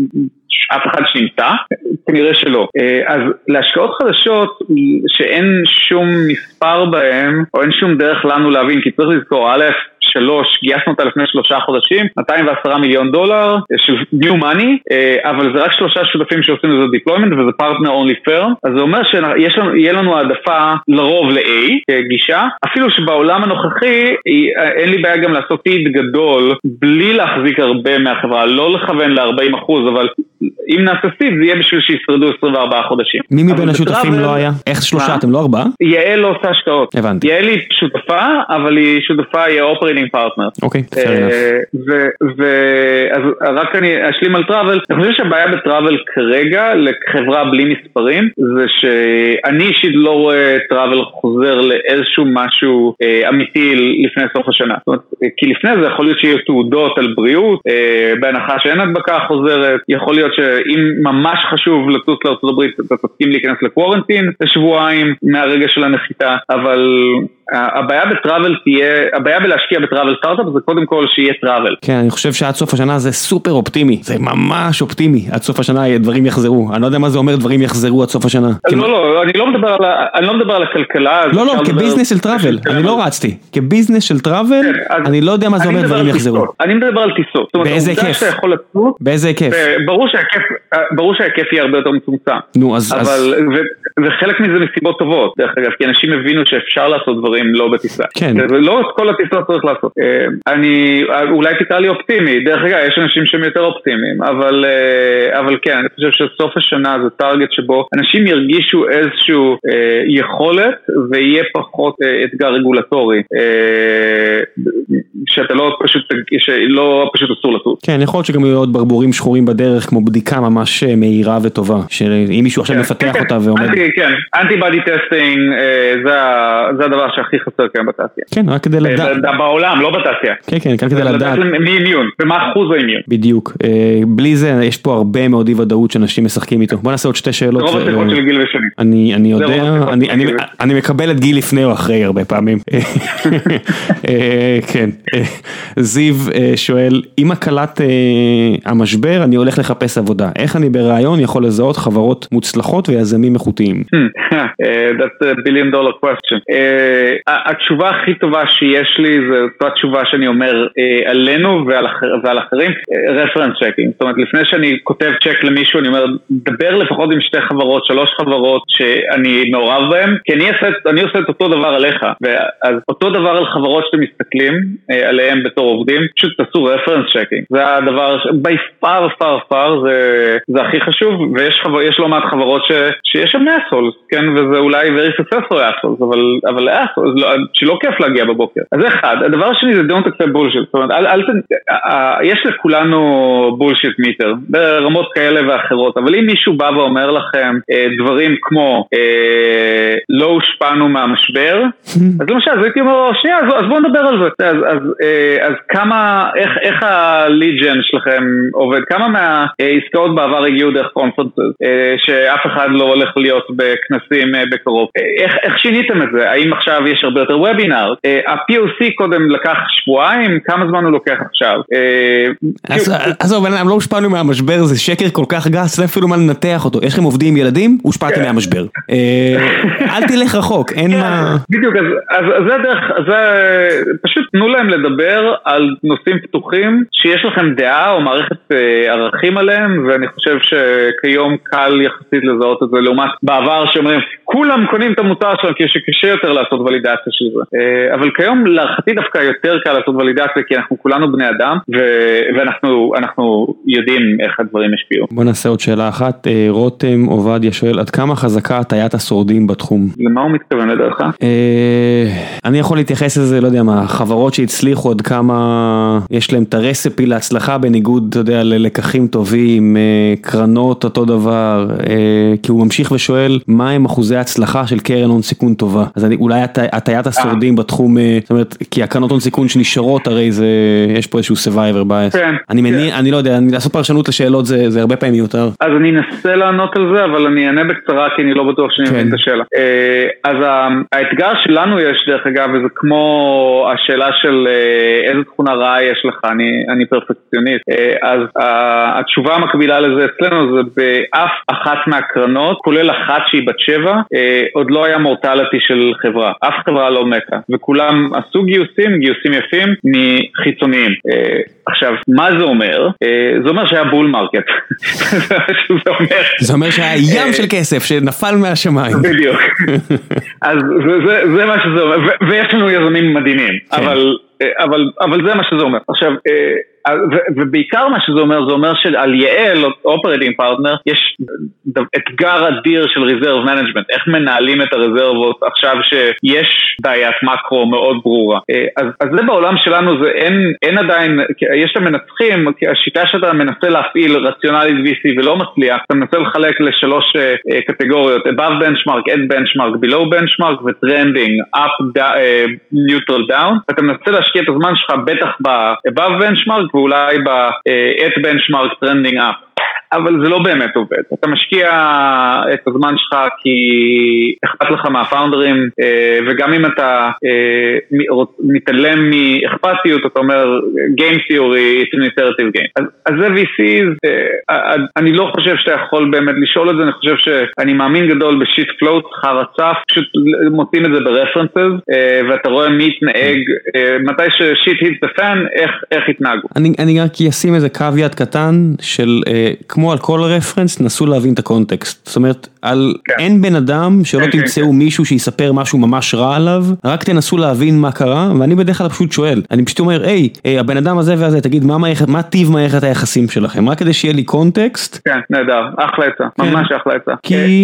אף אחד שנמצא? כנראה שלא. אה, אז להשקעות חדשות שאין שום מספר בהם, או אין שום דרך לנו להבין, כי צריך לזכור, א', שלוש, גייסנו אותה לפני שלושה חודשים, מאתיים ועשרה מיליון דולר של new money, אבל זה רק שלושה שותפים שעושים לזה deployment, וזה partner only firm, אז זה אומר שיהיה לנו העדפה לרוב ל-A כגישה, אפילו שבעולם הנוכחי אין לי בעיה גם לעשות טיד גדול, בלי להחזיק הרבה מהחברה, לא לכוון ל-ארבעים אחוז, אבל אם נעשה סיד, זה יהיה בשביל שישרדו עשרים וארבעה חודשים. מי מבין השותפים לא היה? איך שלושה? אתם לא ארבעה? יעל לא עושה השקעות. הבנתי. יעל היא שותפה, אבל היא שותפה, היא אופרייטינג פרטנר. אוקיי, fair enough. ואז רק אני אשלים על טראבל, אני חושב שהבעיה בטראבל כרגע, לחברה בלי מספרים, זה שאני אישית לא רואה טראבל חוזר לאיזשהו משהו אמיתי לפני סוף השנה. זאת אומרת, כי לפני זה יכול להיות שיהיו תעודות על בריאות, בהנחה שאין הדבקה חוזרת, יכול להיות שאם ממש חשוב לטוס לארצות הברית, אתה תסכים להיכנס לקוורנטין לשבועיים מהרגע של הנחיתה, אבל הבעיה בטראבל תהיה, הבעיה בלהשקיע בטראבל סטארט-אפ זה קודם כל שיהיה טראבל. כן, אני חושב שעד סוף השנה זה סופר אופטימי, זה ממש אופטימי, עד סוף השנה דברים יחזרו, אני לא יודע מה זה אומר דברים יחזרו עד סוף השנה. לא, לא, אני לא מדבר על, אני לא מדבר על הכלכלה. לא, לא, כביזנס של טראבל, אני לא רצתי, כביזנס של טראבל, אני לא יודע מה זה אומר דברים יחזרו. אני מדבר על טיסות. באיזה היקף? באיזה היקף? ברור שההיקף יהיה הרבה יותר מצומצם. נו, אז... וחלק מזה מסיבות טובות, דרך אגב, כי אנשים הבינו שאפשר לעשות דברים לא בטיסה. כן. ולא את כל הטיסות צריך לעשות. אני, אולי תקרא לי אופטימי, דרך אגב, יש אנשים שהם יותר אופטימיים, אבל, אבל כן, אני חושב שסוף השנה זה טרגט שבו אנשים ירגישו איזשהו יכולת, ויהיה פחות אתגר רגולטורי, שאתה לא פשוט, שלא פשוט אסור לטוס. כן, יכול להיות שגם יהיו עוד ברבורים שחורים בדרך, כמו בדיקה ממש מהירה וטובה, שאם מישהו עכשיו מפתח אותה ועומד... כן, אנטי-בדי טסטינג, זה הדבר שהכי חסר כאן בתעשייה. כן, רק כדי לדעת. בעולם, לא בתעשייה. כן, כן, כאן כדי לדעת. מי אימיון, ומה אחוז האימיון. בדיוק. בלי זה, יש פה הרבה מאוד אי ודאות שאנשים משחקים איתו. בוא נעשה עוד שתי שאלות. זה רוב השיחות של גיל ושני. אני יודע, אני מקבל את גיל לפני או אחרי הרבה פעמים. כן. זיו שואל, עם הקלת המשבר, אני הולך לחפש עבודה. איך אני ברעיון יכול לזהות חברות מוצלחות ויזמים איכותיים? That's a billion dollar question. התשובה הכי טובה שיש לי, זו התשובה שאני אומר עלינו ועל אחרים, reference checking. זאת אומרת, לפני שאני כותב צ'ק למישהו, אני אומר, דבר לפחות עם שתי חברות, שלוש חברות שאני מעורב בהן, כי אני עושה את אותו דבר עליך. אז אותו דבר על חברות שאתם מסתכלים עליהם בתור עובדים, פשוט תעשו reference checking. זה הדבר, by far, far, far, זה הכי חשוב, ויש לא מעט חברות שיש שם assholes, כן, וזה אולי very successful assholes, אבל, אבל assholes, שלא כיף להגיע בבוקר. אז זה אחד. הדבר השני זה don't accept bullshit. זאת אומרת, אל, אל, יש לכולנו bullshit meter, ברמות כאלה ואחרות, אבל אם מישהו בא ואומר לכם דברים כמו, לא הושפענו מהמשבר, אז למשל, אז הייתי אומר, שנייה, אז, אז בואו נדבר על זה. אז, אז, אז כמה, איך, איך ה-lead gen שלכם עובד? כמה מהעסקאות בעבר הגיעו דרך קונפרנסס, שאף אחד לא הולך להיות בכנסים בקרוב? איך, איך שיניתם את זה? האם עכשיו יש הרבה יותר וובינר. ה-פי או סי קודם לקח שבועיים, כמה זמן הוא לוקח עכשיו? אז אבל לא הושפענו מהמשבר, זה שקר כל כך גס, זה אפילו מה לנתח אותו. יש לכם עובדים עם ילדים? הושפעתם מהמשבר. אל תלך רחוק, אין מה... בדיוק, אז זה דרך, פשוט תנו להם לדבר על נושאים פתוחים, שיש לכם דעה או מערכת ערכים עליהם, ואני חושב שכיום קל יחסית לזהות את זה, לעומת בעבר שאומרים, כולם קונים את המוצר שלהם, כי שקשה יותר לעשות ולידציה של זה. אבל כיום להערכתי דווקא יותר קל לעשות ולידציה, כי אנחנו כולנו בני אדם, ואנחנו יודעים איך הדברים השפיעו. בוא נעשה עוד שאלה אחת, רותם עובדיה שואל, עד כמה חזקה הטיית השורדים בתחום? למה הוא מתכוון לדעתך? אני יכול להתייחס לזה, לא יודע מה, חברות שהצליחו עד כמה יש להם את הרספי להצלחה, בניגוד, אתה יודע, ללקחים טובים, קרנות אותו דבר, כי הוא ממשיך ושואל, מה הם אחוזי ההצלחה של קרן הון סיכון טובה? אז אני, אולי הטיית השורדים בתחום, זאת אומרת, כי הקרנות הון סיכון שנשארות, הרי זה, יש פה איזשהו survivor bias. אני מניע, אני לא יודע, אני לעשות פרשנות לשאלות זה, זה הרבה פעמים מיותר. אז אני אנסה לענות על זה, אבל אני אענה בקצרה, כי אני לא בטוח שאני מבין את השאלה. אז האתגר שלנו יש, דרך אגב, וזה כמו השאלה של איזה תכונה רעה יש לך, אני, אני פרפקציוניסט. אז התשובה המקבילה לזה אצלנו זה באף אחת מהקרנות, כולל אחת שהיא בת שבע, עוד לא היה מורטליטי של חברה. אף חברה לא מתה. וכולם עשו גיוסים, גיוסים יפים, מחיצוניים. עכשיו, מה זה אומר? זה אומר שהיה בול מרקט. זה מה שזה אומר. זה אומר שהיה ים של כסף שנפל מהשמיים. בדיוק. אז זה מה שזה אומר. ויש לנו יזמים מדהימים. אבל... אבל, אבל זה מה שזה אומר. עכשיו, ובעיקר מה שזה אומר, זה אומר שעל יעל, אופרייטינג פרטנר, יש אתגר אדיר של ריזרב מנג'מנט, איך מנהלים את הרזרבות עכשיו שיש בעיית מקרו מאוד ברורה. אז, אז זה בעולם שלנו, זה אין, אין עדיין, יש את המנצחים, השיטה שאתה מנסה להפעיל רציונלית וי סי ולא מצליח, אתה מנסה לחלק לשלוש קטגוריות, above benchmark, at benchmark, below benchmark וטרנדינג, up, neutral, down, ואתה מנסה להשקיע את הזמן שלך בטח ב-above benchmark ואולי ב-at benchmark trending up. אבל זה לא באמת עובד. אתה משקיע את הזמן שלך כי אכפת לך מהפאונדרים, וגם אם אתה מתעלם מאכפתיות, אתה אומר game theory, it's an iterative game. אז, אז זה וי סי, אני לא חושב שאתה יכול באמת לשאול את זה, אני חושב שאני מאמין גדול בשיט פלוט, חר הצף, פשוט מוצאים את זה ברפרנסס, ואתה רואה מי יתנהג, מתי ששיט hits the fan, איך, איך יתנהגו. אני, אני רק אשים איזה קוויאט קטן של, כמו על כל רפרנס, נסו להבין את הקונטקסט. זאת אומרת, על אין בן אדם שלא תמצאו מישהו שיספר משהו ממש רע עליו, רק תנסו להבין מה קרה, ואני בדרך כלל פשוט שואל, אני פשוט אומר, היי, הבן אדם הזה והזה, תגיד, מה טיב מערכת היחסים שלכם? רק כדי שיהיה לי קונטקסט. כן, נהדר, אחלה עצה, ממש אחלה עצה.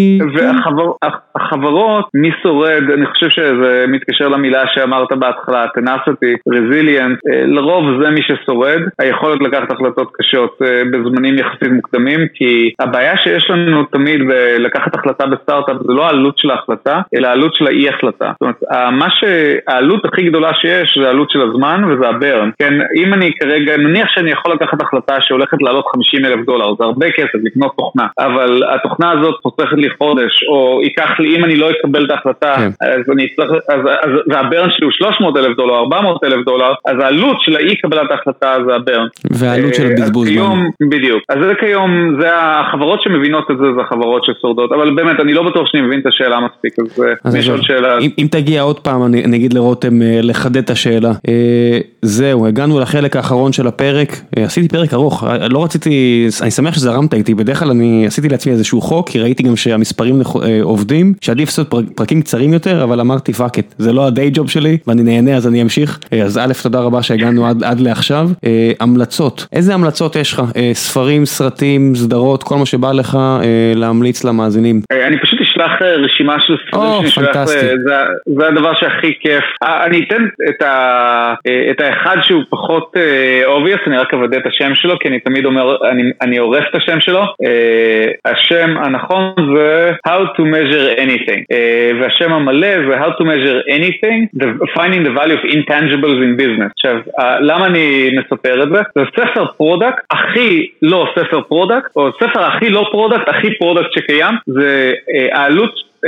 והחברות, מי שורד, אני חושב שזה מתקשר למילה שאמרת בהתחלה, tenacity, resilience, לרוב זה מי ששורד, היכולת לקחת החלטות קשות בזמנים יחסית מוקדמים, כי הבעיה שיש לנו תמיד בלקחת החלטה בסטארט-אפ, זה לא העלות של ההחלטה, אלא העלות של האי החלטה. זאת אומרת, מה שהעלות הכי גדולה שיש, זה העלות של הזמן, וזה הברן. כן, אם אני כרגע, נניח שאני יכול לקחת החלטה שהולכת לעלות חמישים אלף דולר, זה הרבה כסף לקנות תוכנה, אבל התוכנה הזאת חוסכת לי חודש, או ייקח לי, אם אני לא אקבל את ההחלטה, אז אני צריך, אז, אז, והברן שלי הוא שלוש מאות אלף דולר, ארבע מאות אלף דולר, אז העלות של האי קבלת ההחלטה זה הברן. והעלות של הבזבוז זמן. בדיוק. אז זה כיום, זה החברות שמבינות את זה, זה החברות ששורדות, אבל באמת, אני לא בטוח שאני מבין את השאלה מספיק, אז יש עוד שאלה. אם, אם תגיע עוד פעם, אני, אני אגיד לרותם לחדד את השאלה. זהו, הגענו לחלק האחרון של הפרק, עשיתי פרק ארוך, לא רציתי, אני שמח שזרמת איתי, בדרך כלל אני עשיתי לעצמי איזשהו חוק, כי ראיתי גם שהמספרים עובדים, שעדיף לעשות פרקים קצרים יותר, אבל אמרתי פאקט, זה לא הדיי ג'וב שלי, ואני נהנה, אז אני אמשיך. אז א', תודה רבה שהגענו עד, עד לעכשיו. המלצות, איזה המלצות יש לך? ספרים, סרטים, סדרות, כל מה שבא לך להמליץ למאזינים. אני פשוט אשלח רשימה של ספרים שנשלח, זה הדבר שהכי כיף. אני אתן את האחד שהוא פחות obvious, אני רק אבדל את השם שלו, כי אני תמיד אומר, אני עורף את השם שלו. השם הנכון זה How to measure anything, והשם המלא זה How to measure anything, finding the value of intangibles in business. עכשיו, למה אני מספר את זה? זה ספר פרודקט, הכי לא ספר פרודקט, או ספר הכי לא פרודקט, הכי פרודקט שקיים, זה העלות,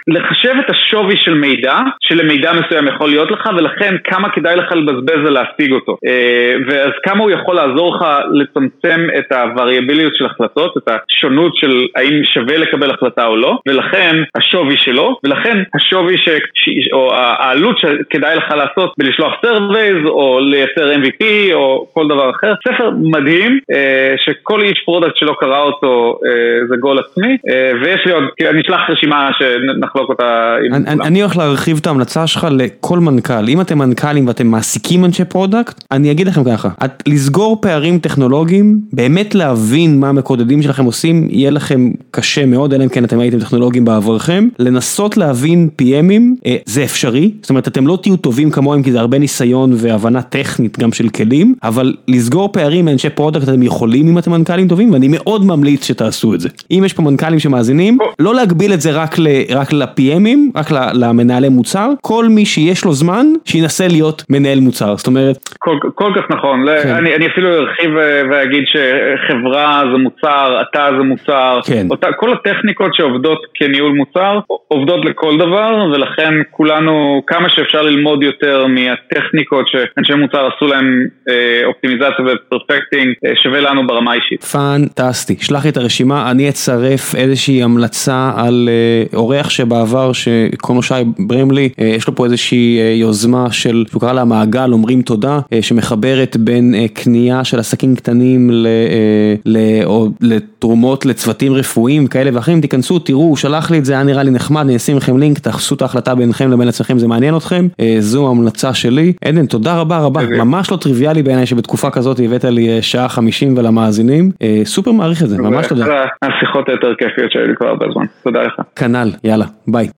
לחשב את השווי של מידע, שלמידע מסוים יכול להיות לך, ולכן כמה כדאי לך לבזבז ולהשיג אותו. ואז כמה הוא יכול לעזור לך לצמצם את הווריאביליות של החלטות, את השונות של האם שווה לקבל החלטה או לא, ולכן השווי שלו, ולכן השווי ש... או העלות שכדאי לך לעשות בלשלוח surveys, או לייצר אם וי פי, או כל דבר אחר. ספר מדהים, שכל איש פרודקט שלא קרא אותו זה גול עצמי, ויש לי עוד, אני אשלח רשימה שנחלוק אותה. אני הולך להרחיב את ההמלצה שלך לכל מנכ"ל. אם אתם מנכ"לים ואתם מעסיקים אנשי פרודקט, אני אגיד לכם ככה, לסגור פערים טכנולוגיים, באמת להבין מה המקודדים שלכם עושים, יהיה לכם קשה מאוד, אלא אם כן אתם הייתם טכנולוגיים בעברכם, לנסות להבין פי אמים, זה אפשרי, זאת אומרת, אתם לא תהיו טובים כמוהם, כי זה הרבה ניסיון והבנה טכנית גם של כלים, אבל לסגור פערים מאנשי פרודקט אתם יכולים אם אתם מנכ"לים טובים, ואני מאוד ממליץ שתעשו את זה. אם יש פה מנכ"לים שמאזינים, לא להגביל את זה רק רק ל-פי אמים, רק למנהלי מוצר, כל מי שיש לו זמן, שינסה להיות מנהל מוצר, זאת אומרת... כל, כל כך נכון, כן. אני, אני אפילו ארחיב ואגיד שחברה זה מוצר, אתה זה מוצר, כן. אותה, כל הטכניקות שעובדות כניהול מוצר, עובדות לכל דבר, ולכן כולנו, כמה שאפשר ללמוד יותר מהטכניקות שאנשי מוצר עשו להם אה, אופטימיזציה ופרפקטינג, אה, שווה לנו ברמה אישית. פנטסטי, שלח לי את הרשימה, אני אצרף איזושהי המלצה על אה, אורח שבעבר, שקוראים לו שי ברמלי, אה, יש לו פה איזושהי אה, יוזמה של, שהוא קרא לה מעגל, אומרים תודה, אה, שמחברת בין אה, קנייה של עסקים קטנים ל, אה, ל, או, לתרומות לצוותים רפואיים כאלה ואחרים, תיכנסו, תראו, הוא שלח לי את זה, היה נראה לי נחמד, אני אשים לכם לינק, תחסו את ההחלטה ביניכם לבין עצמכם, זה מעניין אתכם, אה, זו המלצה שלי. עדן, תודה רבה רבה, ממש לא טריוויאלי בעיניי שבתקופה כזאת הבאת לי שעה חמישים ולמאזינים, אה, סופר מעריך את זה, ממש תודה. השיחות היותר כיפיות שהיו לי כבר הרבה זמן, תודה לך. כנ"ל, יאללה, ביי.